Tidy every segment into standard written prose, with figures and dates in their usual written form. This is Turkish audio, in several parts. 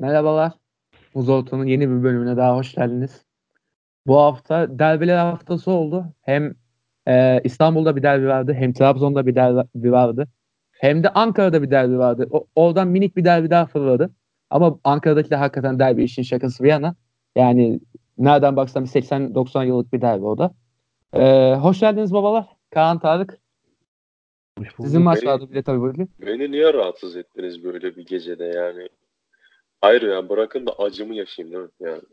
Merhabalar. Muzoltu'nun yeni bir bölümüne daha hoş geldiniz. Bu hafta derbiler haftası oldu. Hem İstanbul'da bir derbi vardı, hem Trabzon'da bir derbi vardı. Hem de Ankara'da bir derbi vardı. Oradan minik bir derbi daha fırladı. Ama Ankara'daki de hakikaten derbi işin şakası bir yana. Yani nereden baksan bir 80-90 yıllık bir derbi o da. Hoş geldiniz babalar. Kaan, Tarık. Hoş Sizin bulduk. maç vardı bir de tabii bugün. Beni niye rahatsız ettiniz böyle bir gecede yani? Hayır ya, bırakın da acımı yaşayayım değil mi? Yani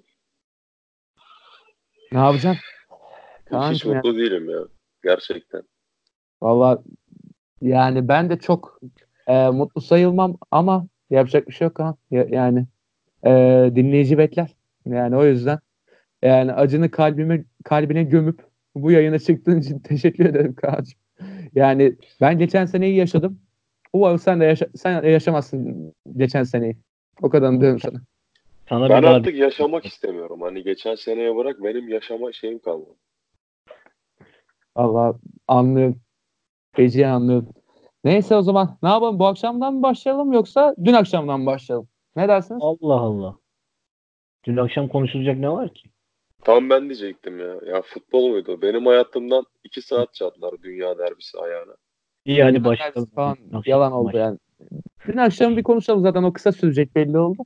Ne yapacaksın? hiç Kaan'cığım ya. mutlu değilim ya. Gerçekten. Valla yani ben de çok mutlu sayılmam ama yapacak bir şey yok ha. Yani dinleyici bekler. Yani o yüzden yani acını kalbine gömüp bu yayına çıktığın için teşekkür ederim Kaan'cığım. Yani ben geçen seneyi yaşadım. Umarım sen de yaşamazsın geçen seneyi. O kadarını diyorum sana. Sana Ben bir daha artık yaşamak istemiyorum. Hani geçen seneye bırak, benim yaşama şeyim kalmadı. Allah, anlıyorum. Feci'yi anlıyorum. Neyse, o zaman ne yapalım? Bu akşamdan mı başlayalım yoksa dün akşamdan mı başlayalım? Ne dersiniz? Allah Allah. Dün akşam konuşulacak ne var ki? Tam ben diyecektim ya. Ya futbol muydu? Benim hayatımdan 2 saat çaldılar dünya derbisi ayağına. İyi hadi Dünya derbisi başlayalım. falan Dün akşam yalan oldu maç. yani. Dün akşam bir konuşalım, zaten o kısa sürecek belli oldu.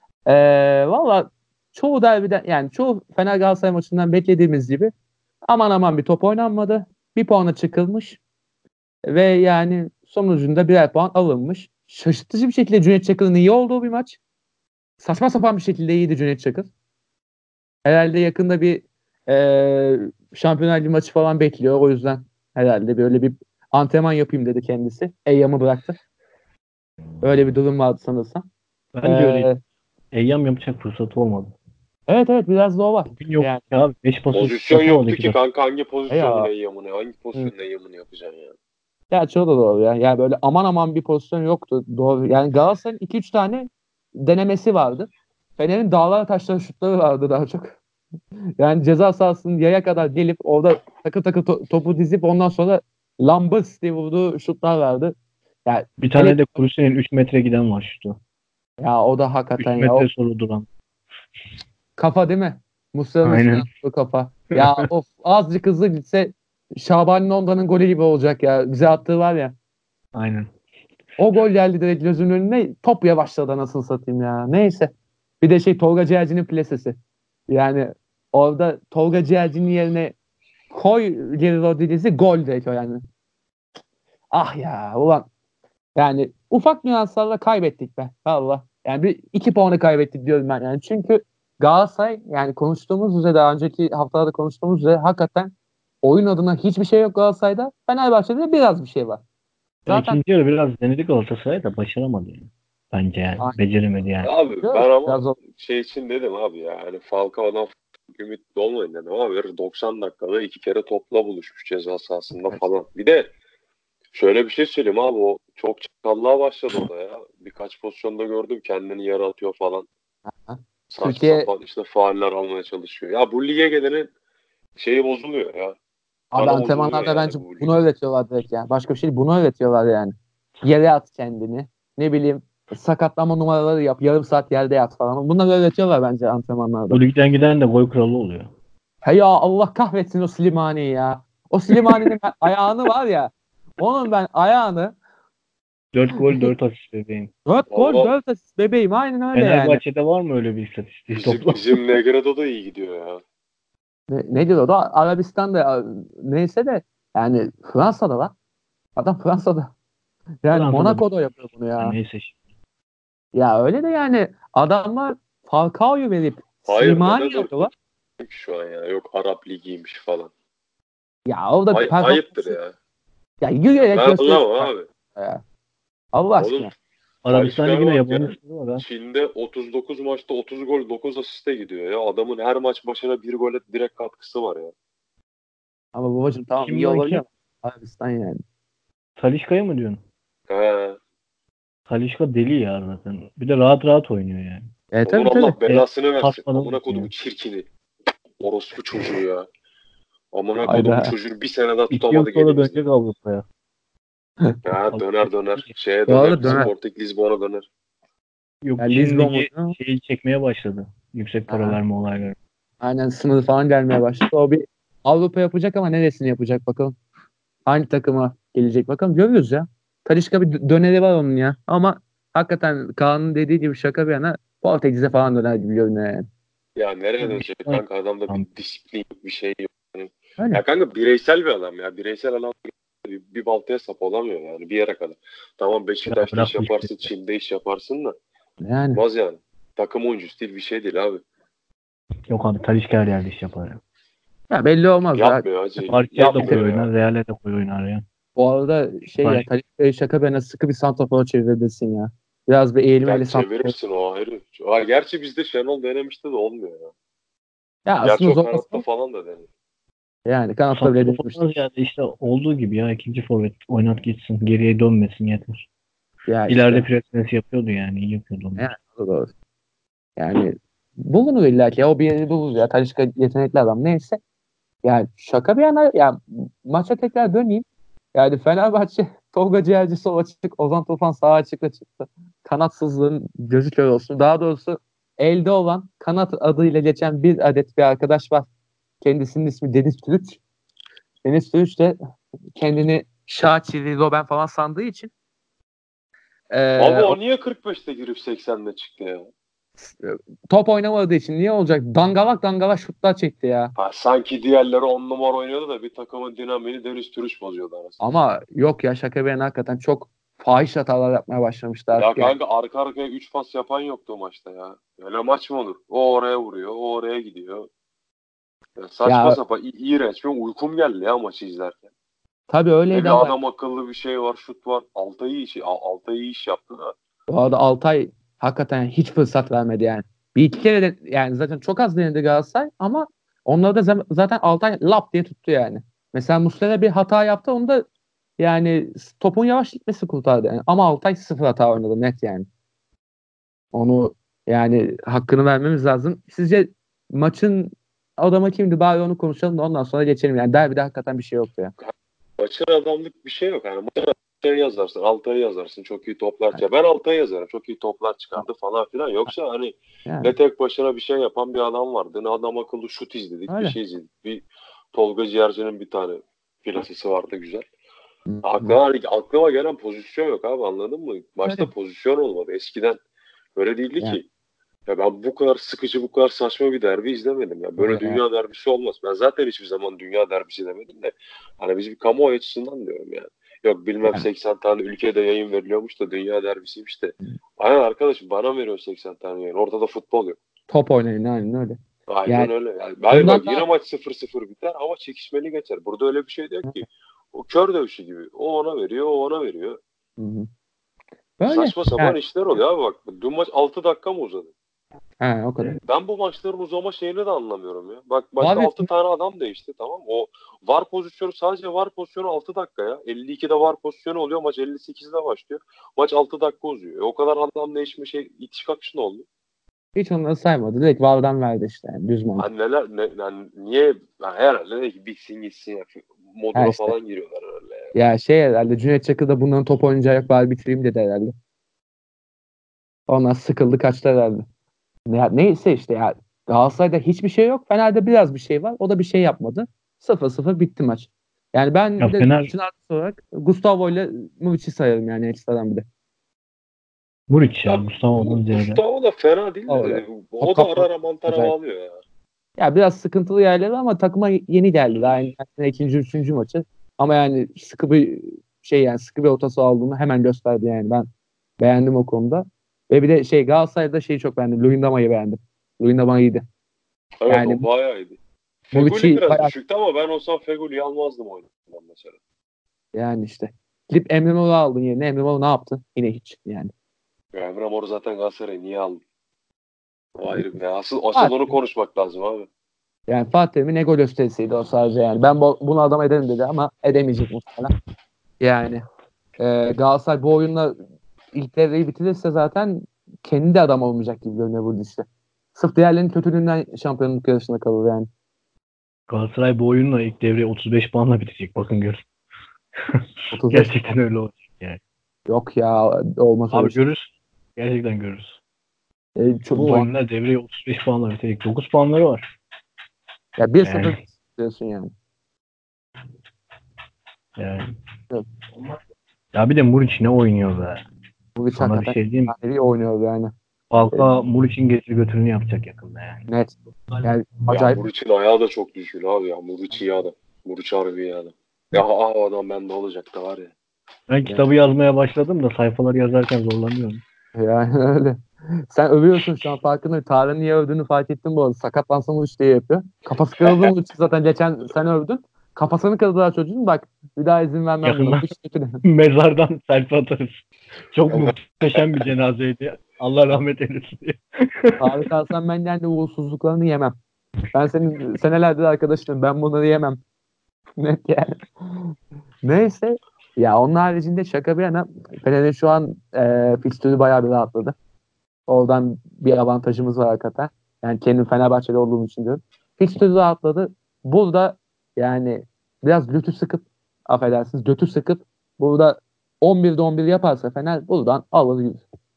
Valla çoğu derbiden, yani çoğu Fener Galatasaray maçından beklediğimiz gibi aman aman bir top oynanmadı. Bir puana çıkılmış ve yani sonucunda birer puan alınmış. Şaşırtıcı bir şekilde Cüneyt Çakır'ın iyi olduğu bir maç. Saçma sapan bir şekilde iyiydi Cüneyt Çakır. Herhalde yakında bir Şampiyonlar Ligi maçı falan bekliyor. O yüzden herhalde böyle bir antrenman yapayım dedi kendisi. Eyyam'ı bıraktı. Öyle bir durum vardı sanırsam. Bence öyle. Ee, Eyyam yapacak fırsatı olmadı. evet, biraz da o var. Bugün yok Yani ya abi. 5 pası Pozisyon yapamadı yoktu iki ki dakika. kanka, hangi pozisyonun ya, eyyamını, hangi pozisyonun eyyamını yapacaksın ya? gerçi o da doğru ya. Yani böyle aman aman bir pozisyon yoktu. Doğru. Yani Galatasaray'ın 2-3 tane denemesi vardı. Fener'in dağlara taşlara şutları vardı daha çok. Yani ceza sahasının yaya kadar gelip orada takır takır topu dizip ondan sonra lambıs diye vurduğu şutlar vardı. Yani Bir hele tane de Kuruse'nin 3 metre giden var şutu. ya, o da 3 hakikaten ya. O metre sonra duran. kafa değil mi? Muslera'nın üstüne Aynen. attığı kafa. Ya of, azıcık hızlı gitse Şaban Londa'nın golü gibi olacak ya. Bize attığı var ya. Aynen. O gol geldi direkt gözümün önüne. Top yavaşladı, nasıl satayım ya. Neyse. Bir de Tolga Ciğerci'nin plasesi. Yani orada Tolga Ciğerci'nin yerine koy Geri Rodriguez'i, gol direkt o yani. Ah ya ulan. Yani ufak nüanslarla kaybettik be. Valla. Yani bir 2 puanı kaybettik diyorum ben yani. Çünkü Galatasaray, yani konuştuğumuz üzere, daha önceki haftalarda konuştuğumuz üzere, hakikaten oyun adına hiçbir şey yok Galatasaray'da. Fenerbahçe'de biraz bir şey var. Ya Zaten ikinci yarı biraz denedik Galatasaray da başaramadı yani. Bence yani. Beceremedi yani. Abi yok, ben ama biraz o. şey için dedim abi ya. Hani Falcao'dan ümitli olmayın dedim ama bir 90 dakikada 2 kere topla buluşmuş ceza sahasında Evet. falan. Bir de şöyle bir şey söyleyeyim abi, o çok çakallığa başladı o da ya. Birkaç pozisyonda gördüm, kendini yere atıyor falan. Ha. Saçma Türkiye sapan işte fauller almaya çalışıyor. Ya bu lige gelenin şeyi bozuluyor ya. abi, Kanı bozuluyor antrenmanlarda yani bence bu bunu ligin. öğretiyorlar direkt ya. Başka bir şey değil, bunu öğretiyorlar yani. Yere at kendini. Ne bileyim, sakatlama numaraları yap. Yarım saat yerde yat falan. Bunları öğretiyorlar bence antrenmanlarda. Bu ligden giden de gol kralı oluyor. He ya, Allah kahretsin o Slimani'yi ya. O Slimani'nin ben ayağını var ya. Onun ben ayağını 4 gol 4 asist bebeğim. 4 gol Valla 4 asist bebeğim, aynen öyle yani. Fenerbahçe'de var mı öyle bir istatistik bizim toplam? bizim Negredo da iyi gidiyor ya. Ne diyor o da, Arabistan'da neyse de, yani Fransa'da lan. Adam Fransa'da. Yani Fransa'da bir Monaco'da yapıyor bunu ya. neyse. Ya öyle de yani adamlar Falcao'yu verip Hayır, Slimani Menado alıyorlar. kim ki şu an ya? Yok, Arap Ligi'ymiş falan. Ya orada Ayıptır performansı, ya. ya Ya yürüyerek ben gösterirsin anlamam abi. ya. Allah Oğlum aşkına. Arabistan Talisca'ya Ligi'ne bak ya. yabancı sınırı var ha. Çin'de 39 maçta 30 gol 9 asiste gidiyor ya. Adamın her maç başına bir gole direkt katkısı var ya. Ama babacığım tamam, Kim iyi lan olabilir kim? ama Arabistan yani. Talişka'yı mı diyorsun? He. Talişka deli ya zaten. Bir de rahat rahat oynuyor yani. Onun Tabii tabii. Allah belasını versin. Kasmadan Amına kodumu oynuyor. çirkini. Orospu çocuğu ya. Amına kodumu Hayda. çocuğunu bir sene daha 2 yıl tutamadık sonra elimizde. dönecek Avrupa'ya. Ya döner Avrupa'ya döner. iyi. Şeye Bu döner. arada döner. Sporting Lisbon'a döner. Yok, Yani Çin Lisbon Ligi maçı. şeyi çekmeye başladı. Yüksek para Aha. verme olayları. Aynen sınırı falan gelmeye başladı. O bir Avrupa yapacak ama neresini yapacak bakalım. Hangi takıma gelecek bakalım. Görüyoruz ya. Talisca bir döneri var onun ya. Ama hakikaten Kaan'ın dediği gibi şaka bir yana Portekiz'e falan döner gibi görünüyor yani. Ya nereye Bir dönecek şey kanka, adamda var. bir disiplin yok, bir şey yok. Yani, Öyle. ya kanka bireysel bir adam ya. Bireysel adam bir baltaya sap olamıyor yani bir yere kadar. Tamam, Ya Beşiktaş'ta iş bırak bu işleri. yaparsın, Çin'de iş yaparsın da Yani. olmaz yani. Takım oyuncusu değil, bir şey değil abi. Yok abi, Talisca her yerde iş yapar ya. Ya belli olmaz ya. Yapmıyor hacı. Barça'ya da koy Yapmıyor ya. oynar, Real'e de koy oynar ya. Bu arada şey ya Var. Talisca'yı şaka bir yana sıkı bir santrafor çevirebilirsin ya. Biraz bir eğilmeli Ya santrafor. çevirirsin, o ayrı. Ha, gerçi bizde Şenol denemişti de olmuyor ya. Ya Gerçi aslında o kanatta zorlasın. falan da denedi. Yani kanatta bile denemiştim. Santrafor'dan ziyade işte olduğu gibi ya, ikinci forvet oynat gitsin. Geriye dönmesin yeter. Ya İleride işte. pres yapıyordu yani. İyi yapıyordu onu. Yani, o da doğru. Yani bulunur illa ki ya. O bir yeri bulur ya. Talisca yetenekli adam. Neyse. Yani şaka bir yana ya maça tekrar döneyim. Yani Fenerbahçe Tolga Ciğerci sol açık, Ozan Tufan sağ açıkla çıktı. Kanatsızlığın gözü kör olsun. Daha doğrusu elde olan kanat adıyla geçen bir adet bir arkadaş var. Kendisinin ismi Deniz Türüç. Deniz Türüç de kendini Şaçili, Robben falan sandığı için Abi o o niye 45'te girip 80'de çıktı ya? top oynamadığı için niye olacak? Dangalak dangalak şutlar çekti ya. Ha, sanki diğerleri 10 numara oynuyordu da bir takımın dinamini Deniz Türüç bozuyordu arasında. Ama yok ya şaka bir yana hakikaten çok fahiş hatalar yapmaya başlamıştı Ya artık yani. kanka arka arkaya 3 pas yapan yoktu o maçta ya. Öyle maç mı olur? O oraya vuruyor, o oraya gidiyor. Ya saçma Ya sapan, iğrenç. Benim uykum geldi ya maçı izlerken. tabii Ne öyleydi bir ama adam akıllı bir şey var, şut var. Altay iyi iş yaptı da. bu arada Altay hakikaten hiç fırsat vermedi yani. Bir iki kere de yani zaten çok az denedi Galatasaray ama onları da zaten Altay lap diye tuttu yani. Mesela Muslera bir hata yaptı onu da yani topun yavaş gitmesi kurtardı yani. Ama Altay sıfır hata oynadı net yani. Onu yani hakkını vermemiz lazım. Sizce maçın adamı kimdi? Bari onu konuşalım da ondan sonra geçelim. Yani derbide hakikaten bir şey yoktu ya. Maçın adamlık bir şey yok. Yani maçın Altay'ı yazarsın, Altay'ı yazarsın. Çok iyi toplar çıkar. Ben Altay'ı yazarım. Çok iyi toplar çıkardı falan filan. Yoksa hani Yani ne tek başına bir şey yapan bir adam vardı. Ne adam akıllı şut izledik, bir öyle. şey izledik. Bir Tolga Ciğerci'nin bir tane plasesi vardı güzel. Hı hı. Aklıma gelen pozisyon yok abi, anladın mı? Maçta Öyle. pozisyon olmadı. Eskiden öyle değildi Yani ki. Ya ben bu kadar sıkıcı, bu kadar saçma bir derbi izlemedim ya. Böyle öyle yani. dünya derbisi olmaz. Ben zaten hiçbir zaman dünya derbisi demedim de. Hani biz bir kamuoyu açısından diyorum yani. Yok bilmem Yani 80 tane ülkede yayın veriliyormuş da dünya derbisiymiş de. Aynen arkadaşım, bana veriyor 80 tane yayın. Ortada futbol yok. top oynayın aynen öyle. Aynen Yani öyle. Yani, hayır bak, bundan yine da maç 0-0 biter ama çekişmeli geçer. Burada öyle bir şey yok ki. O kör dövüşü gibi. O ona veriyor, o ona veriyor. hı hı. Böyle Saçma yani sapan işler oluyor abi bak. Dün maç 6 dakika mı uzadı? ha, o kadar. Ben bu maçların uzama şeyini de anlamıyorum ya. Bak maçta Abi 6 tane adam değişti, tamam. O VAR pozisyonu, sadece VAR pozisyonu 6 dakika ya. 52'de VAR pozisyonu oluyor. Maç 58'de başlıyor. Maç 6 dakika uzuyor. O kadar adam değişme şey, itiş kakış ne oldu? hiç onları saymadı. Direkt Val'dan verdi işte yani düz mantık. Hani yani niye, yani herhalde ne ki bitsin gitsin ya. Ha Moduna işte. falan giriyorlar öyle ya. Ya şey herhalde Cüneyt Çakır da bunların top oynayacağı yok bari bitireyim dedi herhalde. Ondan sıkıldı kaçtı herhalde. Neyse işte ya Galatasaray'da hiçbir şey yok. Fener'de biraz bir şey var. O da bir şey yapmadı. 0-0 bitti maç. Yani ben Ya bir de Fener maçın artısı olarak Gustavo ile Muvic'i sayarım yani ekstradan bir de. Muriç ya, Ya Gustavo'dan ziyade. Gustavo da fena değil O da. de O o da ara kafa ara mantara acayip. bağlıyor ya. Ya biraz sıkıntılı yerleri ama takıma yeni geldi. Daha yani ikinci, üçüncü maçı. Ama yani sıkı bir şey yani sıkı bir ortası aldığını hemen gösterdi yani. Ben beğendim o konuda. Ve bir de şey Galatasaray'da şeyi çok beğendim. Luyendama'yı beğendim. Luyendama iyiydi. Evet, Yani o bayağı iyiydi. Feguli Muriç'i biraz bayağı düşüktü ama ben olsam Feguli'yi almazdım oyundan mesela. yani işte. Gidip Emre Mor'u aldın yerine. Emre Mor ne yaptı? Yine hiç yani. Ya Emre Mor zaten Galatasaray'ı niye aldı? O ayrı bir. Asıl onu Fatih, konuşmak lazım abi. yani Fatih Terim'in ego gösterisiydi o sadece yani. Ben bunu adam ederim dedi ama edemeyecek muhtemelen. Yani Galatasaray bu oyunla ilk devreyi bitirirse zaten kendi de adam olmayacak gibi görünüyor bu işte. Sırf diğerlerinin kötülüğünden şampiyonluk yarışında kalır yani. Galatasaray bu oyunla ilk devre 35 puanla bitecek. Bakın görün. 35 Gerçekten öyle olacak yani. yok ya olmaz öyle Abi şey. görürüz. Gerçekten görürüz. Çok Bu oyunlar devreye 35 puanla bitecek. 9 puanları var. Ya 1-0 Yani. diyorsun yani. Yani. Evet. Ya bir de Muriç ne oynuyor be. Bu hiç Sana bir hakikaten şey diyeyim mi? iyi oynuyor yani. Falcao Muriç'in getir götürünü yapacak yakında yani. Net. Yani Ya acayip. Muriç'in ayağı da çok düzgün abi ya. Muriç iyi adam. Muriç harbi iyi adam. Ya o adam bende olacak da var ya. Ben kitabı yazmaya başladım da sayfaları yazarken zorlanıyorum. Yani öyle. Sen övüyorsun şu an farkında. Tarık'ın niye övdüğünü fark ettim bu arada. Sakatlansın bu iş diye yapıyor. Kafası kırıldı mı zaten geçen sen övdün. Kafasını kırdılar çocuğun. Bak bir daha izin vermem buna. Yakında Bu iş kötü. mezardan selfie atarız. Çok muhteşem bir cenazeydi. Allah rahmet eylesin diye. Tarık Arslan ben yani uğursuzluklarını yemem. Ben senin senelerdir arkadaşım. Ben bunları yemem. Net yani. Neyse. Ya onun haricinde şaka bir yana Fener'in şu an fikstürü bayağı bir rahatladı. Oradan bir avantajımız var hakikaten. Yani kendim Fenerbahçeli olduğum için diyorum. Fikstürü rahatladı. Burada yani biraz götü sıkıp affedersiniz götü sıkıp burada 11'de 11 yaparsa Fener buradan alır yüz.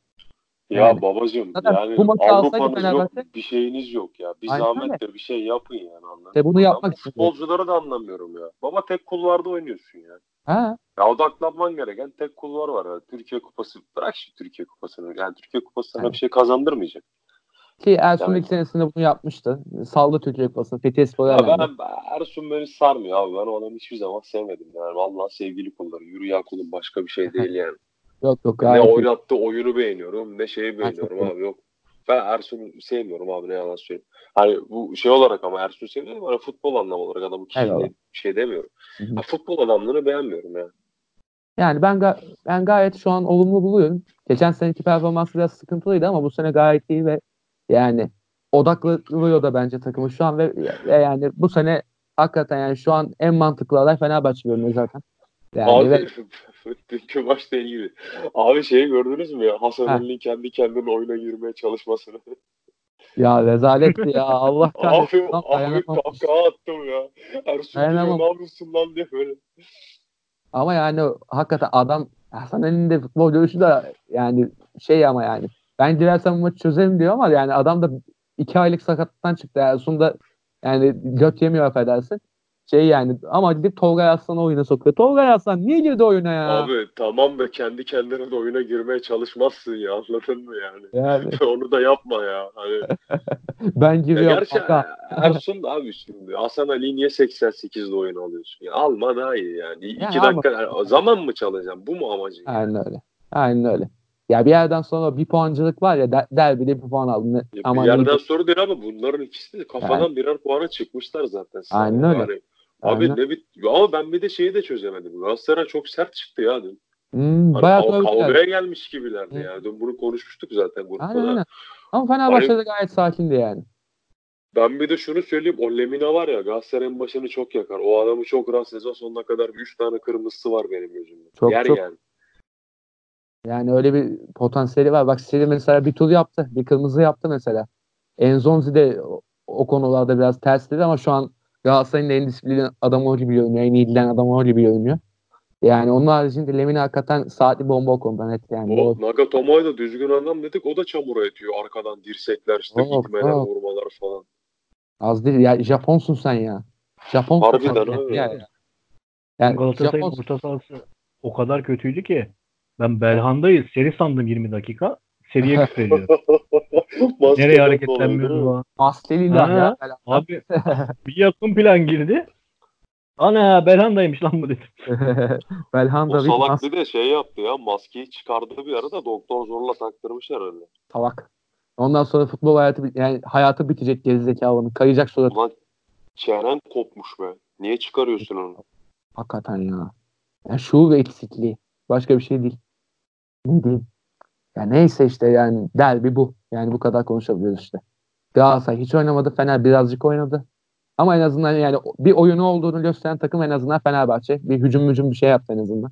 Ya Yani babacığım zaten yani bu maçı alsaydı Avrupa'nız yok, Fenerbahçe bir şeyiniz yok ya. Bir aynen öyle. zahmettir bir şey yapın yani İşte anladın bunu mı? Ben bu yapmak için. futbolcuları da anlamıyorum ya. Baba tek kulvarda oynuyorsun ya. Ha? Ya odaklanman gereken tek kulvar var. Ya. Türkiye Kupası. Bırak şimdi Türkiye Kupası'nı. Yani Türkiye Kupası sana Yani. bir şey kazandırmayacak. Ki Ersun Yani, ilk senesinde bunu yapmıştı. Saldı Türkiye Kupası'nı. Fethiye Spor'a ya elendi. Ersun beni sarmıyor abi. Ben o adamı hiçbir zaman sevmedim. Yani vallahi sevgili kulları. Yürü ya kulum başka bir şey değil yani. Yok yok Ne gayet iyi. oynattığı oyunu beğeniyorum ne şeyi Ben çok beğeniyorum beğendim. abi yok. Ben Ersun'u sevmiyorum abi ne yalan söyleyeyim. Hani bu şey olarak ama Ersun'u seviyorum ama futbol anlamı olarak adamı Eyvallah. kişiliği bir şey demiyorum. Hı hı. Ha, futbol adamlığını beğenmiyorum ya. Yani ben gayet şu an olumlu buluyorum. Geçen seneki performansı biraz sıkıntılıydı ama bu sene gayet iyi ve yani odaklıyor da bence takımı şu an ve yani bu sene hakikaten yani şu an en mantıklı aday Fenerbahçe görünüyor zaten. Yani ve Abi dünkü maçla ilgili. Abi şeyi gördünüz mü ya? Hasan heh, Ali'nin kendi kendine oyuna girmeye çalışmasını. ya rezaletti ya Allah kahretsin. Abi, Tam abi dayanamam. kahkaha attım ya. Ersun geliyor Dayanamam. ne yapıyorsun lan diye böyle. Ama yani hakikaten adam Hasan Ali'nin de futbol görüşü de yani şey ama yani ben girersem bu maçı çözerim diyor ama yani adam da 2 aylık sakatlıktan çıktı. Yani sonunda yani göt yemiyor affedersin. Şey yani ama gidip Tolga Aslan'ı oyuna sokuyor. Tolga Aslan niye girdi oyuna ya? Abi tamam da kendi kendine de oyuna girmeye çalışmazsın ya anladın mı yani? Yani Onu da yapma ya. Hani ben ya giriyorum gerçi kanka. Ersun da abi şimdi Hasan Ali niye 88'de oyun alıyorsun? Ya alma daha iyi yani. Yani 2 ama dakika yani zaman mı çalacağım? Bu mu amacın yani? aynen öyle. Aynen öyle. Ya bir yerden sonra bir puancılık var ya derbide bir puan aldın. Ya bir Aman yerden iyidir. sonra değil abi bunların ikisi de Yani kafadan birer puana çıkmışlar zaten aynen sınavda. öyle. Hani abi Aynen. ne bit ama ben bir de şeyi de çözemedim. Galatasaray çok sert çıktı ya dün. Hani Bayağı dövdüler. kavgaya gelmiş gibilerdi Hı. ya. Dün bunu konuşmuştuk zaten grupta Aynen da. aynen. Ama Hani Fenerbahçe'de gayet sakindi yani. ben bir de şunu söyleyeyim. O Lemina var ya Galatasaray'ın başını çok yakar. O adamı çok rahat sezon sonuna kadar 3 tane kırmızısı var benim gözümde. Çok Yer çok yani. yani öyle bir potansiyeli var. Bak Seri mesela bir tur yaptı. Bir kırmızı yaptı mesela. Enzonzi de o konularda biraz tersledi ama şu an Galatasaray'ın en disiplinli adamı o gibi görünüyor. En iyi giden adamı o gibi görünüyor. Yani onun haricinde Lemina hakikaten saatli bomba o konuda net yani. O O Nagatomo'yu da düzgün adam dedik. O da çamura etiyor. Arkadan dirsekler işte çok itmeler çok vurmalar falan. az değil. Ya Japonsun sen ya. Japonsun sen Harbiden ya. abi Ya, ya. ya. Dün Yani Galatasaray'ın Japonsun. orta sahası o kadar kötüydü ki ben Belhanda'yı seri sandım 20 dakika. Seriye küfrediyor. Nereye Maskeden dolayı değil hareketlenmiyoruz mi? falan. Mastelillah ya. Ha, abi bir yakın plan girdi. Ana Belhanda'ymış lan bu dedim. O Belhanda bir salak bir de şey yaptı ya. Maskeyi çıkardı bir arada doktor zorla taktırmış herhalde. salak. Ondan sonra futbol yani hayatı bitecek gerizekalının. Kayacak surat. Ulan çenen kopmuş be. Niye çıkarıyorsun onu? Hakikaten ya. Yani şuur eksikliği. Başka bir şey değil. Ne diyeyim? Ya neyse işte yani derbi bu. Yani bu kadar konuşabiliyoruz işte. Galatasaray hiç oynamadı. Fener birazcık oynadı. Ama en azından yani bir oyunu olduğunu gösteren takım en azından Fenerbahçe. Bir hücum bir şey yaptı en azından.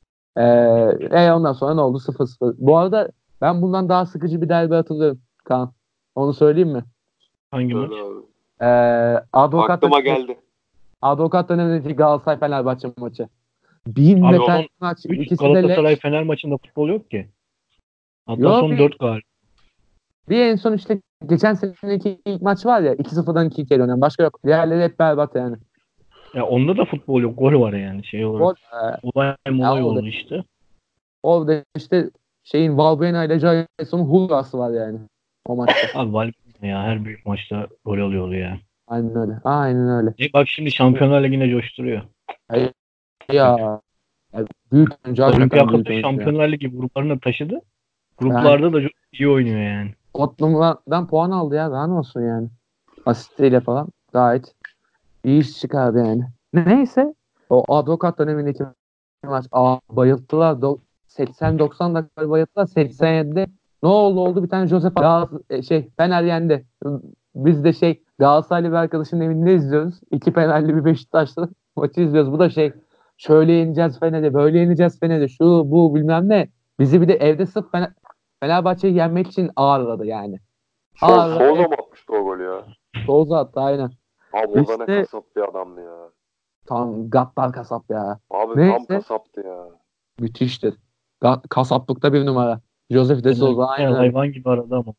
Ondan sonra ne oldu? 0-0. Bu arada ben bundan daha sıkıcı bir derbi hatırlıyorum Kaan. Onu söyleyeyim mi? Hangi maç? Öyle abi. Advokat Aklıma geldi. Advokat dönemindeki Galatasaray Fenerbahçe maçı. 1000 Abi metre son maç. 3 İkisi de Galatasaray leş. Fener maçında futbol yok ki. Hatta Yok son 4 galiba. Bir en son işte geçen seneki ilk maç var ya 2-0'dan 2-2 oynayan. Başka yok. Diğerleri hep berbat yani. Ya onda da futbol yok. Gol var yani şey olarak. Gol, Olay ya molay orada, oldu işte. orada işte şeyin Valbuena ile Jason'un hurrası var yani o maçta. Abi Valbuena ya her büyük maçta gol alıyordu ya. Aynen öyle. Aynen öyle. Bak şimdi Şampiyonlar Ligi'ne coşturuyor. Ya, ya büyük oyuncu, hakikaten büyük Olimpiyatlarda oyuncu ya. Şampiyonlar Ligi gruplarını taşıdı. Yani Gruplarda da çok iyi oynuyor yani. Tottenham'dan puan aldı ya. Daha ne olsun yani. Asistiyle falan gayet iyi iş çıkardı yani. Neyse o Advokat dönemindeki maç bayılttılar. 80-90 dakika bayılttılar. 87'de ne oldu bir tane Josep Fener yendi. Biz de Galatasaraylı bir arkadaşın evinde izliyoruz. İki Fenerli bir Beşiktaşlı maçı izliyoruz. Bu da şöyle yeneceğiz Fener'e, böyle yeneceğiz Fener'e, şu bu bilmem ne. Bizi bir de evde sırf Fenerbahçe'yi yenmek için ağırladı yani. Souza mı atmıştı o golü ya? Souza attı aynen. Abi o da ne İşte kasap bir adamdı ya. tam gaddar kasap ya. Abi tam Neyse kasaptı ya. müthiştir. Kasaplıkta bir numara. Joseph de Souza aynen öyle. Hayvan gibi aradı ama.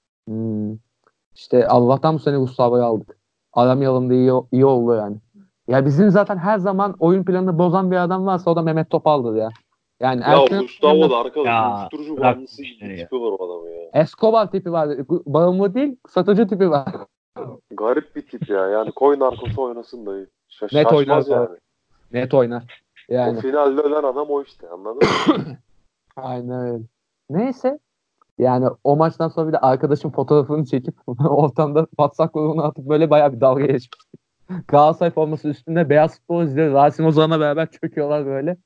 İşte Allah'tan bu sene Gustavo'yu aldık. Aramayalım da iyi oldu yani. Ya bizim zaten her zaman oyun planını bozan bir adam varsa o da Mehmet Topal'dır ya. Yani Ya Gustavo da arkadaş Ya, uyuşturucu bırak bağımlısı bu gibi işleri bir ya. tipi var o adamın ya. Escobar tipi var. Bağımlı değil, satıcı tipi var. Garip bir tip ya. Yani koy narkosu oynasın dayı. Net oynar Şaşmaz bu arada. yani. Net oynar. O Yani finalde ölen adam o işte, anladın mı? aynen öyle. Neyse. Yani o maçtan sonra bir de arkadaşım fotoğrafını çekip ortamda WhatsApp grubuna atıp böyle bayağı bir dalga geçmiş. Galatasaray forması üstünde beyaz futbol izliyor. Rasim Ozan'la beraber çöküyorlar böyle.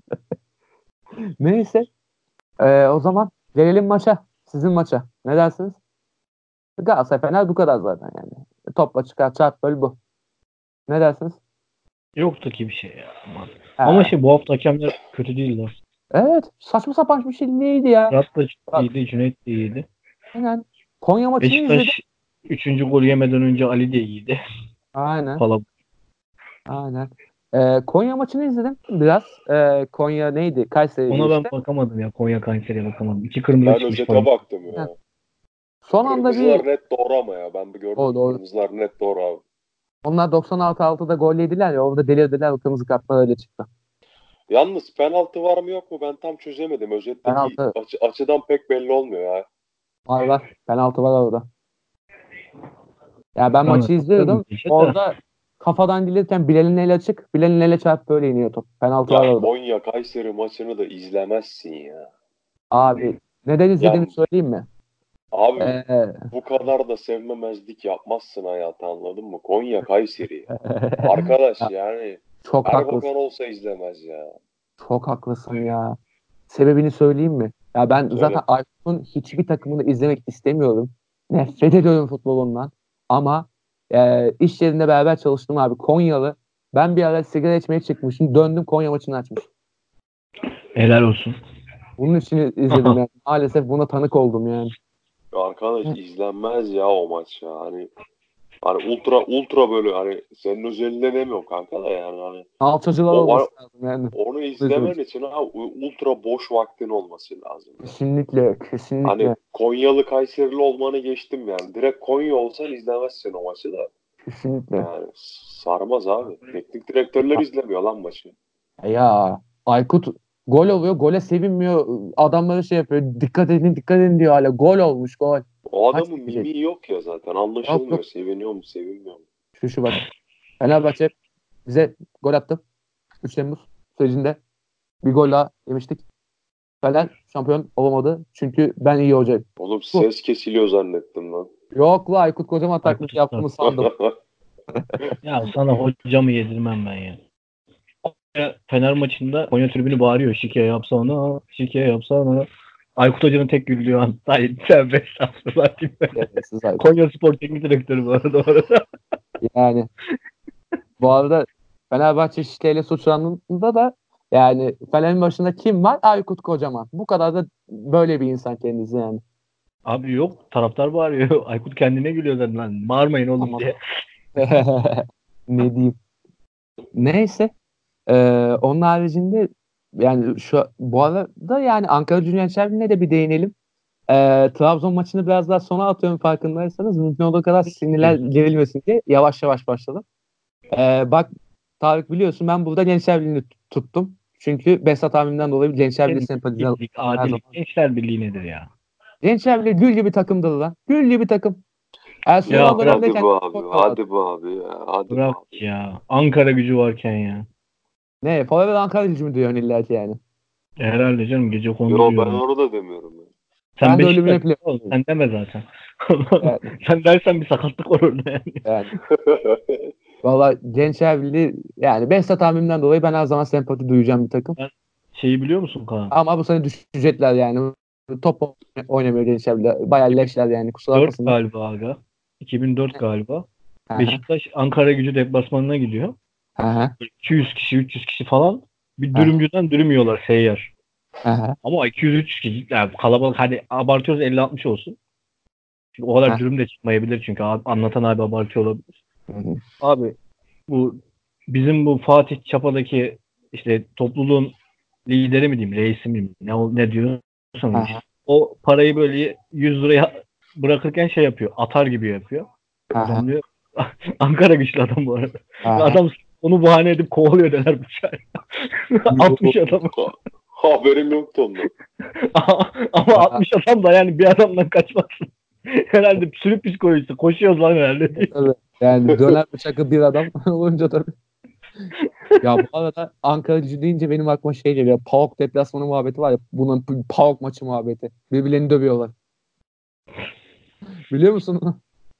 Neyse. O zaman gelelim maça. Sizin maça. Ne dersiniz? Galatasaray Fener bu kadar zaten yani. Topla çıkar çarp böl bu. Ne dersiniz? Yoktu ki bir şey ya. Aman. Ha. Ama bu hafta hakemler kötü değiller. Evet. Saçma sapan bir şey neydi ya? Murat da iyiydi, Cüneyt de iyiydi. Aynen. Konya maçını izledim. Beşiktaş 3. gol yemeden önce Ali de iyiydi. Aynen. Falan. Aynen. Konya maçını izledim biraz. Konya neydi? Kayseri Ona ben işte. bakamadım ya. Konya Kayseri'ye bakamadım. 2 kırmızı Ben çıkmış özete falan. baktım ya. Son anda Kırmızılar net doğru ama ya. Ben bir gördüm. Doğru. Kırmızılar net doğru abi. Onlar 96-6'da gol yediler ya. Orada delirdiler. O kırmızı kartlar öyle çıktı. Yalnız penaltı var mı yok mu ben tam çözemedim. Özetteki Penaltı. açıdan pek belli olmuyor ya. Var. Penaltı var orada. Ya ben maçı izliyordum. Orada kafadan gelirken Bilal'in eli açık. Bilal'in eli çarpıp böyle iniyor top. Penaltı var Ya orada. Konya Kayseri maçını da izlemezsin ya. Abi neden izlediğimi Ya, söyleyeyim mi? abi bu kadar da sevmemezlik yapmazsın hayatı, anladın mı? Konya Kayseri. Arkadaş yani çok haklısın. Erbakan olsa izlemez ya. Çok haklısın ya. Sebebini söyleyeyim mi? Ya ben Söyle. zaten Aykut'un hiçbir takımını izlemek istemiyorum. Nefret ediyorum futbolundan. Ama iş yerinde beraber çalıştım abi. Konyalı. Ben bir ara sigara içmeye çıkmışım. Döndüm Konya maçını açmış. Helal olsun. Bunun için izledim yani. Maalesef buna tanık oldum yani. Arkadaş izlenmez ya o maç ya. Hani ultra böyle, hani senin özelinde demiyorum kanka da yani hani Alçacılar olması lazım yani. onu izlemen için ultra boş vaktin olması lazım. Kesinlikle. Hani Konyalı Kayserili olmanı geçtim yani. Direkt Konya olsan izlemezsin o maçı da. Kesinlikle. Yani sarmaz abi. Teknik direktörler izlemiyor lan maçı. Ya Aykut gol oluyor. Gole sevinmiyor. Adamları yapıyor. Dikkat edin diyor hala. Gol olmuş gol. O Kaç adamın gidecek? mimiği yok ya zaten. Anlaşılmıyor. Yok. Seviniyor mu sevinmiyor mu? Şu bak. Fenerbahçe bize gol attı. 3 Temmuz sürecinde bir gol daha yemiştik. Fener şampiyon olamadı. Çünkü ben iyi hocayım. Oğlum ses kesiliyor zannettim lan. Yok la Aykut kocaman taklit Aykut yaptığımı sandım. Ya sana hocamı yedirmem ben ya. Fener maçında Konya tribünü bağırıyor. Şike yapsana, şike yapsana. Aykut Hoca'nın tek güldüğü an. Hayır, tövbe estağfurullah. Konya Spor Teknik Direktörü bu arada. Yani bu arada Fenerbahçe şikeyle suçlandığında da yani Fener'in başında kim var? Aykut Kocaman. Bu kadar da böyle bir insan kendisi yani. Abi yok, taraftar bağırıyor. Aykut kendine gülüyor zaten lan. Bağırmayın oğlum Ama diye. ne diyeyim. Neyse. Onun haricinde yani bu arada yani Ankara Cumhuriyet Şenliği'ne de bir değinelim. Trabzon maçını biraz daha sona atıyorum farkındaysanız. Mümkün olduğu kadar sinirler gerilmesin diye yavaş yavaş başladım. Bak Tarık biliyorsun ben burada Gençler Birliği'ni tuttum. Çünkü Behzat abimden dolayı Gençler Birliği sempatizanı. Adilik. Gençler Birliği nedir ya? Gençler Birliği gül gibi takımdır lan. Gül gibi takım. Ersun Ya Yanal Hadi dönemindeyken bu abi. Hadi bu abi ya. Hadi bu Bırak abi. ya. Ankara gücü varken ya. ne? Forever Ankara Gücü mü diyorsun illa ki yani? Herhalde canım gece kondu Yo ben diyorum. onu da demiyorum. Ya. Sen Ben de ölümüne Beşiktaş plak. oğlum, sen deme zaten. Yani, Sen dersen bir sakatlık olur orada yani. yani. Valla Gençler Birliği yani Behzat abimden dolayı ben her zaman sempati duyacağım bir takım. Şeyi biliyor musun Kaan? Ama bu sene düşecekler yani. Top oynamıyor Gençler Birliği. Bayağı leşler yani kusura 4 bakmasınlar. galiba aga. 2004 galiba. Aha, Beşiktaş Ankara gücü deplasmanına gidiyor. aha, 200 kişi 300 kişi falan bir aha, dürümcüden dürüm yiyorlar seyyar. aha, Ama 200-300 kişi yani kalabalık hadi abartıyoruz 50-60 olsun. Çünkü o kadar aha. dürüm de çıkmayabilir çünkü anlatan abi abartıyor olabilir. Hı hı. Abi bu bizim bu Fatih Çapa'daki işte topluluğun lideri mi diyeyim, reisi mi ne diyorsanız Aha. işte. O parayı böyle 100 liraya bırakırken şey yapıyor. Atar gibi yapıyor. Aha. Adam diyor Ankara güçlü adam bu arada. Aha. Adam onu bahane edip kovalıyor dener bıçağı. 60 adam. Haberim yoktu ondan. Ama 60 adam da yani bir adamdan kaçmazsın. Herhalde sürü psikolojisi. Koşuyoruz lan herhalde. Tabii. Yani döner bıçaklı bir adam olunca tabii. Ya bu arada Ankara Gücü deyince benim aklıma şey geliyor. PAOK deplasmanı muhabbeti var ya. Bunun PAOK maçı muhabbeti. Birbirlerini dövüyorlar. Biliyor musun onu?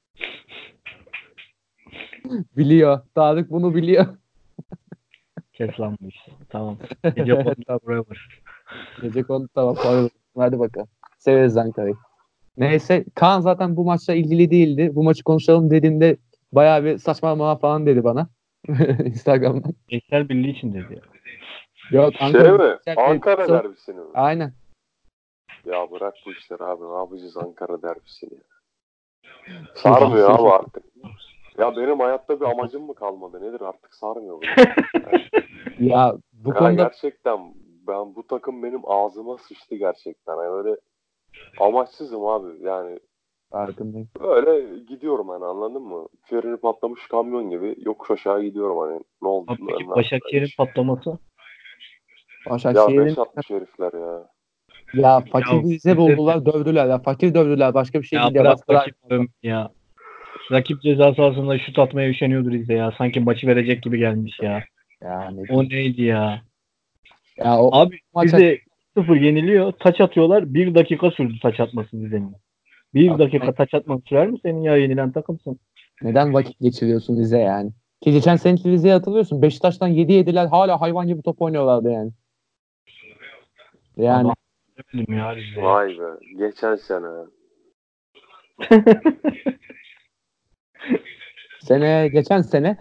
Biliyor. Tarık bunu biliyor. Kes lan bu işte. Tamam. Gece kondu buraya var. Gece konu tamam. Pardon. Hadi bakalım. Severiz Ankara'yı. Neyse Kaan zaten bu maçla ilgili değildi. Bu maçı konuşalım dediğimde bayağı bir saçmalama falan dedi bana. Instagram'dan. Gençler Birliği için dedi ya. Yok Şey Ankara mi? Ankara derbisini mi? Aynen. Ya bırak bu işleri abi. Ne yapacağız Ankara derbisini ya? Sarmıyor abi artık. Ya benim hayatta bir amacım mı kalmadı? Nedir artık sarmıyor beni. Ya bu Ya konuda gerçekten bu takım benim ağzıma sıçtı gerçekten. Yani öyle amaçsızım abi. Yani farkındayım. öyle gidiyorum hani anladın mı? Freni patlamış kamyon gibi yokuş aşağı gidiyorum hani. Ne oldu? Abi peki Başakşehir'in patlaması? Ya Başakşehir'in 5 atmış herifler ya. ya fakir Ya bize buldular dövdüler ya fakir dövdüler başka bir şey değil ya ya bırak bastılar. rakip ya. Rakip ceza sahasında şut atmaya üşeniyordur izle ya. Sanki maçı verecek gibi gelmiş ya. Ya ne O neydi ya? ya o Abi maça bize 0 yeniliyor. Taç atıyorlar. 1 dakika sürdü taç atması bizenin. 1 dakika taç atmak sürer mi senin ya yenilen takımsın? neden vakit geçiriyorsun bize yani? Ki geçen seneki Rize'ye hatırlıyorsun. Beşiktaş'tan 7 yediler hala hayvan gibi top oynuyorlardı yani. Yani Abi, ne bileyim ya Rize. Vay be. Geçen sene. geçen sene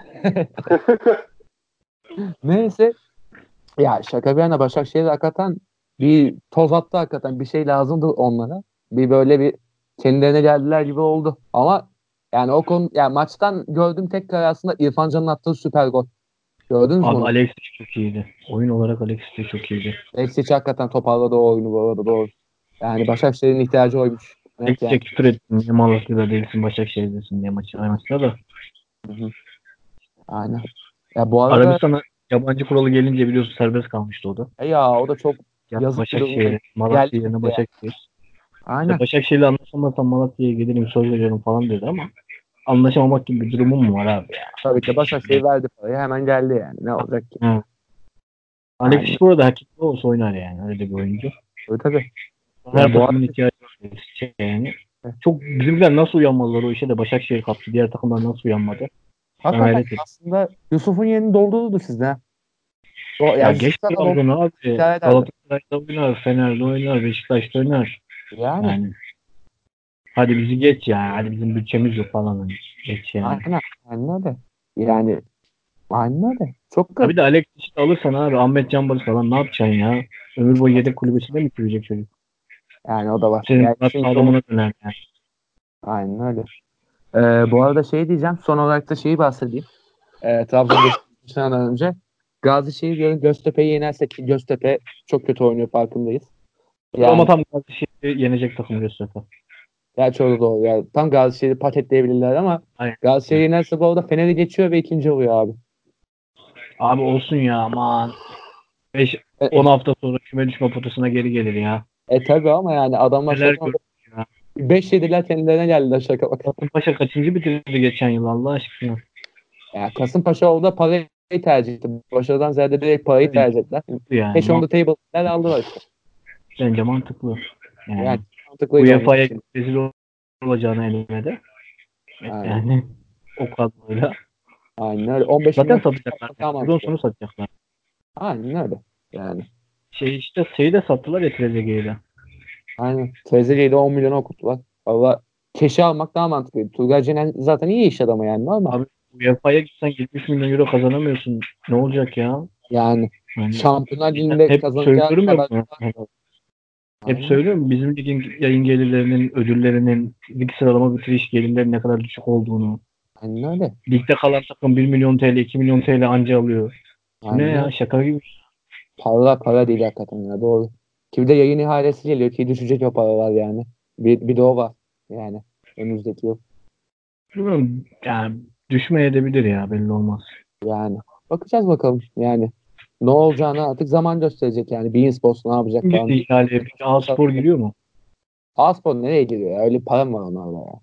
neyse ya şaka bir yana Başakşehir hakikaten bir toz attı hakikaten bir şey lazımdı onlara. Bir böyle bir kendilerine geldiler gibi oldu. Ama yani o konu yani maçtan gördüğüm tek kare aslında İrfan Can'ın attığı süper gol. Gördünüz mü Abi onu? Alex de çok iyiydi. Oyun olarak Alex de çok iyiydi. Eksiç hakikaten toparladı o oyunu bu arada doğru. Yani Başakşehir'in ihtiyacı oymuş. Evet Alex'e yani. küfür ettim. Niye Malatya'da değilsin Başakşehir'desin diye maçta da. Hı hı. Aynen. Ya bu arada Arabistan'a yabancı kuralı gelince biliyorsun serbest kalmıştı o da. ya o da çok Ya yazık bir durum. Başakşehir'e, Malatya Geldi yerine gitti ya. Başakşehir. Aynen. Başakşehir'le anlaşamazsam Malatya'ya gelirim söz veriyorum falan dedi ama anlaşamamak gibi bir durumum mu var abi ya? Tabii ki Başakşehir verdi parayı hemen geldi yani. Ne olacak ki? Hı. Aynen. Alex bu arada hakikaten olsa oynar yani. Öyle de bir oyuncu. Tabii. Her Ya bu takımın ihtiyacı var. Yani. Çok bizimkiler nasıl uyanmadılar o işe de Başakşehir kaptı. Diğer takımlar nasıl uyanmadı? hakikaten hayret ettim. aslında Yusuf'un yerini doldurdu sizde. ha. Ya Yani geç Yusuf'tan da kaldın abi. hikaye ederdi. Galatasaray'da oynar, Fener'de oynar, Beşiktaş'ta oynar. Yani. Yani hadi bizi geç yani. Hadi bizim bütçemiz yok falan. Hani. Geç yani. Aynen. Aynen öyle. Yani aynen öyle. Çok Ha garip. bir de Alex işte alırsan abi Ahmet Canbarız falan ne yapacaksın ya? Ömür boyu yedek kulübesinde mi sürecek çocuk? Yani o da var. Senin Yani Murat şimdi Sağlam'ına döner yani. aynen öyle. Bu arada şey diyeceğim. Son olarak da şeyi bahsedeyim. Trabzon Beşiktaş'tan önce Gazişehir yarın Göztepe'yi yenerse ki Göztepe çok kötü oynuyor farkındayız. Ama Yani tam Gazişehir yenecek takım Göztepe. Gerçi o da doğru. Ya, tam Galatasaray'ı paketleyebilirler ama Aynen. Galatasaray yenerse bu arada Fener'i geçiyor ve ikinci oluyor abi. Abi olsun ya aman. 10 E, hafta sonra küme düşme potasına geri gelir ya. tabii ama yani adamlar Neler şaka gördük ya. 5 yediler kendilerine geldiler şaka bak. Kasımpaşa kaçıncı bitirdi geçen yıl Allah aşkına. Ya Kasımpaşa orada parayı tercih etti. Başarıdan ziyade direkt parayı tercih ettiler. Yani Cash on the table'ler aldılar işte. bence mantıklı. Yani Yani mantıklıydı onun UEFA'ya için. rezil olacağını elemede. Aynen. Yani o kadroyla. Aynen öyle. 15 Zaten milyon satacaklar. daha Sezon mantıklı. sonu satacaklar. Aynen öyle. Yani. Şeyi de sattılar ya Trezeguet'i de. Aynen. Trezeguet'i de 10 milyona okuttular. Valla keşi almak daha mantıklıydı. Turgay Cenen zaten iyi iş adamı yani normal. Abi UEFA'ya gitsen 70 milyon euro kazanamıyorsun. Ne olacak ya? Yani Yani Şampiyonlar Ligi'nde hep kazanacağı söylüyorum ya kadar. bunu. Hep Aynen. söylüyorum bizim ligin yayın gelirlerinin, ödüllerinin, lig sıralama bitiriş gelirlerinin ne kadar düşük olduğunu. Aynen öyle. Ligde kalan takım 1 milyon TL, 2 milyon TL anca alıyor. Bu ne Aynen ya? öyle. Şaka gibi. Para değil hakikaten ya doğru. Ki bir de yayın ihalesi geliyor ki düşecek o paralar yani. Bir de o var. Yani önümüzdeki yıl. Bilmiyorum. Yani düşmeye de bilir ya belli olmaz. Yani bakacağız bakalım yani. Ne olacağını artık zaman gösterecek yani. Bein Sports ne yapacak Kim falan. girdi ihaleye? Peki A-Spor giriyor mu? Aspor nereye giriyor ya? Öyle para mı var onlarda ya?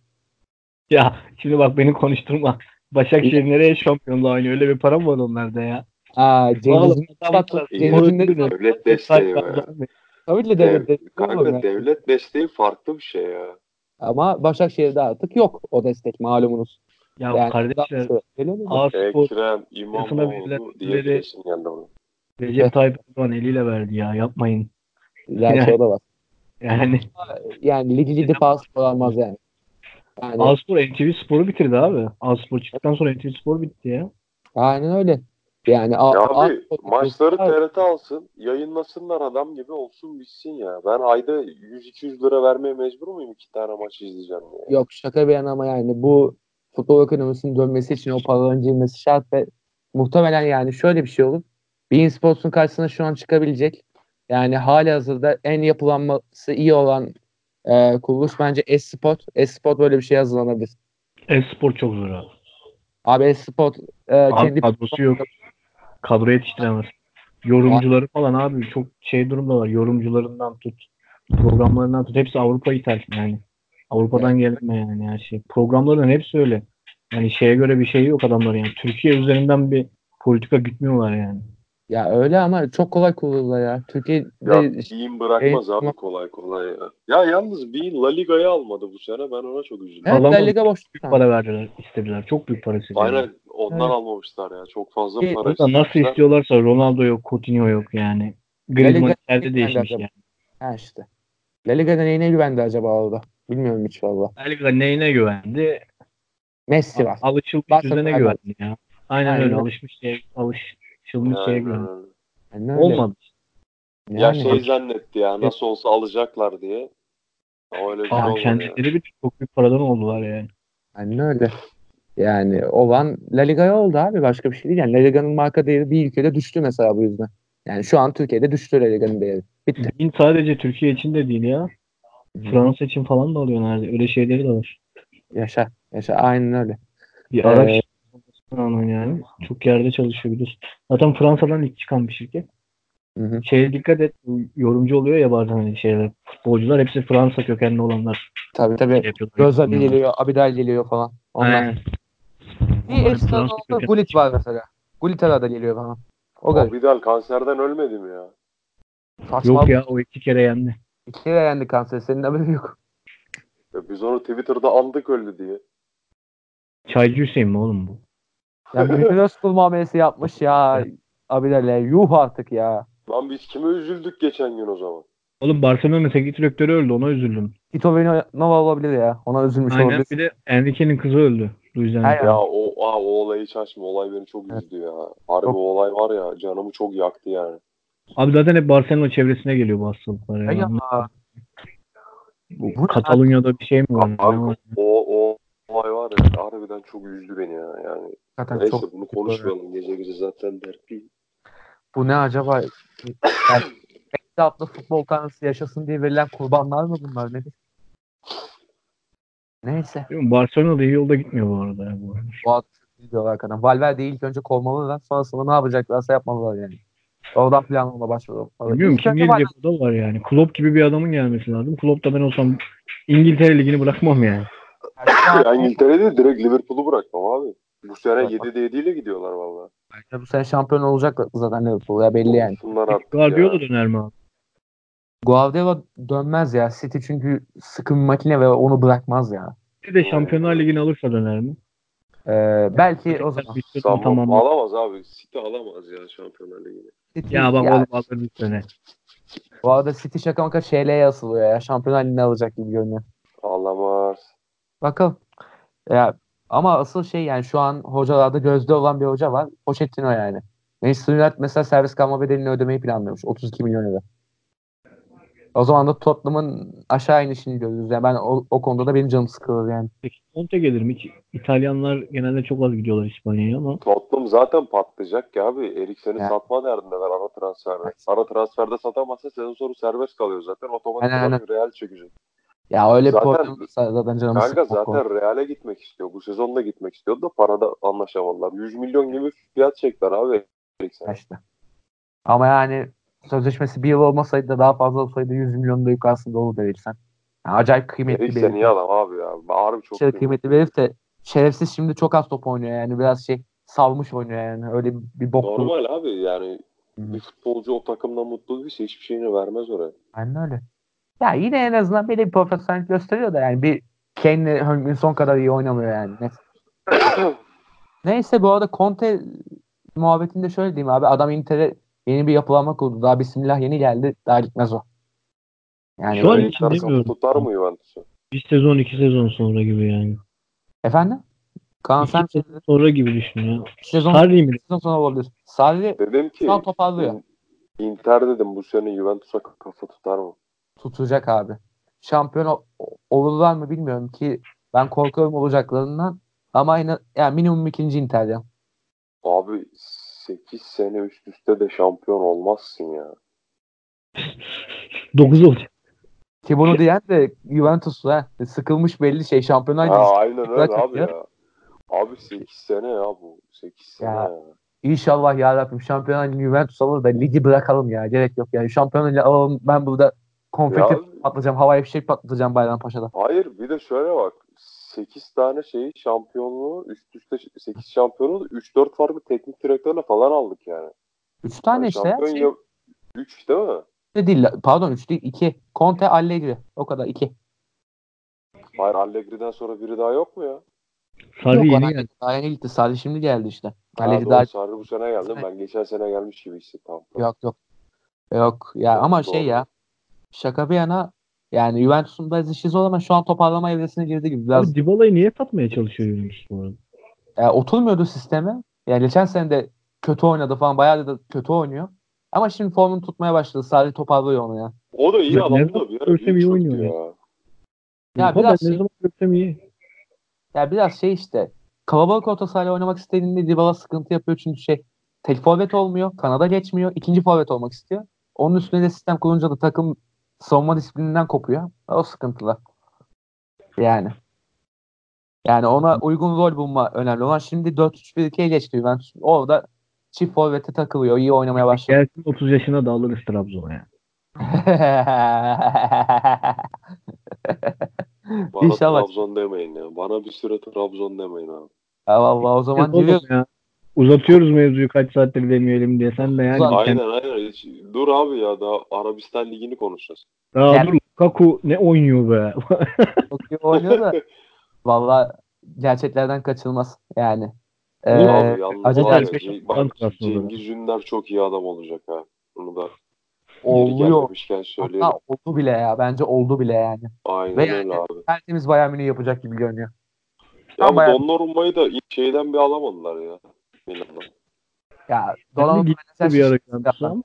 Ya şimdi bak beni konuşturma. Başakşehir nereye şampiyonluğa oynuyor? Öyle bir para mı var onlarda ya? Cengiz Oğlum Ündür İyi Cengiz de Ünder'i öldürün. devlet desteği o ya. tabii ki de devlet desteği oğlum Kanka ya. devlet desteği farklı bir şey ya. Ama Başakşehir'de artık yok o destek malumunuz. Ya Yani kardeşler öyle mi? A-Spor Ekrem sırasına verilen İmamoğlu diye ödülleri bilesin geldi ona. Recep Tayyip Erdoğan eliyle verdi ya. Yapmayın. Gerçi o da var. Yani Yani ligi gidip Aspor almaz yani. Yani A-Spor NTV Spor'u bitirdi abi. A-Spor çıktıktan sonra NTV Spor bitti ya. aynen öyle. Yani Ya abi Aspor maçları TRT alsın, yayınlasınlar adam gibi olsun bitsin ya. Ben ayda 100-200 lira vermeye mecbur muyum 2 tane maç izleyeceğim diye. yok şaka bir yana ama yani bu futbol ekonomisinin dönmesi için o paraların girmesi şart ve muhtemelen yani şöyle bir şey olur. Bein Sports'un karşısına şu an çıkabilecek yani halihazırda en yapılanması iyi olan kuruluş bence Esport. Esport böyle bir şey hazırlanabilir. E-Spor çok zor abi. Abi Esport Abi kendi kadrosu yok. Kadro yetiştiremez. Yorumcuları falan abi çok şey durumdalar. Yorumcularından tut. Programlarından tut. Hepsi Avrupa ithal yani. Avrupa'dan gelme yani her şey. Programların hepsi öyle. Yani şeye göre bir şey yok adamların yani. Türkiye üzerinden bir politika gütmüyorlar yani. ya öyle ama çok kolay kurulurlar ya. Ya Türkiye'de Bein bırakmaz abi kolay kolay ya. Ya yalnız Bein La Liga'yı almadı bu sene. Ben ona çok üzüldüm. evet La Alamadı. Liga boş. Büyük para verdiler, istediler. Çok büyük para istediler. Aynen ondan Evet. almamışlar ya. Çok fazla Ki para Burada nasıl istemişler. istiyorlarsa Ronaldo yok, Coutinho yok yani. La Griezmann Liga içeride değişmiş acaba? yani. Ha işte. La Liga'da neyine güvendi acaba orada? Bilmiyorum hiç valla. La Liga neyine güvendi? Messi var. Alışılmış Varsa düzene güvenmez. güvendi ya. Aynen öyle. Aynen. Alışılmış şeye güvendi. Aynen. Aynen öyle. Olmadı. Ya Yani. şey zannetti ya nasıl olsa alacaklar diye. Ama öyle bir şey Aa, olmadı ya. kendileri bir çok büyük paradan oldular yani. Aynen öyle. Yani olan La Liga'ya oldu abi. Başka bir şey değil. Yani La Liga'nın marka değeri bir ülkede düştü mesela bu yüzden. Yani şu an Türkiye'de düştü La Liga'nın değeri. Bitti. Bin sadece Türkiye için de değil ya. Hı-hı. Fransa için falan da alıyor nerede. Öyle şeyleri de var. Yaşa. Yaşa. Aynen öyle. Bir araç yani. Çok yerde çalışıyor biliyorsun. Zaten Fransa'dan ilk çıkan bir şirket. Hı-hı. Şeye dikkat et. Yorumcu oluyor ya bazen hani şeyler. Futbolcular hepsi Fransa kökenli olanlar. Tabii Şey tabii. yapıyorlar. Gözali yorumluyorlar. geliyor. Abidal geliyor falan. Onlar. Aynen. Bir Onlar hep ekstra Fransa oldu. kökenli. Gullit var mesela. Gullit arada geliyor falan. O garip. Abidal kanserden ölmedi mi ya? Saçma. Yok ya o 2 kere yendi. İki kere yendi kanser. Senin haberin yok. Biz onu Twitter'da andık öldü diye. Çaycı Hüseyin mi oğlum bu? Ya Münir Özkul muamelesi yapmış ya. Abidal'e. Yuh artık ya. Lan biz kime üzüldük geçen gün o zaman? Oğlum Barcelona teknik direktörü öldü ona üzüldüm. Tito Nova olabilir ya. Ona üzülmüş Aynen olabilir. bir de Enrique'nin kızı öldü. Luis Her Enrique. Ya o olayı hiç açma. Olay beni çok Evet. üzdü ya. Harbi Çok. o olay var ya canımı çok yaktı yani. Abi zaten hep Barcelona çevresine geliyor bu hastalıklar ya. Ya. Bu ne? Katalunya'da bir şey mi var? Ne Kanka var? o olay var ya harbiden çok üzdü beni ya. Yani Zaten neyse çok bunu konuşmayalım. Gece gece zaten dertliyim. bu ne acaba? Yani, adlı futbol tanrısı yaşasın diye verilen kurbanlar mı bunlar nedir? Neyse. Değil mi? Barcelona da iyi yolda gitmiyor bu arada. Ya, bu arada. Bu adam diyorlar arkadan. Valverde'yi ilk önce kovmalılar. Sonrasında ne yapacaklarsa yapmalılar yani. Oradan planlama başlıyor. Bilmiyorum İlk kim önce gelecek o da var yani. Klopp gibi bir adamın gelmesi lazım. Klopp da ben olsam İngiltere Ligi'ni bırakmam yani. Ya İngiltere'de direkt Liverpool'u bırakmam abi. Bu sene 7'de 7 ile gidiyorlar valla. bu sene şampiyon olacak zaten Liverpool ya belli yani. Olsunlar artık Guardiola ya. döner mi abi? Guardiola dönmez ya. City çünkü sıkı bir makine ve onu bırakmaz ya. Bir de Şampiyonlar Ligi'ni alırsa döner mi? Belki o zaman. Sanmam. Alamaz abi. City alamaz ya Şampiyonlar Ligi'ni. City, Ya bak ya, oğlum alır bir sene. bu arada City şaka maka şeyleye asılıyor ya. Şampiyonlar Ligi'ni alacak gibi görünüyor. Alamaz. Bakalım. Ya, ama asıl şey yani şu an hocalarda gözde olan bir hoca var. Pochettino yani. Manchester United mesela servis kalma bedelini ödemeyi planlıyormuş. 32 milyon euro. O zaman da Tottenham'ın aşağı inişini görürüz. Yani ben o konuda da benim canım sıkılır yani. Peki Conte gelir mi? İtalyanlar genelde çok az gidiyorlar İspanya'ya ama. Tottenham zaten patlayacak ya abi. Eriksen'i Yani. satma derdindeler ara transferde. Evet. Ara transferde satamazsa sezon sonu serbest kalıyor zaten. Otomatik Aynen. olarak Real çekecek. Ya öyle bir Zaten- problem zaten canımı Kanka sıkıyor. zaten Real'e gitmek istiyor. Bu sezon da gitmek istiyordu da parada anlaşamadılar. 100 milyon gibi fiyat çektiler abi Eriksen'e. İşte. Ama yani sözleşmesi bir yıl olmasaydı da daha fazla olsaydı 100 milyonun da yukarısında olur verirsen. Yani acayip kıymetli bir Eriksen herif. iyi adam abi ya. Harbi çok Aşırı kıymetli bir herif de şerefsiz şimdi çok az top oynuyor yani. Biraz salmış oynuyor yani. Öyle bir bok. Normal abi yani Hı-hı. bir futbolcu o takımda mutlu değilse hiçbir şeyini vermez oraya. Aynen öyle. Ya yine en azından böyle bir profesyonellik gösteriyor da yani bir Kane'le Heung-min Son kadar iyi oynamıyor yani. Net. Neyse bu arada Conte muhabbetinde şöyle diyeyim abi. Adam Inter'e yeni bir yapılanma kurdu. Daha bismillah yeni geldi. Daha gitmez o. Yani Şu an öyle- için demiyorum. Tutar mı Juventus'u? Bir sezon 2 sezon sonra gibi yani. Efendim? Kaan sen 2 sezon sonra gibi düşün ya. sezon, Sarri mi? sezon sonra olabilir. Sarri Dedim ki şu an toparlıyor. Inter dedim bu sene Juventus'a kafa tutar mı? Tutacak abi. Şampiyon olurlar mı bilmiyorum ki ben korkuyorum olacaklarından ama yine yani minimum ikinci İnter'den. Abi 8 sene üst üste de şampiyon olmazsın ya. 9 olacak. Ki bunu diyen de Juventus sıkılmış belli Şampiyonlar Ha, Ligi. aynen öyle Bırak abi ya. ya. Abi 8 sene ya bu. 8 sene Ya. ya. İnşallah ya Rabbim Şampiyonlar Ligi Juventus alır da ligi bırakalım ya. Gerek yok yani. Şampiyonlar Ligi alalım. Ben burada konfeti Ya- patlatacağım. Havai fişek patlatacağım Bayrampaşa'da. Hayır bir de şöyle bak. 8 tane şampiyonluğu üst üste 8 şampiyonluğu 3-4 farklı teknik direktörle falan aldık yani. 3 tane işte ya. Şampiyon ya 3 değil mi? Değil. Pardon 3 değil. 2. Conte Allegri. O kadar 2. Hayır Allegri'den sonra biri daha yok mu ya? Sarri Yok, yeni geldi. daha yeni gitti. Sarri şimdi geldi işte. Ha, Allegri doğru, daha Sarri bu sene geldi. Ben geçen sene gelmiş gibi hissettim. yok. Yok ya Evet, ama doğru. ya şaka bir yana yani Juventus'un da işi zor ama şu an toparlama evresine girdi gibi biraz. Abi Dybala'yı niye satmaya çalışıyor Juventus bu arada? Oturmuyordu sisteme. Yani geçen sene de kötü oynadı falan. Bayağı da kötü oynuyor. Ama şimdi formunu tutmaya başladı. Sadece toparlıyor onu ya. O da iyi Ya ne adam zaman da bir ara görsem iyi büyük oynuyor çöktü ya. ya. Ya Oha, biraz ben ne zaman görsem iyi. Ya biraz işte kalabalık orta sahayla oynamak istediğinde Dybala sıkıntı yapıyor çünkü tek forvet olmuyor. Kanada geçmiyor. İkinci forvet olmak istiyor. Onun üstüne de sistem kurunca da takım savunma disiplininden kopuyor. O sıkıntılar. Yani. Yani ona uygun rol bulma önemli olan. Şimdi 4-3-1-2'ye geçti Juventus. Orada çift forvete takılıyor. İyi oynamaya başladı. Gelsin 30 yaşına da alırız Trabzon'a ya. Bana İnşallah. Trabzon demeyin ya. Bana bir süre Trabzon demeyin abi. Ya vallahi o zaman Oğlum giriyoruz. ya. Uzatıyoruz mevzuyu kaç saattir demeyelim diye. Sen de yani. Uzat. Aynen. Hiç, dur abi ya daha Arabistan Ligi'ni konuşacağız. Daha Yani- dur Lukaku ne oynuyor be. Çok iyi oynuyor da vallahi gerçeklerden kaçılmaz yani. Abi yalnız acaba var ya, arkadaşım bak Antwerp'te Cengiz Ünder çok iyi adam olacak ha. Bunu da yeri oluyor. gelmemişken söyleyelim. Hatta oldu bile ya. Bence oldu bile yani. Aynen Ve öyle abi. tertemiz Bayern Münih yapacak gibi görünüyor. Ya bu Bayern- Donnarumma'yı da şeyden bir alamadılar ya. Milan'dan. Ya Ben de Donnarumma gitti mesela bir ara şişt Juventus'a yapar. ama.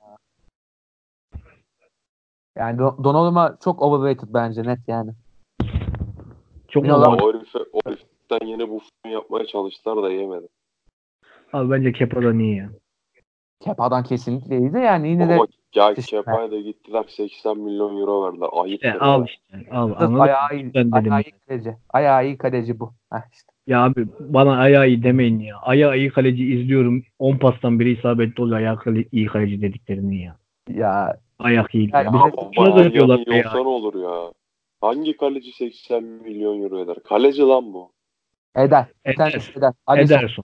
Yani Donnarumma çok overrated bence net yani. Çok Milan- normal. O heriften yeni Buffon yapmaya çalıştılar da yemedi. Abi bence Kepa'dan iyi ya. Kepa'dan kesinlikle iyiydi yani yine de Ama Ya İşte Kepa'ya da gittiler 80 milyon euro verdiler. Ayıp. Al işte. Al. sırf Anladın ayağı mı? iyi, Ben dedim. ayağı iyi kaleci. Ayağı iyi kaleci bu. Heh işte. Ya abi bana ayağı iyi demeyin ya. Ayağı iyi kaleci izliyorum. 10 pastan biri isabetli oluyor. İyi kaleci dediklerini ya. Ya Ayak iyi. Ya Ya. Ya Bir de ama şuna bayağı dönüyorlar yanı ya. yolsan olur ya. Hangi kaleci 80 milyon euro eder? Kaleci lan bu. eder. Bir tanesi eder. Ederson.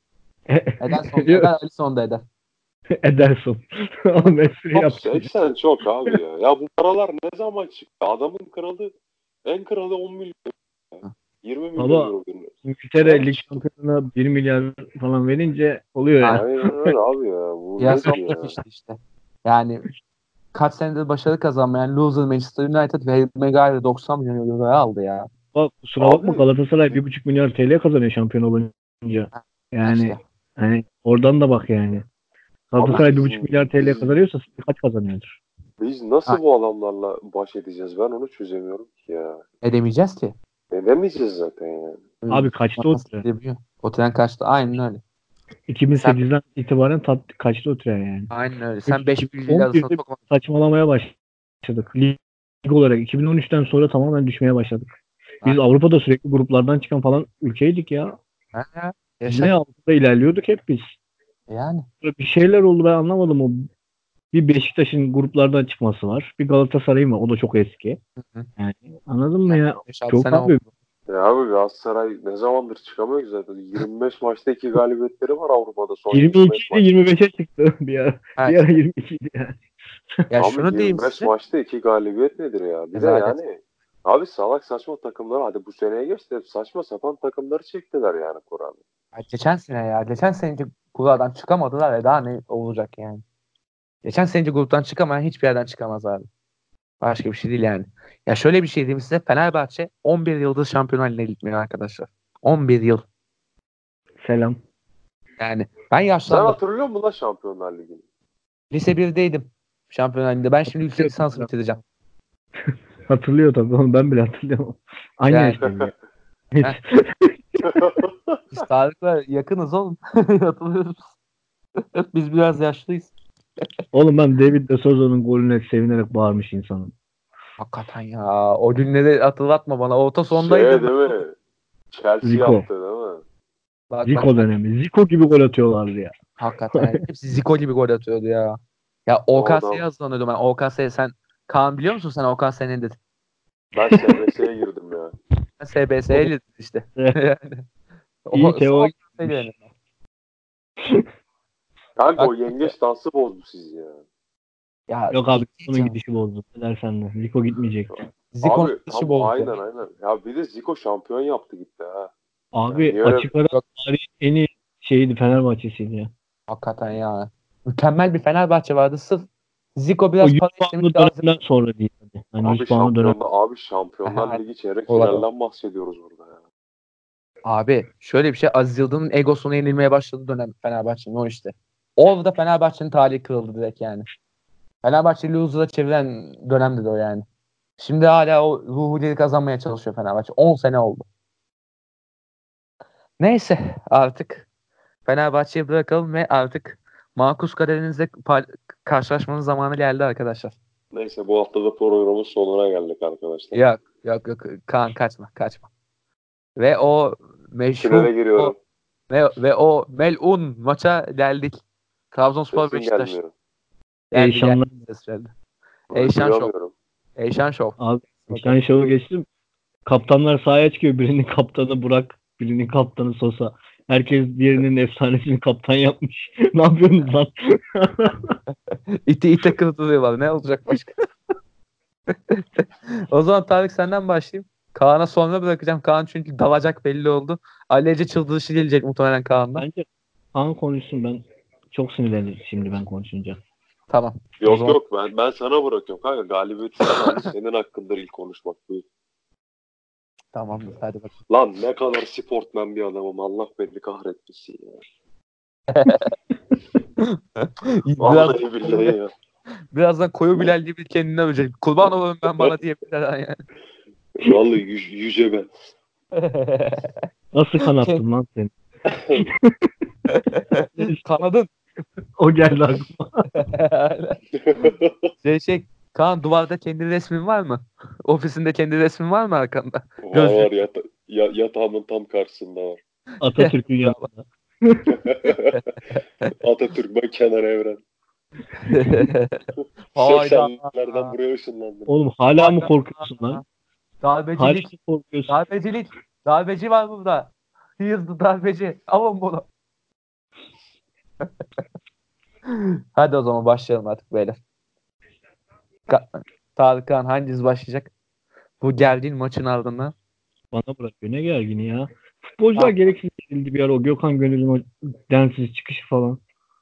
Alisson da eder. Ederson. Oğlum espri Çok yaptım. 80 çok abi ya. Ya bu paralar ne zaman çıktı? Adamın kralı en kralı 10 milyon. 20 milyon Baba, euro veriyor. İngiltere Lig şampiyonuna 1 milyar falan verince oluyor ya. Aynen öyle abi ya. Bu Piyasa nedir ya? olmuş işte. Yani kaç senedir başarı kazanmayan loser Manchester United ve Maguire 90 milyon euro aldı ya. Bak, kusura Abi- bakma, Galatasaray 1,5 milyar TL kazanıyor şampiyon olunca. Yani İşte. hani oradan da bak yani. Galatasaray Abi 1,5 milyar TL kazanıyorsa siz kaç kazanıyordur? Biz nasıl Ha. bu adamlarla baş edeceğiz? Ben onu çözemiyorum ki ya. Edemeyeceğiz ki. Edemeyeceğiz zaten yani. Abi kaçtı o tren? O tren kaçtı. Aynen öyle. 2008'den itibaren kaçtı o tren yani. Aynen öyle. Sen 5 bilgiyle 11'de arasında çok saçmalamaya başladık. Lig olarak 2013'ten sonra tamamen düşmeye başladık. Biz Ha. Avrupa'da sürekli gruplardan çıkan falan ülkeydik ya. Ha. Biz ne Avrupa'da ilerliyorduk hep biz. Yani. Bir şeyler oldu, ben anlamadım o. Bir Beşiktaş'ın gruplardan çıkması var. Bir Galatasaray'ın var. O da çok eski. Hı. Yani anladın mı ya? 5-6 Çok sene abi. oldu. Ya abi Galatasaray ne zamandır çıkamıyor ki zaten. 25 maçta 2 galibiyetleri var Avrupa'da son 22 25 idi, 25'e çıktı bir ara. Ha, Bir ara 22 idi yani. Ya Abi şunu diyeyim 25 size. maçta 2 galibiyet nedir ya? Bir de Rezalet. yani abi salak saçma takımlar, hadi bu seneye geçti, hep saçma sapan takımları çektiler yani Kur'an'ı. Geçen sene ya. Geçen seneki gruptan çıkamadılar ya, daha ne olacak yani. Geçen seneki gruptan çıkamayan hiçbir yerden çıkamaz abi. Başka bir şey değil yani. Ya şöyle bir şey diyeyim size. Fenerbahçe 11 yıldır Şampiyonlar Ligi'ne gitmiyor arkadaşlar. 11 yıl. Selam. Yani ben Sen yaşlandım. hatırlıyor musun lan Şampiyonlar Ligi'ni? Lise 1'deydim Şampiyonlar Ligi'nde. Ben şimdi yüksek lisansı bitireceğim. Hatırlıyor tabii oğlum, ben bile hatırlıyorum. Aynı Yani. yaştayım ya. Heh. Biz Tarık'la yakınız oğlum. Hatırlıyoruz. Biz biraz yaşlıyız. Oğlum ben David de Souza'nın golüne sevinerek bağırmış insanım. Hakikaten ya. O günleri hatırlatma bana. Orta Şey sondaydım. değil mi? Chelsea Zico. yaptı değil mi? Bak, Zico dönemi. Zico gibi gol atıyorlardı ya. Hakikaten. Hepsi Zico gibi gol atıyordu ya. Ya O OKS'ye adam- hazırlanıyordum ben. OKS'ye sen Kaan biliyor musun sen OKS'nin dedi. Ben SBS'ye girdim ya. SBS'ye girdim işte. Evet. O- İyi ki o OKS'ye girdim. Kanka o Bak- yengeç dansı bozdu sizi ya. Ya yok abi, ciddi onun canım. gidişi bozdu. Ne dersen de. Zico gitmeyecekti. Zico'nun Abi işi tam bozdu. aynen. Ya bir de Zico şampiyon yaptı gitti ha. Abi Yani öyle- açık ara tarihin en iyi şeydi, Fenerbahçe'siydi ya. Hakikaten ya. Mükemmel bir Fenerbahçe vardı. Sırf Zico O biraz 100 para puanlı istemiş. Lazım. dönemden sonra değil. Hani 100 puanlı dönem. Şampiyonlar Ha, Ligi çeyrek olay. finalden bahsediyoruz burada ya. Abi şöyle bir şey, Aziz Yıldırım'ın egosuna yenilmeye başladığı dönem Fenerbahçe'nin o işte. Orada Fenerbahçe'nin tarihi kırıldı direkt yani. Fenerbahçe'yi loser'a çeviren dönemdi de o yani. Şimdi hala o ruhu geri kazanmaya çalışıyor Fenerbahçe. 10 sene oldu. Neyse artık Fenerbahçe'yi bırakalım ve artık makus kaderinizle karşılaşmanın zamanı geldi arkadaşlar. Neyse bu hafta da programın sonuna geldik arkadaşlar. Yok Kaan kaçma. Ve o meşhur Finale giriyorum. ve o melun maça geldik. Trabzonspor Sesim Beşiktaş. gelmiyor. Eyşanlar. Eyşan Show. Duyamıyorum. Eyşan Show. Abi Eyşan Şov'u geçtim. Kaptanlar sahaya çıkıyor. Birinin kaptanı Burak, birinin kaptanı Sosa. Herkes diğerinin efsanesini kaptan yapmış. Ne yapıyorsunuz lan? İte kırıtılıyorlar. Ne olacak başka? O zaman Tarık senden başlayayım. Kaan'a sonra bırakacağım. Kaan çünkü dalacak belli oldu. Ailece çıldırışı gelecek muhtemelen Kaan'dan. Bence Kaan konuşsun, ben çok sinirlendim şimdi ben konuşunca. Tamam. Yok ben sana bırakıyorum kanka. Galibiyeti sen aldın. Senin hakkındır ilk konuşmak. Buyur. Tamamdır. Hadi bakalım. Lan ne kadar sportmen bir adamım. Allah beni kahretmesin ya. Vallahi billahi ya. Birazdan koyu Bilal gibi kendine övecek. Kurban olayım ben bana diyebilirler yani. Vallahi yüce ben. Nasıl kanattım lan seni? Kanadın. O geldi aklıma. Kaan, duvarda kendi resmin var mı? Ofisinde kendi resmin var mı arkanda? Var yatağımın tam karşısında var. Atatürk'ün yanında. Atatürk, ben Kenan Evren. Hayda. 80'lerden buraya ışınlandım. Oğlum hala mı korkuyorsun lan? Hala Darbecilik. mı korkuyorsun? Darbecilik. Darbeci var burada. Here's darbeci. Alın bunu. Hadi o zaman başlayalım artık beyler. Tarık Han, hanginiz başlayacak? Bu gergin maçın ardından. Bana bırakıyor. Ne gergini ya. Futbolcular gereksiz gerildi bir ara. O Gökhan Gönül'ün o densiz çıkışı falan.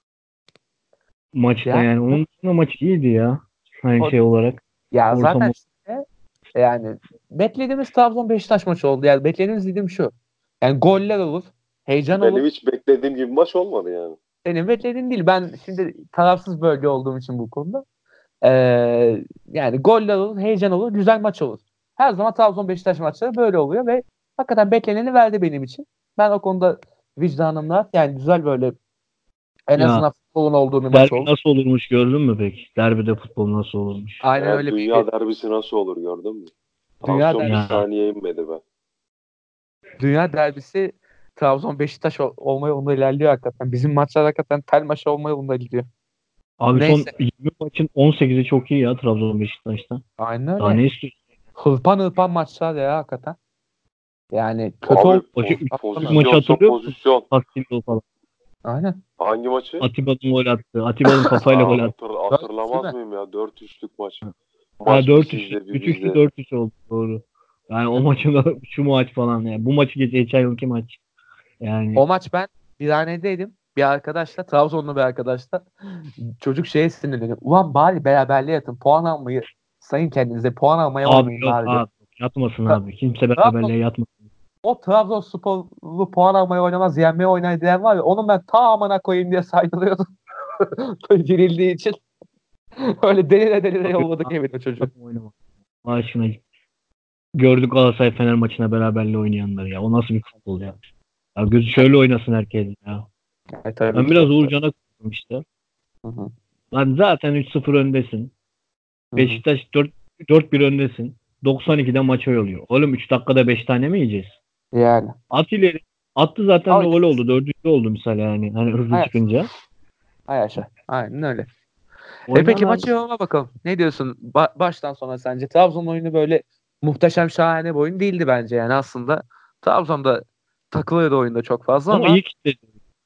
Maçta yani. Onun dışında maç iyiydi ya. Hani şey olarak. Ya zaten Ortam işte, yani beklediğimiz Trabzon Beşiktaş maçı oldu. Yani beklediğimiz dediğim şu. Yani goller olur. Heyecan olur. Benim hiç beklediğim gibi maç olmadı yani. Senin beklediğin değil. Ben şimdi tarafsız bölge olduğum için bu konuda. Yani goller olur, heyecan olur, güzel maç olur. Her zaman Trabzon Beşiktaş maçları böyle oluyor ve hakikaten bekleneni verdi benim için. Ben o konuda vicdanımla, yani güzel, böyle en Ya, azından futbolun olduğu bir maç derbi oldu. nasıl olurmuş gördün mü peki? Derbide futbol nasıl olurmuş? Aynen Ya öyle bir dünya derbisi nasıl olur gördün mü? Dünya Tansiyon bir derbisi. saniye inmedi be. Dünya derbisi Trabzon Beşiktaş olma yolunda ilerliyor hakikaten. Bizim maçlar hakikaten tel maçı olma yolunda gidiyor. Abi Neyse. son 20 maçın 18'i çok iyi ya Trabzon Beşiktaş'ta. Aynen Daha öyle. ne istiyorsun? Hırpan maçlar ya hakikaten. Yani kötü Abi oldu. Maçı hatırlıyor musun? pozisyon. Taksim'de falan. Aynen. Hangi maçı? Atiba'nın gol attı. Atiba'nın kafayla gol attı. Hatırlamaz mıyım ya? 4-3'lük maç. Ha, Maç 4-3. Bütüşlü 4-3 oldu. Doğru. Yani o maçın da şu maç falan. Yani bu maçı geçen yılki maç. Yani O maç ben Birhane'deydim. Bir arkadaşla, Trabzonlu bir arkadaşla, çocuk şeye sinirleniyor. Ulan bari beraberliğe yatın. Puan almayı sayın kendinize. Puan almaya abi oynayın yok bari diyor. abi. Yatmasın abi. Kimse Trabzon, beraberliğe yatmasın. o Trabzonsporlu puan almaya oynamaz, yenmeye oynar diyen var ya, onun ben ta amına koyayım diye saydırıyordum. Girildiği için. Öyle delire yolladık evine çocuğu. Oynama. Allah aşkına. Gördük Galatasaray Fener maçına beraberliğe oynayanları ya. O nasıl bir futbol ya? Ya gözü şöyle oynasın herkes ya. Tabii Ben ki biraz çok. Uğurcan'a kızdım işte. Hı hı. Lan zaten 3-0 öndesin. Hı hı. Beşiktaş 4-1 öndesin. 92'de maça yolluyor. Oğlum 3 dakikada 5 tane mi yiyeceğiz? Yani. At ileri. Attı zaten Al. de gol oldu. 4. oldu misal yani. Hani hızlı Hay çıkınca. aşağı. Aynen öyle. Oynan Peki abi. maçı yoruma bakalım. Ne diyorsun? Baştan sona sence? Trabzon oyunu böyle muhteşem, şahane bir oyun değildi bence. Yani aslında Trabzon'da takılıyordu oyunda çok fazla Ama ama iyi kitledi.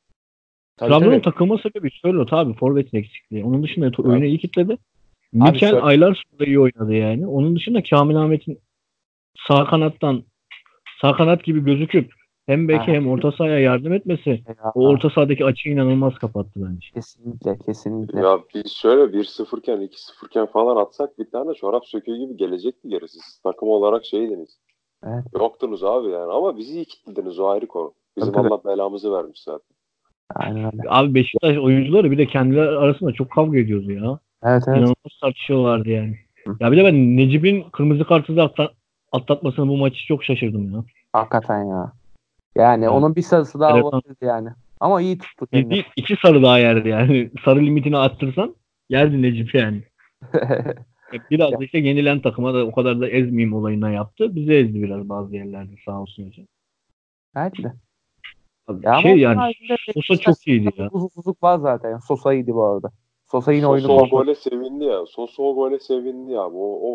tabii Trabzon'un tabii. takılma sebebi Sörloth abi. Forvet eksikliği. Onun dışında oyunu iyi kitledi. Abi Mikel aylar sonra iyi oynadı yani. Onun dışında Kamil Ahmet'in sağ kanattan sağ kanat gibi gözüküp hem beke hem orta sahaya yardım etmesi o orta sahadaki açığı inanılmaz kapattı bence. Kesinlikle. Ya biz şöyle 1-0 iken 2-0 iken falan atsak bir tane çorap söküğü gibi gelecekti gerisi. Siz takım olarak şeydiniz. Evet. Yoktunuz abi yani. Ama bizi iyi kilitlediniz, o ayrı konu. Bizim Tabii. Allah belamızı vermiş zaten. Aynen öyle. Abi Beşiktaş oyuncuları bir de kendileri arasında çok kavga ediyordu ya. Evet. İnanılmaz tartışıyorlardı yani. Hı. Ya bir de ben Necip'in kırmızı kartı da atlatmasına bu maçı çok şaşırdım ya. Hakikaten ya. Yani Evet. onun bir sarısı daha Enteresan. olabilirdi yani. Ama iyi tuttu Bir kendini. değil, 2 sarı daha yerdi yani. Sarı limitini arttırsan yerdi Necip yani. Biraz da işte yenilen takıma da o kadar da ezmeyeyim olayına yaptı. Bizi ezdi biraz bazı yerlerde sağ olsun hocam. Belki de. Abi Ya ama şey onun yani haricinde Sosa çok iyiydi ya. huzursuzluk var zaten. Yani Sosa iyiydi bu arada. Sosa yine oyunu Soso o kontrol. gole sevindi ya. Soso o gole sevindi ya.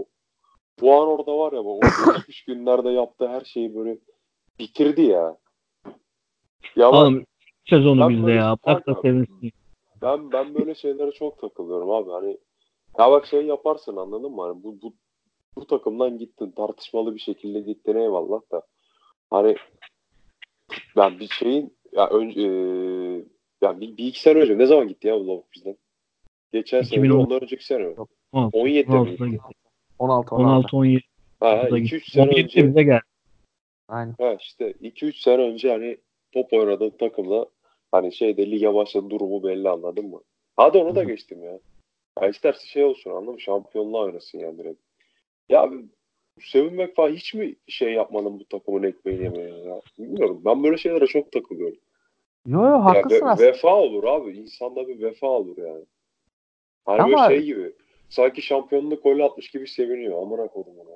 Bu an orada var ya, o gelişmiş günlerde yaptığı her şeyi böyle bitirdi ya. Ya bak, Oğlum sezonu ben bizde böyle ya. Bırak da sevinsin. ben böyle şeylere çok takılıyorum abi. Hani ya bak, şey yaparsın, anladın mı? Hani bu takımdan gittin, tartışmalı bir şekilde gittin, eyvallah da. Hani ben bir şeyin ya önce ya bir iki sene önce ne zaman gitti ya bu lavuk bizden? Geçen sene değil, 2010 ondan önceki sene mi? 17'de mi 16'da gitti? gitti. 16. 16-17'de Ha, gitti. 2-3 sene 17'de önce, bize geldi. Aynen. ha işte 2-3 sene önce hani top oynadığı takımla hani şeyde lige başladı, durumu belli, anladın mı? Hadi onu da geçtim ya. Ya isterse şey olsun, anladın mı? Şampiyonluğa oynasın yani direkt. Ya abi, sevinmek falan hiç mi şey yapmadım bu takımın ekmeğini yemeye ya? Bilmiyorum. Ben böyle şeylere çok takılıyorum. Yo Ya haklısın aslında. vefa olur abi. İnsanda bir vefa olur yani. Hani böyle Ama şey gibi. Sanki şampiyonluk golü atmış gibi seviniyor. Amına koydum onu.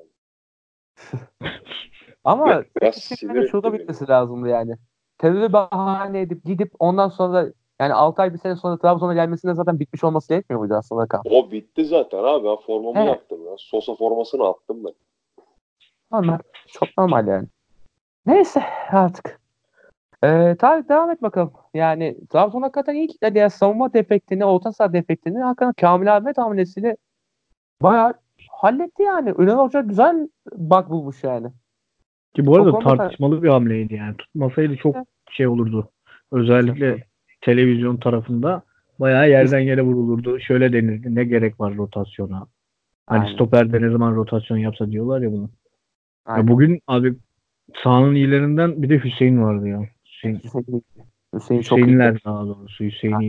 ama tek Biraz bir şey sinir bence şurada etti beni. bitmesi lazımdı yani. Terörü bahane edip gidip ondan sonra yani 6 ay bir sene sonra Trabzon'a gelmesinde zaten bitmiş olması gerekmiyor muydu aslında Kaan? O bitti zaten abi. Ben formamı Evet. yaktım ya. Sosa formasını attım ben. Normal. Çok normal yani. Neyse artık. Tarık devam et bakalım. Yani Trabzon hakikaten iyi kitledi ya. Savunma defektini, orta saha defektini hakikaten Kamil Ahmet hamlesiyle bayağı halletti yani. Ünal Hoca güzel bug bulmuş yani. Ki bu O arada konuda tartışmalı bir hamleydi yani. Tutmasaydı çok şey olurdu. Özellikle televizyon tarafında bayağı yerden yere vurulurdu. Şöyle denirdi. Ne gerek var rotasyona? Hani aynen. stoperde ne zaman rotasyon yapsa diyorlar ya bunu. Ya Aynen. bugün abi sahanın iyilerinden bir de Hüseyin vardı ya. Hüseyin çok iyiydi. Hüseyinler daha doğrusu.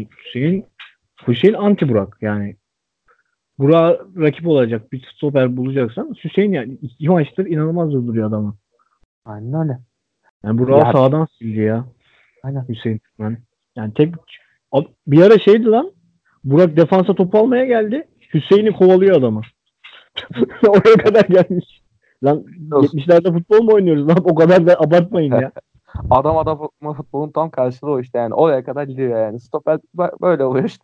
Hüseyin anti Burak yani. Burak rakip olacak bir stoper bulacaksan Hüseyin yani 2 maçtır inanılmaz durduruyor adamı. Aynen öyle. Yani Burak'ı Ya sağdan sildi ya aynen. Hüseyin Türkmen. Yani bir ara şeydi lan. Burak defansa topu almaya geldi. Hüseyin'i kovalıyor adamı. Oraya kadar gelmiş. Lan Olsun. 70'lerde futbol mu oynuyoruz lan? O kadar da abartmayın ya. Adam futbolun tam karşılığı o işte yani. Oraya kadar gidiyor yani. Stoper böyle oluyor işte.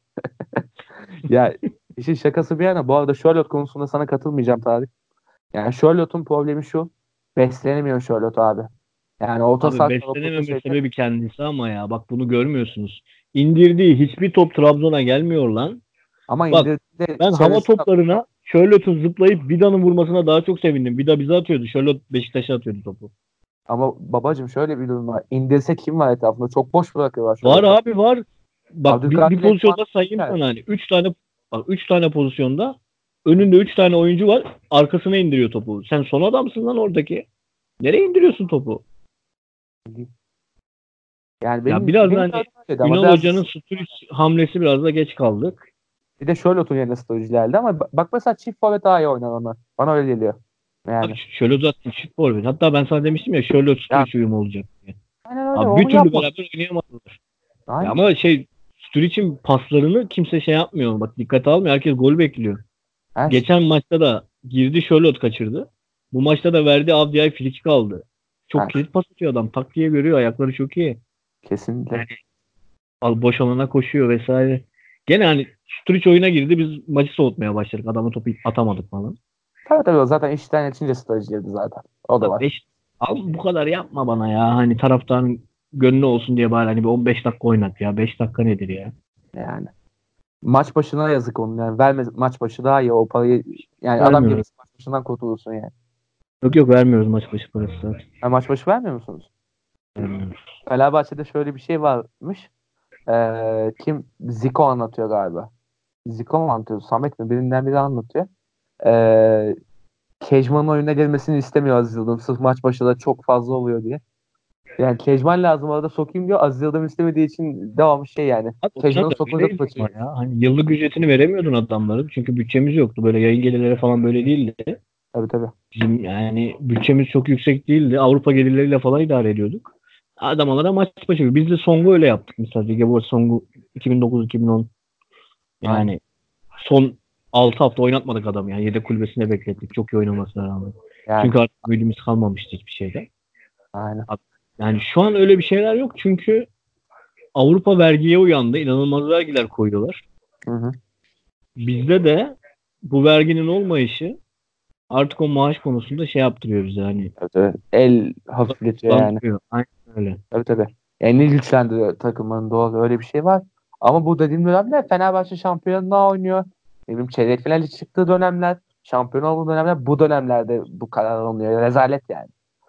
Ya işin şakası bir yana. Bu arada Charlotte konusunda sana katılmayacağım Tarık. Yani Charlotte'un problemi şu. Beslenemiyor Charlotte abi. Yani orta Abi saha noktasında beslenememe şeyde sebebi kendisi ama ya. Bak bunu görmüyorsunuz. İndirdiği hiçbir top Trabzon'a gelmiyor lan. ama Bak indirdiğinde ben hava çevresinde toplarına Charlotte'un zıplayıp Vida'nın vurmasına daha çok sevindim. Vida bize atıyordu. Charlotte Beşiktaş'a atıyordu topu. ama babacım şöyle bir durum var. İndirse kim var etrafında? Çok boş bırakıyorlar Var Charlotte'u. abi var. Bak bir Abdülkadir Ekman pozisyonda sayayım yani. sana hani. 3 tane pozisyonda önünde 3 tane oyuncu var. Arkasına indiriyor topu. Sen son adamsın lan oradaki. Nereye indiriyorsun topu? Yani Ya benim biraz da benim hani gördüğüm öyleydi ama Ünal Hoca'nın biraz Sturridge hamlesi biraz da geç kaldık. bir de Charlotte'un yerine Sturridge geldi ama bak mesela çift forvet daha iyi oynar onlar. Bana öyle geliyor. Abi Yani. şöyle zaten şut forvet. Hatta ben sana demiştim ya şöyle Ya Sturridge uyumu olacak diye. aynen öyle. Abi bir Onu türlü yapmadı. beraber oynayamadılar. Ya Aynen. ama Sturridge'in paslarını kimse şey yapmıyor. Bak dikkate almıyor. Herkes gol bekliyor. Evet. Geçen maçta da girdi Charlotte kaçırdı. Bu maçta da verdi Avdiay frikik aldı. Çok Evet. kilit pas atıyor adam. Tak diye görüyor. Ayakları çok iyi. Kesinlikle. Yani boş alana koşuyor vesaire. Gene hani Sturridge oyuna girdi. Biz maçı soğutmaya başladık. Adamı topu atamadık falan. Tabii o zaten işten geçince Sturridge girdi zaten. O da Abi var. abi bu kadar yapma bana ya. Hani taraftarın gönlü olsun diye bari hani bir 15 dakika oynat ya. 5 dakika nedir ya? Yani. Maç başına yazık onun yani. Verme maç başı daha iyi o parayı. Yani adam Vermiyoruz. gelirse maç başından kurtulursun yani. Yok yok vermiyoruz maç başı parası zaten. Ha, maç başı vermiyor musunuz? Vermiyoruz. Fenerbahçe'de şöyle bir şey varmış. Kim? Zico anlatıyor galiba. Zico mu anlatıyor? Samet mi? Birinden biri anlatıyor. Ee, Kejman'ın oyuna gelmesini istemiyor Aziz Yıldırım. Sırf maç başında çok fazla oluyor diye. Yani Kejman lazım arada sokayım diyor. Aziz Yıldırım istemediği için devamlı şey yani. Abi o Kejman'ın dönemde sokulacak öyleydi maçı. ama ya. Hani yıllık ücretini veremiyordun adamların. Çünkü bütçemiz yoktu. Böyle yayın gelirleri falan böyle değildi. Tabii tabii. Bizim yani bütçemiz çok yüksek değildi. Avrupa gelirleriyle falan idare ediyorduk. Adamlara maç başı. Biz de Song'u öyle yaptık. Mesela Gebo Song'u 2009-2010 Aynen. yani son 6 hafta oynatmadık adamı yani. Yedek kulübesinde beklettik. Çok iyi oynamasına rağmen. Yani. Çünkü artık ümidimiz kalmamıştı hiçbir şeyde. Aynen. Yani şu an öyle bir şeyler yok. Çünkü Avrupa vergiye uyandı. İnanılmaz vergiler koyuyorlar. Hı hı. Bizde de bu verginin olmayışı artık o maaş konusunda şey yaptırıyor bize hani. Tabii, tabii. El hafifletiyor yani. Kullandırıyor. Aynen öyle. Tabii tabii. Elini güçlendiriyor takımın doğal öyle bir şey var. Ama bu dediğim dönemde Fenerbahçe şampiyonluğa oynuyor. Ne bileyim çeyrek finale çıktığı dönemler, şampiyon olduğu dönemler bu dönemlerde bu karar alınıyor. Rezalet yani.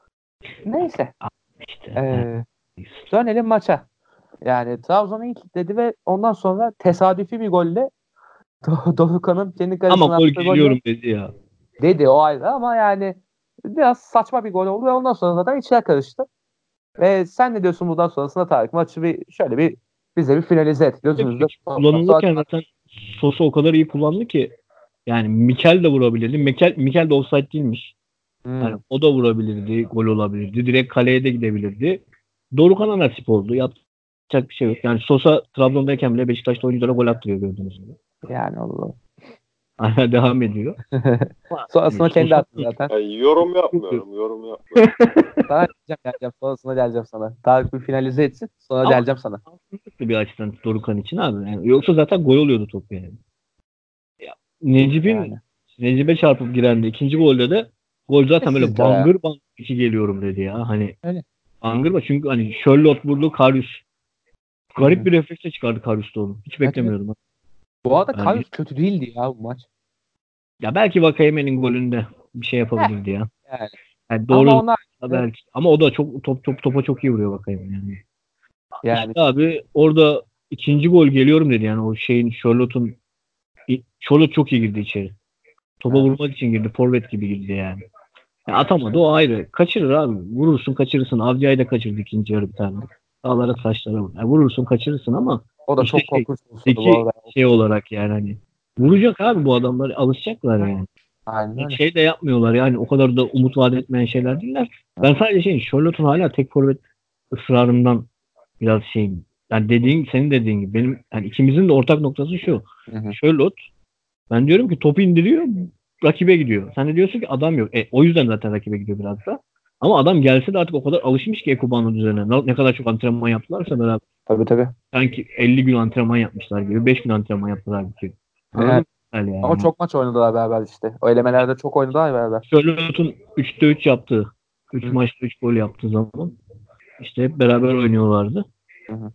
Neyse. İşte. Ee, Dönelim maça. Yani Trabzon'u ilk kilitledi ve ondan sonra tesadüfi bir golle Dorukhan'ın kendi Ama kalesine gol attığı golle geliyorum dedi ya. dedi o ayrı ama yani biraz saçma bir gol oldu ve ondan sonra zaten içler karıştı. Ve sen ne diyorsun bundan sonrasında Tarık? Maçı bir şöyle bir bize bir finalize et. Gözümüzde sonra Kullanılırken zaten Sosa o kadar iyi kullandı ki yani Mikel de vurabilirdi. Mikel de offside değilmiş. hmm. Yani o da vurabilirdi. Gol olabilirdi. Direkt kaleye de gidebilirdi. Dorukhan'a nasip oldu. Yaptı Yapacak bir şey yok. Yani Sosa Trabzon'dayken bile Beşiktaş'ta oyunculara gol attırıyor gördüğünüz gibi. Yani Allah. Hala devam ediyor. Sonrasında kendi attı zaten. Yani yorum yapmıyorum. Sana geleceğim. Sonrasında geleceğim sana. Tarık bir finalize etsin. Sonra Ama geleceğim sana. şanslı bir açıdan Dorukhan için abi. Yani yoksa zaten gol oluyordu top yani. Ya, Necip'e çarpıp giren de ikinci golde de gol zaten böyle Sizce ya. bangır bangır iki geliyorum dedi ya. Hani Öyle. bangır çünkü hani Charlotte vurdu Karius. Garip bir refleksle çıkardı Karius'ta onu. Hiç beklemiyordum. Bu arada Yani- Karius kötü değildi ya bu maç. Ya belki Vakayeme'nin golünde bir şey yapabilirdi ya. Yani. Yani doğru Ama onlar belki. Ama o da çok topa çok iyi vuruyor Vakayeme yani. yani İşte abi orada ikinci gol geliyorum dedi yani o şeyin Charlotte çok iyi girdi içeri. Topa Evet. vurmak için girdi. Forvet gibi girdi yani. Ya atamadı o ayrı. Kaçırır abi. Vurursun kaçırırsın. Avcı'yı da kaçırdı ikinci yarı bir tane. Dağlara taşlara vur. Yani vurursun kaçırırsın ama o da işte çok korkunç oldu bu arada. şey olarak yani hani vuracak abi bu adamlar alışacaklar yani. Aynen öyle. Şey de yapmıyorlar yani o kadar da umut vaat etmeyen şeyler değiller. Ben sadece Charlotte'un hala tek forvet ısrarından biraz şeyim. Yani senin dediğin gibi benim yani ikimizin de ortak noktası şu. Charlotte ben diyorum ki topu indiriyor rakibe gidiyor. Sen de diyorsun ki adam yok. O yüzden zaten rakibe gidiyor biraz da. Ama adam gelse de artık o kadar alışmış ki Ekuban'ın üzerine. Ne kadar çok antrenman yaptılarsa beraber. Tabii. Sanki 50 gün antrenman yapmışlar gibi. 5 gün antrenman yaptılar gibi. Anladın Evet. mı? Yani. Ama çok maç oynadılar beraber işte. O elemelerde çok oynadılar beraber. Charlotte'un 3'te 3 yaptığı. 3 Hı. maçta 3 gol yaptığı zaman işte hep beraber oynuyorlardı. Hı.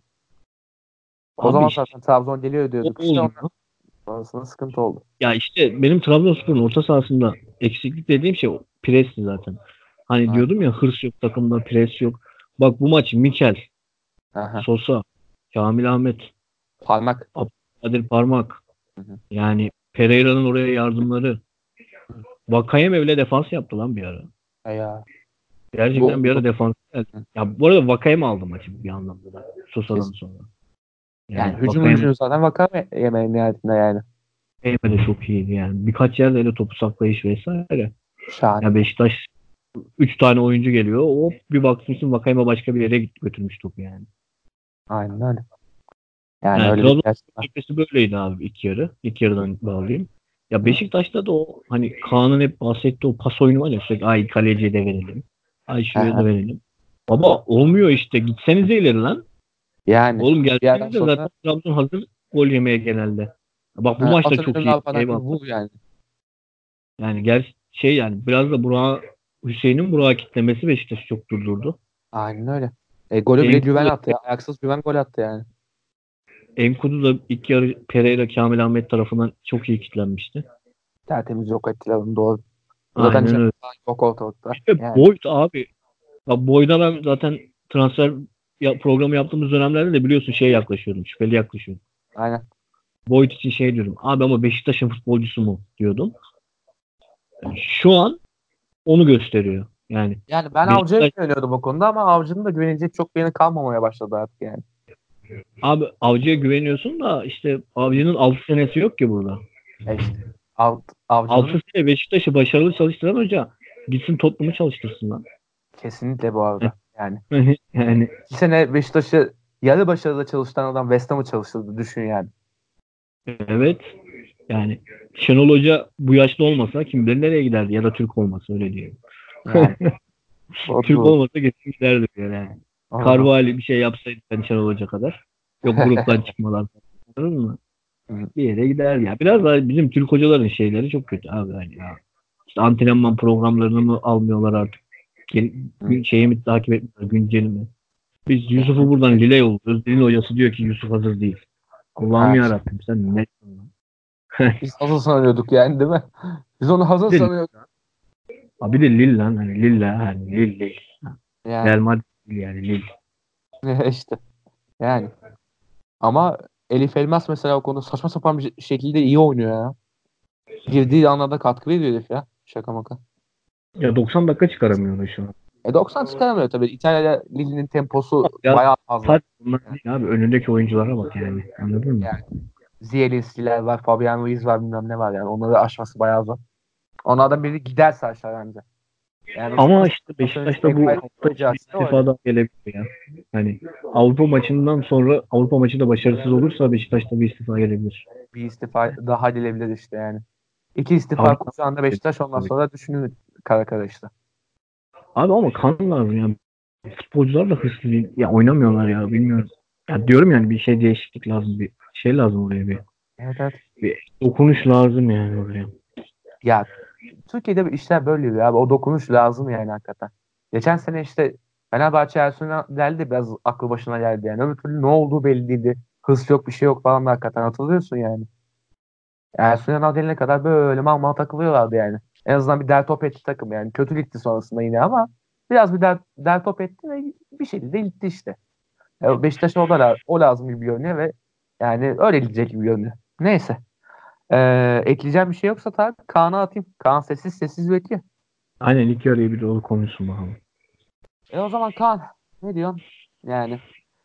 O Abi zaman işte, zaten Trabzon geliyor diyorduk. İşte oldu. ondan sonrasında sıkıntı oldu. Ya işte benim Trabzonspor'un orta sahasında eksiklik dediğim şey presti zaten. Hani Aynen. diyordum ya hırs yok takımda, pres yok. Bak bu maç Mikel, Aha. Sosa, Kamil Ahmet, Parmak. Kadir Parmak. Hı. Yani Pereira'nın oraya yardımları. Vakayeme bile defans yaptı lan bir ara. Ya. Gerçekten bir ara defans. Hı. Ya bu arada Vakayeme aldı maçı bir anlamda da. Sosa'dan sonra. Yani hücum Vakayeme gücünü zaten Vakame nihayetinde yani. de çok iyiydi yani. Birkaç yerde öyle topu saklayış vesaire. Şahane. Ya Beşiktaş 3 tane oyuncu geliyor. Hop bir bakmışsın Vakayeme başka bir yere götürmüş topu yani. Aynen öyle. Yani Yani öyle Trabzon gerçekten. cephesi böyleydi abi ilk yarı. İlk yarıdan bağlayayım. Ya Beşiktaş'ta da o hani Kaan'ın hep bahsettiği o pas oyunu var ya sürekli ay kaleciye de verelim. Ay şuraya da verelim. Baba olmuyor işte. Gitsenize ileri lan. Yani Oğlum bir yerden gelsenize sonra zaten Trabzon hazır gol yemeye genelde. Bak bu maçta atın çok önüne iyi. almadan Eyvallah. vur yani. Yani yani biraz da Hüseyin'in Burak'ı kitlemesi Beşiktaş'ı çok durdurdu. Aynen öyle. Golü bile güven attı ya. Ayaksız güven gol attı yani. Enkudu da ilk yarı Pereira Kamil Ahmet tarafından çok iyi kitlenmişti. Tertemiz yok ettiler onu doğru. Zaten Aynen öyle. yok ortalıkta. İşte Yani. Boyd abi. Ya Boyd'a ben zaten transfer programı yaptığımız dönemlerde de biliyorsun yaklaşıyordum. Şüpheli yaklaşıyordum. Aynen. Boyd için diyordum. Abi ama Beşiktaş'ın futbolcusu mu diyordum. Yani şu an onu gösteriyor. Yani Ben Avcı'ya güveniyordum o konuda ama Avcı'nın da güvenecek çok bir yeri kalmamaya başladı artık yani. Abi Avcı'ya güveniyorsun da işte Avcı'nın 6 senesi yok ki burada. İşte 6 Avcı'nın sene Beşiktaş'ı başarılı çalıştıran hoca gitsin toplumu çalıştırsın lan. kesinlikle bu arada. Yani. Yani 2 sene Beşiktaş'ı yarı başarılı çalıştıran adam West Ham'ı çalıştırdı. Düşün yani. evet. Yani Şenol Hoca bu yaşta olmasa kim bilir nereye giderdi ya da Türk olmasa öyle diyelim. Yani. Türk olmasa kesin giderdi yani. Carvalho bir şey yapsaydı Şenol Hoca kadar. Yok gruptan çıkmalar. Anladın mı? Bir yere gider ya. Biraz daha bizim Türk hocaların şeyleri çok kötü abi. Yani ya. İşte antrenman programlarını mı almıyorlar artık? Şeyi mi takip etmiyorlar? Günceli mi? Biz Yusuf'u buradan Lille yolluyoruz. Lille hocası diyor ki Yusuf hazır değil. Allah'ım yarabbim sen ne? Biz hazır sanıyorduk yani değil mi? Biz onu hazır sanıyorduk. Abi de Lille lan. Hani Lille hani Lille. Yani. Real Madrid yani Lille. işte. Yani. Ama Elif Elmas mesela o konuda saçma sapan bir şekilde iyi oynuyor ya. Girdiği anlarda katkı veriyor Elif ya. Şaka maka. Ya 90 dakika çıkaramıyor şu an. 90 çıkaramıyor tabii. İtalya liginin temposu Ya, bayağı fazla. Sadece bunlar değil abi. Önündeki oyunculara bak yani. Anladın mı? Yani. Zielinski'ler var, Fabian Ruiz var bilmem ne var yani. Onları aşması bayağı zor. Onlardan biri giderse aşağı bence. Yani Ama işte Beşiktaş'ta bu hafta içi bir istifa daha gelebilir ya. Hani Avrupa maçından sonra Avrupa maçı da başarısız olursa Beşiktaş'ta bir istifa gelebilir. bir istifa daha gelebilir işte yani. İki istifa Avrupa kursağında Beşiktaş ondan sonra düşünülür kara işte. Abi ama kan lazım ya. Futbolcular da hırslı değil. Ya oynamıyorlar ya bilmiyorum. Ya diyorum yani bir şey değişiklik lazım. Bir şey lazım oraya bir. Evet, evet. Bir dokunuş lazım yani oraya. Ya Türkiye'de bir işler böyle yürüyor abi. O dokunuş lazım yani hakikaten. Geçen sene işte Fenerbahçe Ersun'a geldi, biraz aklı başına geldi yani. Öbür türlü ne olduğu belli değildi. Hırs yok, bir şey yok falan da hakikaten hatırlıyorsun yani. Ersun Yanal gelene kadar böyle mal mal takılıyorlardı yani. En azından bir der top etti takım yani. Kötü gitti sonrasında yine ama biraz bir der top etti ve bir şekilde gitti işte. Beşiktaş'a o lazım gibi görünüyor ve yani öyle gidecek gibi görünüyor. Neyse. Ekleyeceğim bir şey yoksa Kaan'a atayım. Kaan sessiz sessiz bekliyor. Aynen ilk yarıya bir dolu konuşsun bakalım. O zaman Kaan ne diyorsun? Yani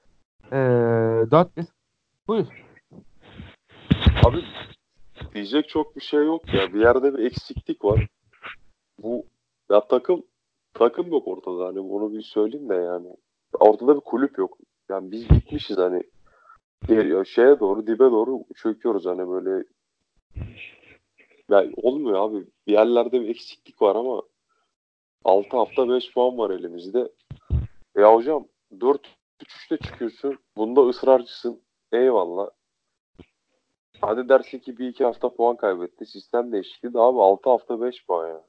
4-1. Buyur. Abi diyecek çok bir şey yok ya. Bir yerde bir eksiklik var. Bu ya takım yok ortada, hani bunu bir söyleyeyim de yani. Ortada bir kulüp yok. Yani biz gitmişiz hani şeye doğru, dibe doğru çöküyoruz hani böyle. Yani olmuyor abi. Bir yerlerde bir eksiklik var ama 6 hafta 5 puan var elimizde. Ya hocam 4-3'te çıkıyorsun. Bunda ısrarcısın. Eyvallah. Hadi dersin ki bir iki hafta puan kaybetti. Sistem değişikliği de abi 6 hafta 5 puan ya.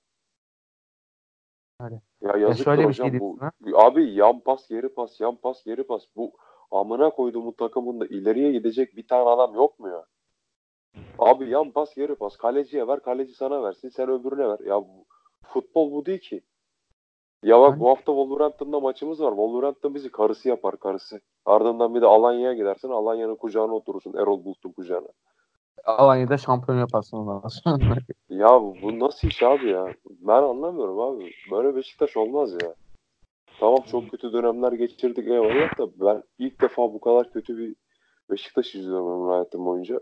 Hadi. Ya Ya yazıktır şöyle bir şey hocam diyeyim bu. sana. Abi yan pas geri pas, yan pas geri pas. Bu amına koyduğumun takımında ileriye gidecek bir tane adam yok mu ya? Abi yan pas geri pas. Kaleciye ver, kaleci sana versin. Sen öbürüne ver. Ya futbol bu değil ki. Ya bak, Hani bu hafta Wolverhampton'da maçımız var. Wolverhampton bizi karısı yapar, karısı. Ardından bir de Alanya'ya gidersin. Alanya'nın kucağına oturursun. Erol Bulut'un kucağına. Alanya'da şampiyon yaparsın ondan sonra. Ya bu nasıl iş abi ya? Ben anlamıyorum abi. Böyle Beşiktaş olmaz ya. Tamam, çok kötü dönemler geçirdik eyvallah da ben ilk defa bu kadar kötü bir Beşiktaş izliyorum ömrüm hayatım boyunca.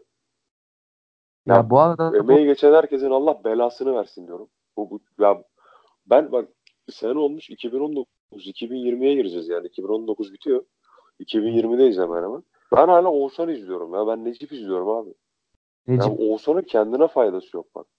Ya Ya bu arada bu emeği geçen herkesin Allah belasını versin diyorum. Ya ben bak, sene olmuş 2019, 2020'ye gireceğiz yani. 2019 bitiyor. 2020'deyiz hemen hemen. Ben hala Oğuzhan izliyorum ya. Ben Necip izliyorum abi. Ya Necip. Oğuzhan'ın kendine faydası yok bak.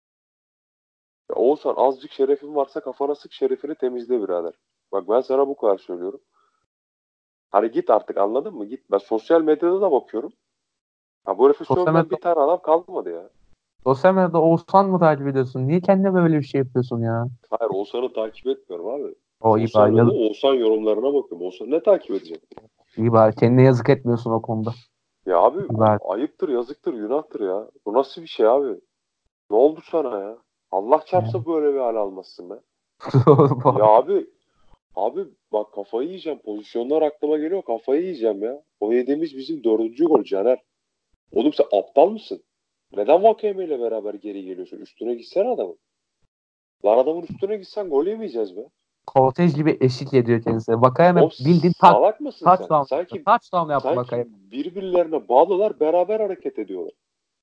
Ya Oğuzhan, azıcık şerefin varsa kafana sık, şerefini temizle birader. Bak ben sana bu kadar söylüyorum. Hani git artık, anladın mı? Git. Ben sosyal medyada da bakıyorum. Ha, bu herifi Sosyal sövmeyen medyada, bir tane adam kalmadı ya. sosyal medyada Oğuzhan mı takip ediyorsun? Niye kendine böyle bir şey yapıyorsun ya? Hayır, Oğuzhan'ı takip etmiyorum abi. O iyi Sosyal bari, medyada Oğuzhan yorumlarına bakıyorum. Oğuzhan ne takip edeceğim? iyi bari. Kendine yazık etmiyorsun o konuda. Ya abi İyi bari. ayıptır, yazıktır, günahtır ya. Bu nasıl bir şey abi? Ne oldu sana ya? Allah çarpsa böyle bir hal almazsın be. Doğru bu Ya arada. abi bak, kafayı yiyeceğim. Pozisyonlar aklıma geliyor, kafayı yiyeceğim ya. O yediğimiz bizim dördüncü gol Caner. Oğlum sen aptal mısın? Neden Vakeme ile beraber geri geliyorsun? Üstüne gitsene adamın. Lan adamın üstüne gitsen gol yemeyeceğiz be. Kortej gibi eşlik ediyor kendisi. Vakayeme Oğlum bildiğin salak mısın sen? touchdown yaptı. Sanki Touchdown yaptı sanki Vakayeme. birbirlerine bağlılar, beraber hareket ediyorlar.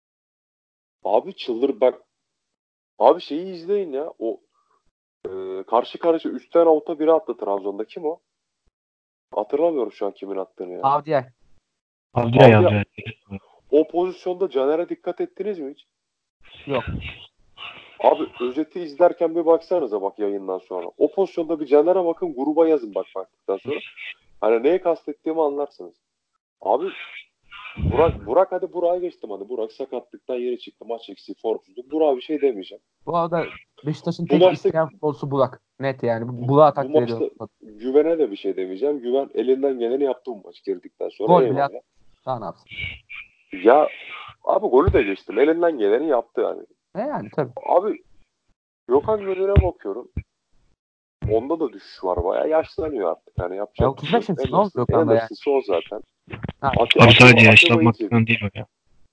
Abi çıldır bak. Abi şeyi izleyin ya. O karşı karşı üstten avuta biri attı Trabzon'da. Kim o? Hatırlamıyorum şu an kimin attığını ya. Avdiyer. Avcıya Abi yazıyor. o pozisyonda Caner'e dikkat ettiniz mi hiç? Yok. Abi özeti izlerken bir baksanıza bak, yayından sonra. O pozisyonda bir Caner'e bakın, gruba yazın bak, baktıktan sonra. Hani neyi kastettiğimi anlarsınız. Abi Burak hadi Burak'a geçtim hadi. Burak sakatlıktan yeni çıktı. Maç eksiği, formsuzluk. Burak'a bir şey demeyeceğim. Bu arada Beşiktaş'ın Bu tek maçta isteyen futbolcusu Burak. Net yani. Burak'a bu takdir maçta ediyorum. Güven'e de bir şey demeyeceğim. Güven elinden geleni yaptı bu maç girdikten sonra. Gol bile Eyvallah. attı. Daha ne yapsın? Ya abi golü de geçtim. Elinden geleni yaptı yani. Yani tabii. Abi Gökhan Gönül'e bakıyorum. Onda da düşüş var. Bayağı yaşlanıyor artık. Yani yapacak bir şey 35 yok. yaşında ne oldu En Gökhan'da yani? ıslısı o zaten. Ha, Abi sadece Atiba yaşlanmak iyice, falan değil o ya.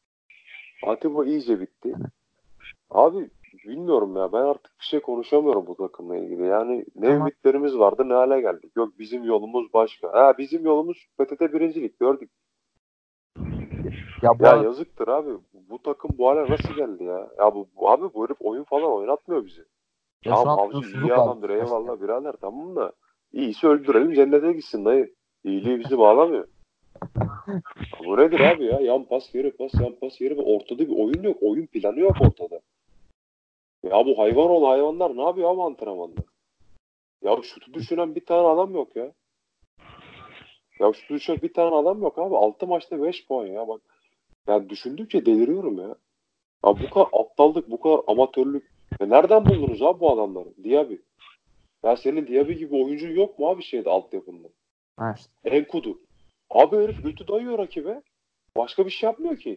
Atiba iyice bitti. Abi bilmiyorum ya. Ben artık bir şey konuşamıyorum bu takımla ilgili. Yani ne tamam. ümitlerimiz vardı, ne hale geldik. Yok bizim yolumuz başka. Ha, bizim yolumuz PTT birincilik, gördük. Ya bu Ya arada yazıktır abi. Bu takım bu hale nasıl geldi ya? Ya abi bu herif oyun falan oynatmıyor bizi. Ya şu Tamam an avcı mutsuzluk iyi var. adamdır eyvallah birader tamam da. İyisi öldürelim cennete gitsin dayı. İyiliği bizi bağlamıyor. Bu nedir abi ya? Yan pas geri pas yan pas geri pas. Ortada bir oyun yok. Oyun planı yok ortada. Ya bu hayvan ol hayvanlar ne yapıyor abi antrenmanda? Ya şutu düşünen bir tane adam yok ya. Ya şutu düşünen bir tane adam yok abi. 6 maçta 5 puan ya bak. Yani düşündükçe deliriyorum ya. Ya bu kadar aptallık, bu kadar amatörlük. Ya nereden buldunuz abi bu adamları? Diaby. Ya senin Diaby gibi oyuncun yok mu abi şeyde altyapında? Ha işte. Enkudu. Abi herif götü dayıyor rakibe. Başka bir şey yapmıyor ki.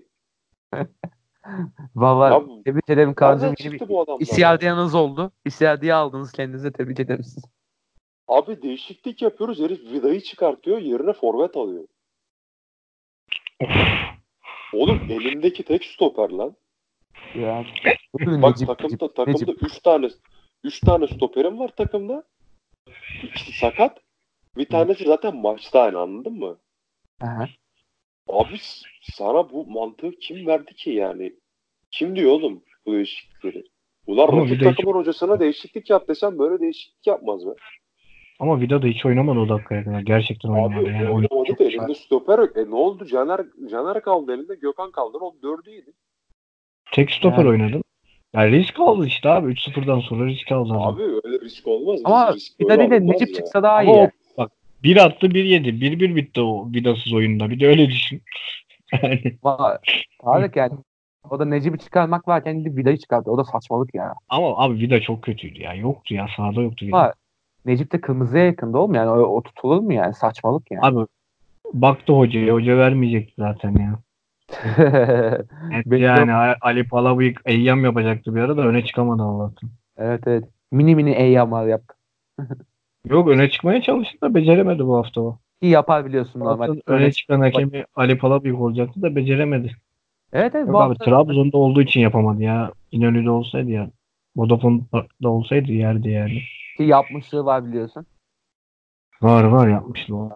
Valla Ya bu tebrik ederim nereden Kaan'cığım. Yeni bir çıktı bu adamlar ya? istiyadeyanız oldu. İstiyadiye aldınız kendinize, tebrik ederim sizi. Abi değişiklik yapıyoruz. Herif Vida'yı çıkartıyor. Yerine forvet alıyor. Oğlum elindeki tek stoper lan. Yani buyurun Bak Necip, Necip, takımda Necip. 3 tane stoperim var takımda. İkisi sakat. Bir tanesi zaten maçta aynı anladın mı? Aha. Abi sana bu mantığı kim verdi ki yani? Kim diyor oğlum bu değişiklikleri? Ulan Ama rakip Vida hiç, takımın hocasına değişiklik yap desem böyle değişiklik yapmaz be. ama Vida da hiç oynamadı o dakikaya kadar. Gerçekten Abi oynamadı. Yani oynamadı da elinde stoper yok. Ne oldu? Caner kaldı elinde. Gökhan kaldı. O dördü yedi. tek stoper Yani. oynadım. Yani risk aldı işte abi. 3-0'dan sonra risk aldı adam. Abi öyle risk olmaz. Ama Risk Vida böyle değil de alınmaz Necip ya. çıksa daha Ama iyi. o bak, bir attı bir yedi. 1-1 bitti o Vidasız oyunda. Bir de öyle düşün. Yani, Tarık yani. O da Necip'i çıkarmak varken gidip Vida'yı çıkarttı. O da saçmalık ya. ama abi Vida çok kötüydü ya. Yoktu ya. Sahada yoktu Vida. Ama Necip de kırmızıya yakında oğlum yani. O tutulur mu yani? Saçmalık yani. Abi baktı hocaya. Hoca vermeyecekti zaten ya. Evet, Belli yani Ali Palabıyık eyyam yapacaktı bir ara da öne çıkamadı Allah'tan. Evet evet. Mini mini eyyamlar yaptı. Yok, öne çıkmaya çalıştı da beceremedi bu hafta o. Ki yapar biliyorsun normal. Altın Öne öne çık. çıkan hakemi Ali Palabıyık olacaktı da beceremedi. Evet evet bu Yok abi, hafta Trabzon'da olduğu için yapamadı ya. İnönü'de olsaydı ya. Vodafone'da olsaydı yerdi yani. ki yapmışlığı var biliyorsun. Var yapmıştı o.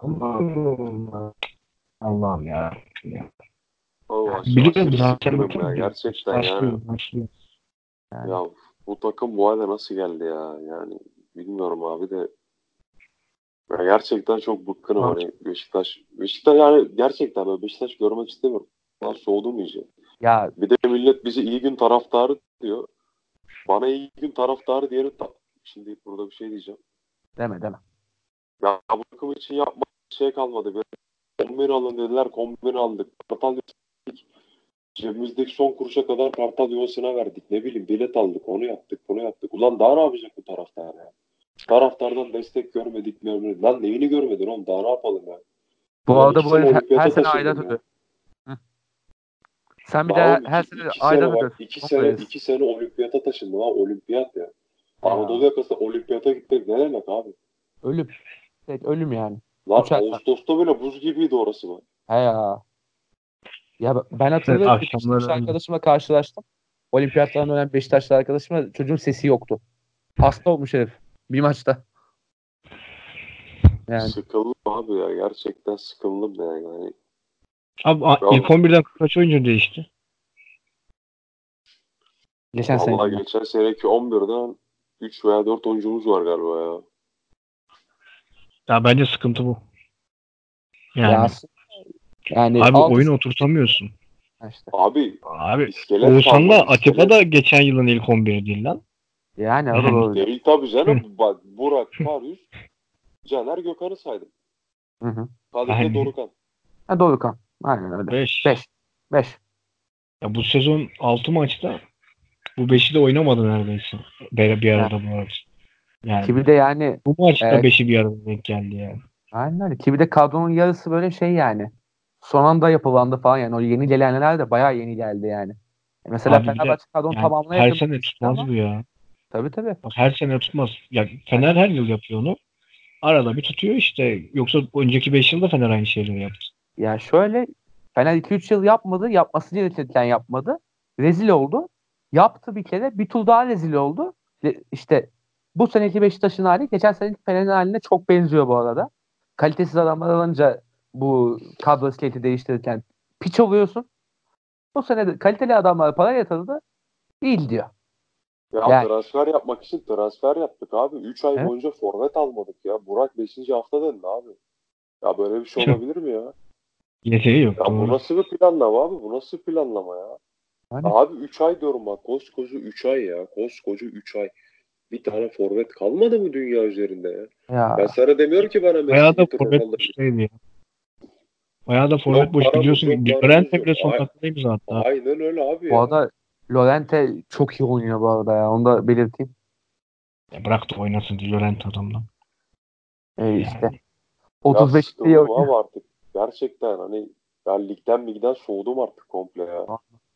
Allah'ım ya. Ama aşırı Biliyorum zaten sıkıldım bütün ya. biliyorum. Gerçekten yani. Başlıyor. Yani. Ya bu takım bu hale nasıl geldi ya? Yani bilmiyorum abi de. Ya gerçekten çok bıkkınım hani Beşiktaş yani gerçekten ben Beşiktaş görmek istemiyorum. Ben soğudum iyice. Ya Bir de millet bizi iyi gün taraftarı diyor. Bana iyi gün taraftarı diyeni şimdi burada bir şey diyeceğim. deme. Ya bu takım için yapmak şey kalmadı. Bir kombin alın dediler. Kombin aldık. Kartal verdik. Cebimizdeki son kuruşa kadar Kartal yuvasına verdik. Ne bileyim bilet aldık. Onu yaptık. Bunu yaptık. Ulan daha ne yapacak bu taraftar ya? Taraftardan destek görmedik mi? Lan neyini görmedin oğlum? Daha ne yapalım ya? bu Ulan arada 2 bu sene herif her olimpiyata sene aidat taşındım ya. ödüyor. Hı. Sen bir Lan de oğlum her iki, sene iki aidat sene bak ödüyorsun. iki Onu sene söylüyorsun. iki sene olimpiyata taşındım ha olimpiyat ya. Anadolu Ya yakasında olimpiyata gitmek ne demek abi? ölüm. Tek ölüm yani. Lan Uçarsan. Ağustos'ta bile buz gibiydi orası bak. He ya. Ya ben Evet, hatırlıyorum bir Beşiktaşlı akşamları öyle. arkadaşımla karşılaştım. Olimpiyatlardan ölen Beşiktaşlı arkadaşımla çocuğun sesi yoktu. Hasta olmuş herif. Bir maçta. Yani. Sıkıldım abi ya gerçekten sıkıldım ya yani. Abi Ya ilk 11'den kaç oyuncu değişti? Geçen vallahi seneden. geçen seneki 11'den 3 veya 4 oyuncumuz var galiba ya. Ya bence sıkıntı bu. Ya Yani aslında yani abi 6 oyunu oturtamıyorsun. işte. Abi Abi iskelet Oğuzhan'la kalmadı Atiba da iskelet. geçen yılın ilk 11'i değil lan. Yani o da Yani doğru. Değil tabii hı, canım. Bak Burak, Karius, Caner Gökhan'ı saydım. Hı hı. Kadık'ta yani Dorukhan. Ha, Doğukan. Aynen öyle. 5. 5. 5. Ya bu sezon 6 maçta bu 5'i de oynamadı neredeyse. Bir Yani. arada bu arada. Yani Kimi de yani bu maçta e, 5'i bir arada denk geldi yani. aynen öyle. Kimi de kadronun yarısı böyle şey yani. Son anda yapılandı falan yani. O yeni gelenler de bayağı yeni geldi yani. Mesela Abi bir de Fenerbahçe kadronun yani tamamına her yakın sene değişti tutmaz ama bu ya. tabii. Bak her sene tutmaz. Ya Yani, Fener her yıl yapıyor onu. Arada bir tutuyor işte. Yoksa önceki 5 yılda Fener aynı şeyleri yaptı. ya şöyle Fener 2-3 yıl yapmadı. Yapmasını gerekirken yapmadı. Rezil oldu. Yaptı bir kere. Bir tur daha rezil oldu. İşte bu seneki Beşiktaş'ın hali geçen seneki Fener'in haline çok benziyor bu arada. Kalitesiz adamlar alınca bu kadro iskeleti değiştirirken piç oluyorsun. Bu sene de kaliteli adamlara para yatırdı. Değil diyor. Ya Yani, transfer yapmak için transfer yaptık abi. 3 ay evet. boyunca forvet almadık ya. Burak 5. hafta döndü abi. Ya böyle bir şey olabilir mi ya? Yeteri yok, Ya bu doğru. nasıl bir planlama abi? Bu nasıl bir planlama ya? Yani, Abi 3 ay diyorum bak. Koskoca 3 ay ya. Koskoca 3 ay. Bir tane forvet kalmadı mı dünya üzerinde ya? Ben ya sana demiyorum ki bana Bayağı Messi da getir, forvet Ronaldo getir. boştaydı ya. Bayağı da forvet Yok boş paramız, biliyorsun. yok paramız Llorente yok. bile son dakikadaymış hatta. Aynen öyle abi bu ya. arada Llorente çok iyi oynuyor bu arada ya. Onu da belirteyim. Ya bırak da oynasın Llorente adamla. İşte Yani 35 diye Sıkıldım oynuyor. abi artık. Gerçekten hani ben ligden soğudum artık komple ya.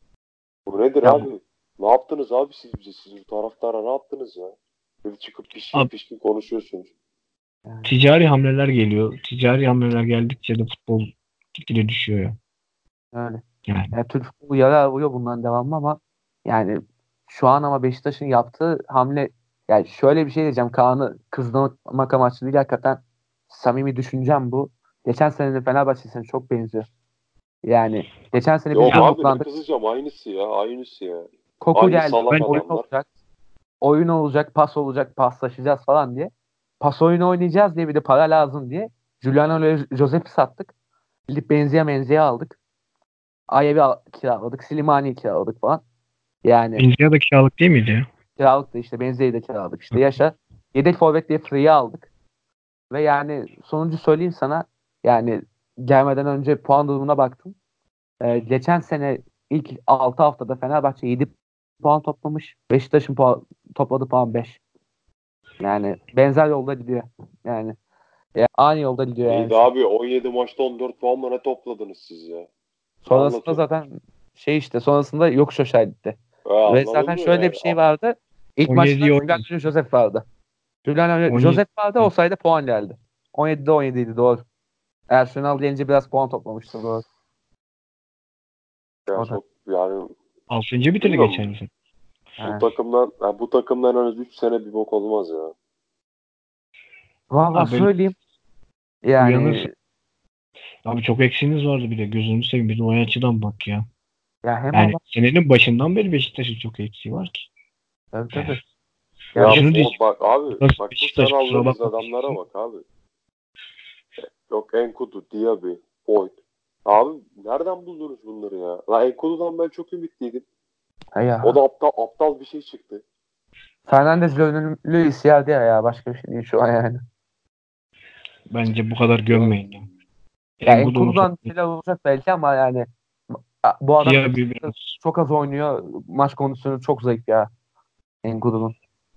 Bu nedir Ya, abi? Ne yaptınız abi siz bize? Siz bu taraftara ne yaptınız ya? Böyle çıkıp pişkin abi, pişkin konuşuyorsunuz. yani, ticari hamleler geliyor. Ticari hamleler geldikçe de futbol gitgide düşüyor ya. öyle. Yani Yani Türk futbolu yara alıyor bundan devamlı ama yani şu an ama Beşiktaş'ın yaptığı hamle, yani şöyle bir şey diyeceğim, Kaan'ı kızdırmak amaçlı değil, hakikaten samimi düşüncem bu. Geçen senenin Fenerbahçe'sine çok benziyor. Yani geçen sene biz Yok bir ya abi ne umutlandık. kızacağım aynısı ya aynısı ya. Koku Aynı geldi. salak Oyun adamlar. olacak. Oyun olacak. Pas olacak. Paslaşacağız falan diye. Pas oyunu oynayacağız diye, bir de para lazım diye Giuliano Josep'i sattık. Gidip Benzia aldık. Ayev'i kiraladık. Slimani'yi kiraladık falan. Yani Benzia da kiralık değil miydi ya? kiralık da işte Benzia'yı da kiraladık. İşte Yaşar. Yedek forvet diye Free'yi aldık. Ve yani sonucu söyleyeyim sana. Yani gelmeden önce puan durumuna baktım. Geçen sene ilk 6 haftada Fenerbahçe 7 puan toplamış. Beşiktaş'ın topladığı puan 5. Yani benzer yolda gidiyor. Yani aynı yolda gidiyor yani Neydi şu an. abi 17 maçta 14 puan mı ne topladınız siz ya? Ne Sonrasında anlatıyorsun? zaten işte sonrasında yokuş aşağı gitti. Ve Anladın zaten mı şöyle yani? bir şey vardı. İlk maçta 17'yi Julian oynamış. Joseph vardı. Julian 17. Joseph vardı, o sayede puan geldi. 17'de 17 idi, doğru. Ersun gelince biraz puan toplamıştı, doğru. Ya O da. çok yani 6. bitirdi bilmiyorum geçen sene. bu Yani. takımdan en az 3 sene bir bok olmaz ya. Valla Abi böyle söyleyeyim. uyanırsa Yani abi çok eksiğiniz vardı bir de gözünü seveyim bir de o açıdan bak ya. ya hem o Yani var. senenin başından beri Beşiktaş'ın çok eksiği var ki. Tabii, Yani, tabii. Ya Ya bir de şunu diyeceğim. bak abi Burası bak bu Beşiktaş sene kusura aldığımız bakma adamlara diyeceksin. bak abi. Yok Enkudu, Diaby, Boyd. Abi nereden buldunuz bunları ya? La Enkudu'dan ben çok ümitliydim. O da ya aptal bir şey çıktı. Fernandez ölümlü istiyordu ya, başka bir şey değil şu an yani. Bence bu kadar Yani gömmeyin ya. Ya Enkudu'nun Enkudu'dan formu şeyler olacak belki ama yani bu adam diye bir biraz. çok az oynuyor. Maç kondisyonu çok zayıf ya Enkudu'nun.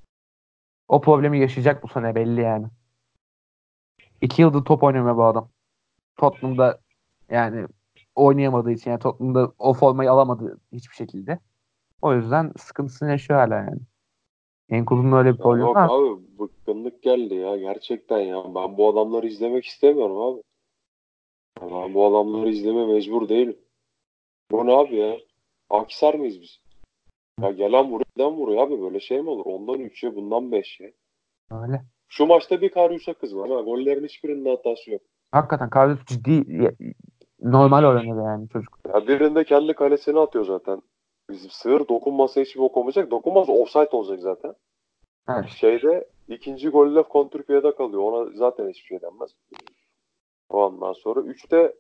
O problemi yaşayacak bu sene belli yani. 2 yıldır top oynamıyor bu adam. Tottenham'da yani oynayamadığı için, yani Tottenham'da o formayı alamadı hiçbir şekilde. O yüzden sıkıntısını yaşıyor hala yani. Enkudu'nun öyle bir ya problemi yok var. abi bıkkınlık geldi ya gerçekten ya. Ben bu adamları izlemek istemiyorum abi. Ya ben bu adamları izleme mecbur değilim. Bu ne abi ya? Akisar mıyız biz? Ya gelen vuruyor, giden vuruyor abi. Böyle şey mi olur? Ondan 3 ya bundan 5 ya. Öyle. Şu maçta bir Karius'a kız var ama gollerin hiçbirinin hatası yok. Hakikaten Karius ciddi normal oynadı yani çocuk. Ya birinde kendi kalesine atıyor zaten. Bizim sığır dokunmasa hiçbir bok olmayacak. Dokunmazsa offside olacak zaten. Ha işte. Şeyde ikinci golle kontrpiyede kalıyor. Ona zaten hiçbir şey denmez. O andan sonra 3'te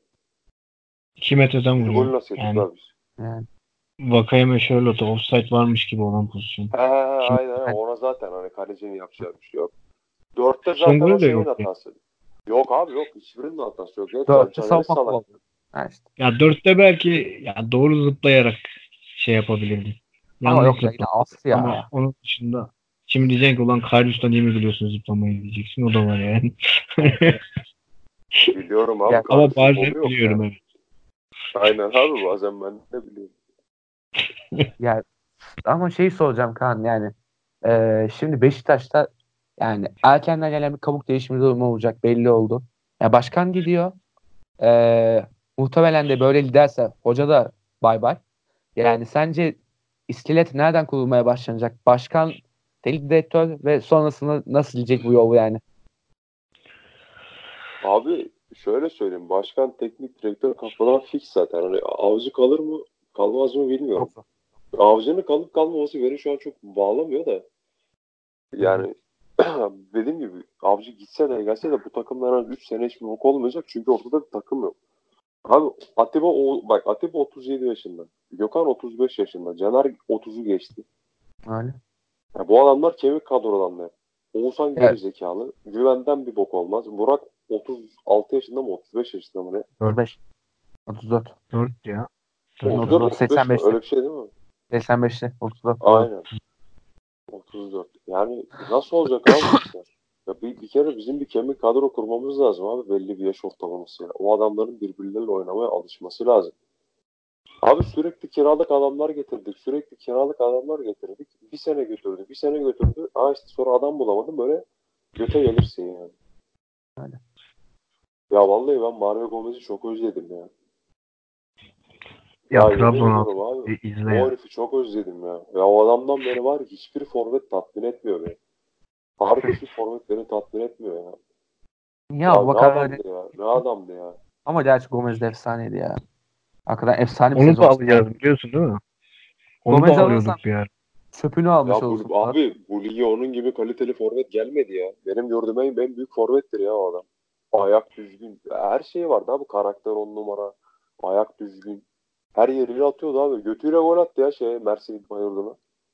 2 metreden 3. golü vuruyor. nasıl yedik Yani abi biz? Yani, Vakayeme şöyle oldu. Offside varmış gibi olan pozisyon. He Kim, aynen yani ona zaten hani kalecinin yapacağı bir şey yok. 4'te son zaten o golü de şeyin yok ya. hatası. Yok abi yok. Hiçbirinin hatası yok. Ya. dörtte Caner'i savunma salak. kolu. Ha işte. Ya 4'te belki ya doğru zıplayarak şey yapabilirdi. Ama Yanlış yok ya, yine zıpladı. as Ama ya. onun dışında şimdi diyeceksin ki ulan Karius'tan niye mi biliyorsun zıplamayı diyeceksin. O da var yani. Biliyorum abi. Yani, Ama Karius'un bazen kolu yok biliyorum yani. evet. Aynen abi bazen ben de biliyorum. yani ama şeyi soracağım Kaan, yani şimdi Beşiktaş'ta yani erkenden gelen bir kabuk değişimi durumu olacak, belli oldu. Ya başkan gidiyor. Muhtemelen de böyle giderse hoca da bay bay. Yani sence iskelet nereden kurulmaya başlanacak? Başkan, teknik direktör ve sonrasında nasıl gidecek bu yol yani? Abi şöyle söyleyeyim. Başkan teknik direktör kafadan fix zaten. Hani avcı kalır mı kalmaz mı bilmiyorum. Çok zor. Avcı'nın kalıp kalmaması beni şu an çok bağlamıyor da. Yani dediğim gibi Avcı gitse de gelse de bu takımlara 3 sene hiçbir bok olmayacak. Çünkü ortada bir takım yok. Abi Atiba 37 yaşında. Gökhan 35 yaşında. Caner 30'u geçti. Öyle. Ya bu adamlar kemik kadrolanlar. Oğuzhan geri Evet. zekalı. Güvenden bir bok olmaz. Burak 36 yaşında mı 35 yaşında mı ne? 35. 34. 4 ya. 34 34. 35 mi? 85'te. Öyle bir şey değil mi? 85'te. 34. Doğru. Aynen. 34. Yani nasıl olacak abi bu işler? Ya bir kere bizim bir kemik kadro kurmamız lazım abi belli bir yaş ortalamasıyla. O adamların birbirleriyle oynamaya alışması lazım. Abi sürekli kiralık adamlar getirdik. Sürekli kiralık adamlar getirdik. Bir sene götürdü. Bir sene götürdü. İşte sonra adam bulamadım. Böyle göte gelirsin yani. Öyle. Ya vallahi ben Mario Gomez'i çok özledim ya. Ya Ya yemin Trabzon ediyorum abi. izle O ya. herifi çok özledim ya. Ya o adamdan beri var ya hiçbir forvet tatmin etmiyor beni. Harbi hiçbir forvet beni tatmin etmiyor ya. Ya Ya ne Abubakar öyle. adamdı ya. Ne adamdı ya. Ama gerçi Gomez de efsaneydi ya. Hakikaten efsane bir Onu sezon. da alacağız biliyorsun değil mi? Onu da Gomez'i alırsan alıyorduk bir yer. çöpünü almış Ya olursun. bu lige onun gibi kaliteli forvet gelmedi ya. Benim gördüğüm en büyük forvettir ya o adam. Ayak düzgün. Her şeyi vardı abi. Karakter 10 numara. Ayak düzgün. Her yeriyle atıyordu abi. Götüyle gol attı ya Mersin Bayurdu'na.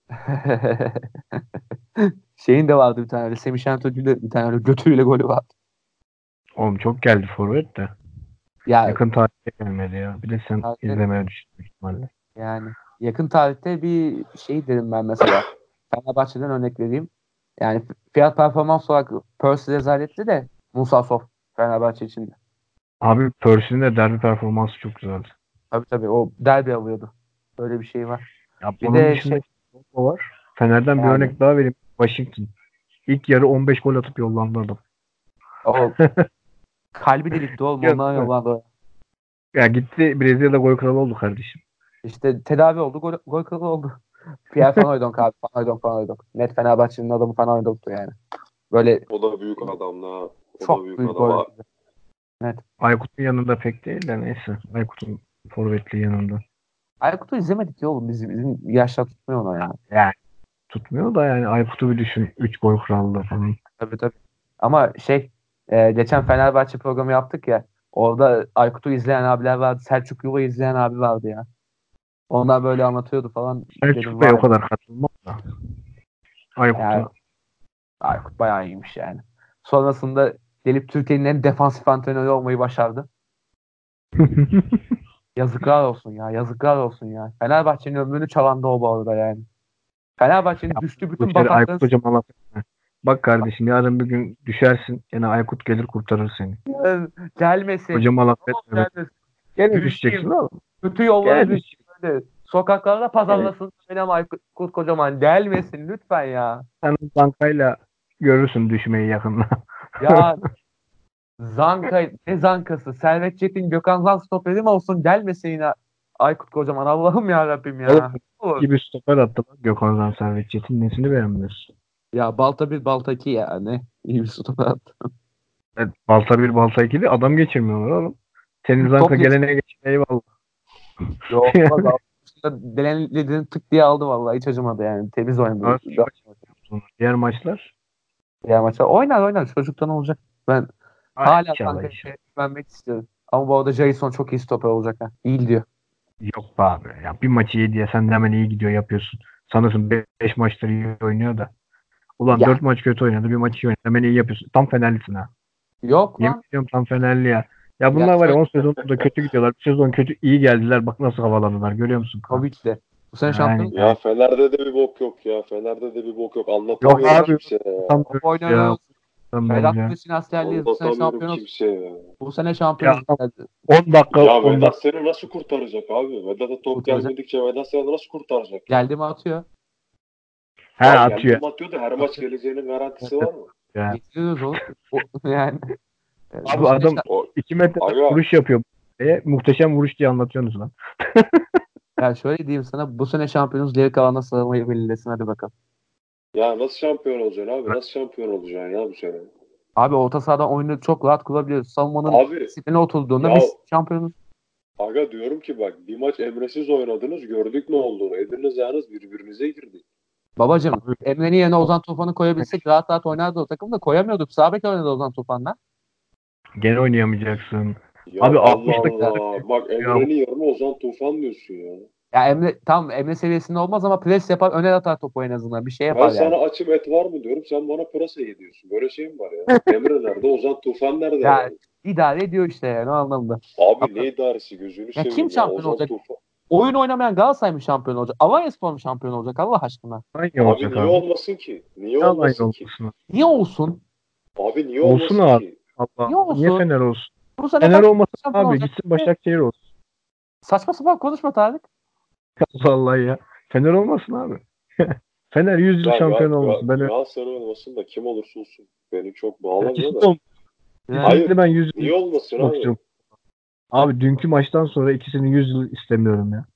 Şeyin de vardı bir tane öyle. Semih Şentürk'ün bir tane öyle götüyle golü vardı. Oğlum çok geldi forvet de. Ya Yakın tarihte gelmedi ya. Bir de sen tarihte, izlemeye düştün büyük ihtimalle. yani yakın tarihte bir şey dedim ben mesela. Fenerbahçe'den örnek vereyim. Yani fiyat performans olarak Percy rezaletti de Musa Sow Fenerbahçe için. Abi Percy'nin de derbi performansı çok güzeldi. Tabii o derbi alıyordu. Böyle bir şey var. Ya Bir onun de dışında şey o var. Fener'den bir yani örnek daha vereyim. Washington. İlk yarı 15 gol atıp yollandı adam. o kalbi delikti oğlum Ya, ondan yollandı. ya gitti Brezilya'da gol kralı oldu kardeşim. İşte tedavi oldu gol kralı oldu. Pierre Van Hooijdonk abi. Van Hooijdonk. Net Fenerbahçe'nin adamı Van Hooijdonk'tu yani. Böyle O da büyük adam ha. O da çok büyük büyük adam gol. ha. Evet. Aykut'un yanında pek değil de neyse. Aykut'un forvetliği yanında. Aykut'u izlemedik ya oğlum. Bizim yaşlar tutmuyor ona ya. Yani tutmuyor da yani Aykut'u bir düşün. 3 gol krallığı falan. Tabii. Ama geçen Fenerbahçe programı yaptık ya. Orada Aykut'u izleyen abiler vardı. Selçuk Yuva'yı izleyen abi vardı ya. Onlar böyle anlatıyordu falan. Dedim Selçuk Bey o vay be. kadar katılmaz da. Yani Aykut'a. Aykut bayağı iyiymiş yani. Sonrasında gelip Türkiye'nin en defansif antrenörü olmayı başardı. Yazıklar olsun ya. Yazıklar olsun ya. Fenerbahçe'nin ömrünü çalandı o bu arada yani. Fenerbahçe'nin düştü Bu bütün işleri bataklığı. Aykut hocama laf etme. Bak kardeşim yarın bir gün düşersin. Yine Aykut gelir kurtarır seni. Gelmesin. Hocama laf Tamam, etme. gelmesin. Gene düşeceksin Düşeyim. oğlum. Kötü yollara Gene düş. düşeceksin. Böyle sokaklarda Yani pazarlasın. Benim Aykut Kocaman. Gelmesin lütfen ya. sen bankayla görürsün düşmeyi yakında. Ya Zanka, ne Zankası? Servet Çetin, Gökhan Zan stoperi mi olsun? Gelmesin yine Aykut Kocaman. Allah'ım ya Rabbim Oğlum ya. Olur. gibi stoper attı lan Gökhan Zan Servet Çetin. Nesini beğenmiyorsun? Ya balta bir balta iki yani. İyi bir stoper attı. Evet, balta bir balta ikili adam geçirmiyorlar oğlum. Senin Zanka Top geç. gelene geçin eyvallah. Yok. Denenildiğini tık diye aldı vallahi. Hiç acımadı yani. Temiz oynadı. Diğer maçlar. Diğer maça oynar. Çocuktan olacak. Ben Ay, hala inşallah Zanka'ya inşallah. güvenmek istiyorum. Ama bu arada Jason çok iyi stoper olacak. Ha. İyi gidiyor. Yok be abi. Ya bir maçı iyi diye sen de hemen iyi gidiyor yapıyorsun. Sanırsın 5 maçları iyi oynuyor da. Ulan Ya 4 maç kötü oynadı. Bir maç iyi oynadı. Hemen iyi yapıyorsun. Tam Fenerlisin ha. yok Yemin lan. ediyorum tam Fenerli ya. Ya Ya bunlar var ya şöyle 10 sezonda kötü gidiyorlar. Bir sezon kötü iyi geldiler. Bak nasıl havalandılar. Görüyor musun Kaan? Covid'le. Bu sene Yani, şampiyon. Ya Fener'de de bir bok yok ya. Fener'de de bir bok yok. yok Anlatamıyorum abi. kimseye ya. Top Utanmıyoruz ya. oynuyoruz. Utanmıyoruz Vedat ya. Muriç'in askerliğiz. Bu sene Anlatamıyorum şampiyonuz. kimseye ya. Bu sene Ya şampiyonuz. adam 10 dakika Ya 10 Vedat dakika. seni nasıl kurtaracak abi? Vedat'a top Kurtaracak. gelmedikçe Vedat seni nasıl kurtaracak ya? Geldi mi atıyor. He Ya atıyor. geldim atıyor da her maç geleceğinin garantisi var mı? Ya. Getiriyoruz oğlum. Yani bu Abi sene adam O, 2 metreden aga vuruş yapıyor. Muhteşem vuruş diye anlatıyorsunuz lan. ya şöyle diyeyim sana. Bu sene şampiyonuz. Geri kalanına sığmayı belirlesin. Hadi bakalım. ya nasıl şampiyon olacaksın abi? Nasıl şampiyon olacaksın ya bu sene? Abi orta sahadan oyunu çok rahat kurabiliyoruz. Savunmanın Abi disipline oturduğunda ya biz şampiyonuz. Aga diyorum ki bak bir maç Emre'siz oynadınız gördük ne olduğunu. Eliniz ayağınız birbirinize girdi. Babacım Emre'nin yerine Ozan Tufan'ı koyabilsek rahat rahat oynardı o takım da koyamıyorduk. Sağ bek oynadı Ozan Tufan'la. Gene oynayamayacaksın. Ya Abi Allah 60 dakika Allah. Bak ya. Emre'nin yerine Ozan Tufan diyorsun ya. Ya Emre tam Emre seviyesinde olmaz ama pres yapar, öne atar topu en azından. Bir şey Ben yapar yani. sana açım et var mı diyorum. Sen bana pırasa ye diyorsun. Böyle şey mi var ya? Emre nerede? Ozan Tufan nerede Ya yani? idare ediyor işte yani o anlamda. Abi ne idaresi gözünü Ya kim seveyim ya. şampiyon Ozan olacak? Tufan. Oyun oynamayan Galatasaray mı şampiyon olacak? Alanya mu şampiyon olacak Allah aşkına? Aynı Abi olacak niye abi. olmasın ki? Niye Yalan olmasın ki? olmasın. Niye olsun? Abi niye Olsun olmasın abi. ki? Allah. Niye olsun? Niye Fener olsun? Bu sene Fener kaç olmasın şampiyon abi. olacak? Gitsin Başakşehir olsun. Saçma sapan konuşma Tarık. Vallahi ya. Fener olmasın abi. Fener 100 yıl Ya şampiyon olmasın. Ben öyle. Galatasaray olmasın da kim olursa olsun. Beni çok bağlamıyor da. Kesin Hayır. ben 100 Niye yıl olmasın abi? bakıyorum. Abi dünkü maçtan sonra ikisini 100 yıl istemiyorum ya.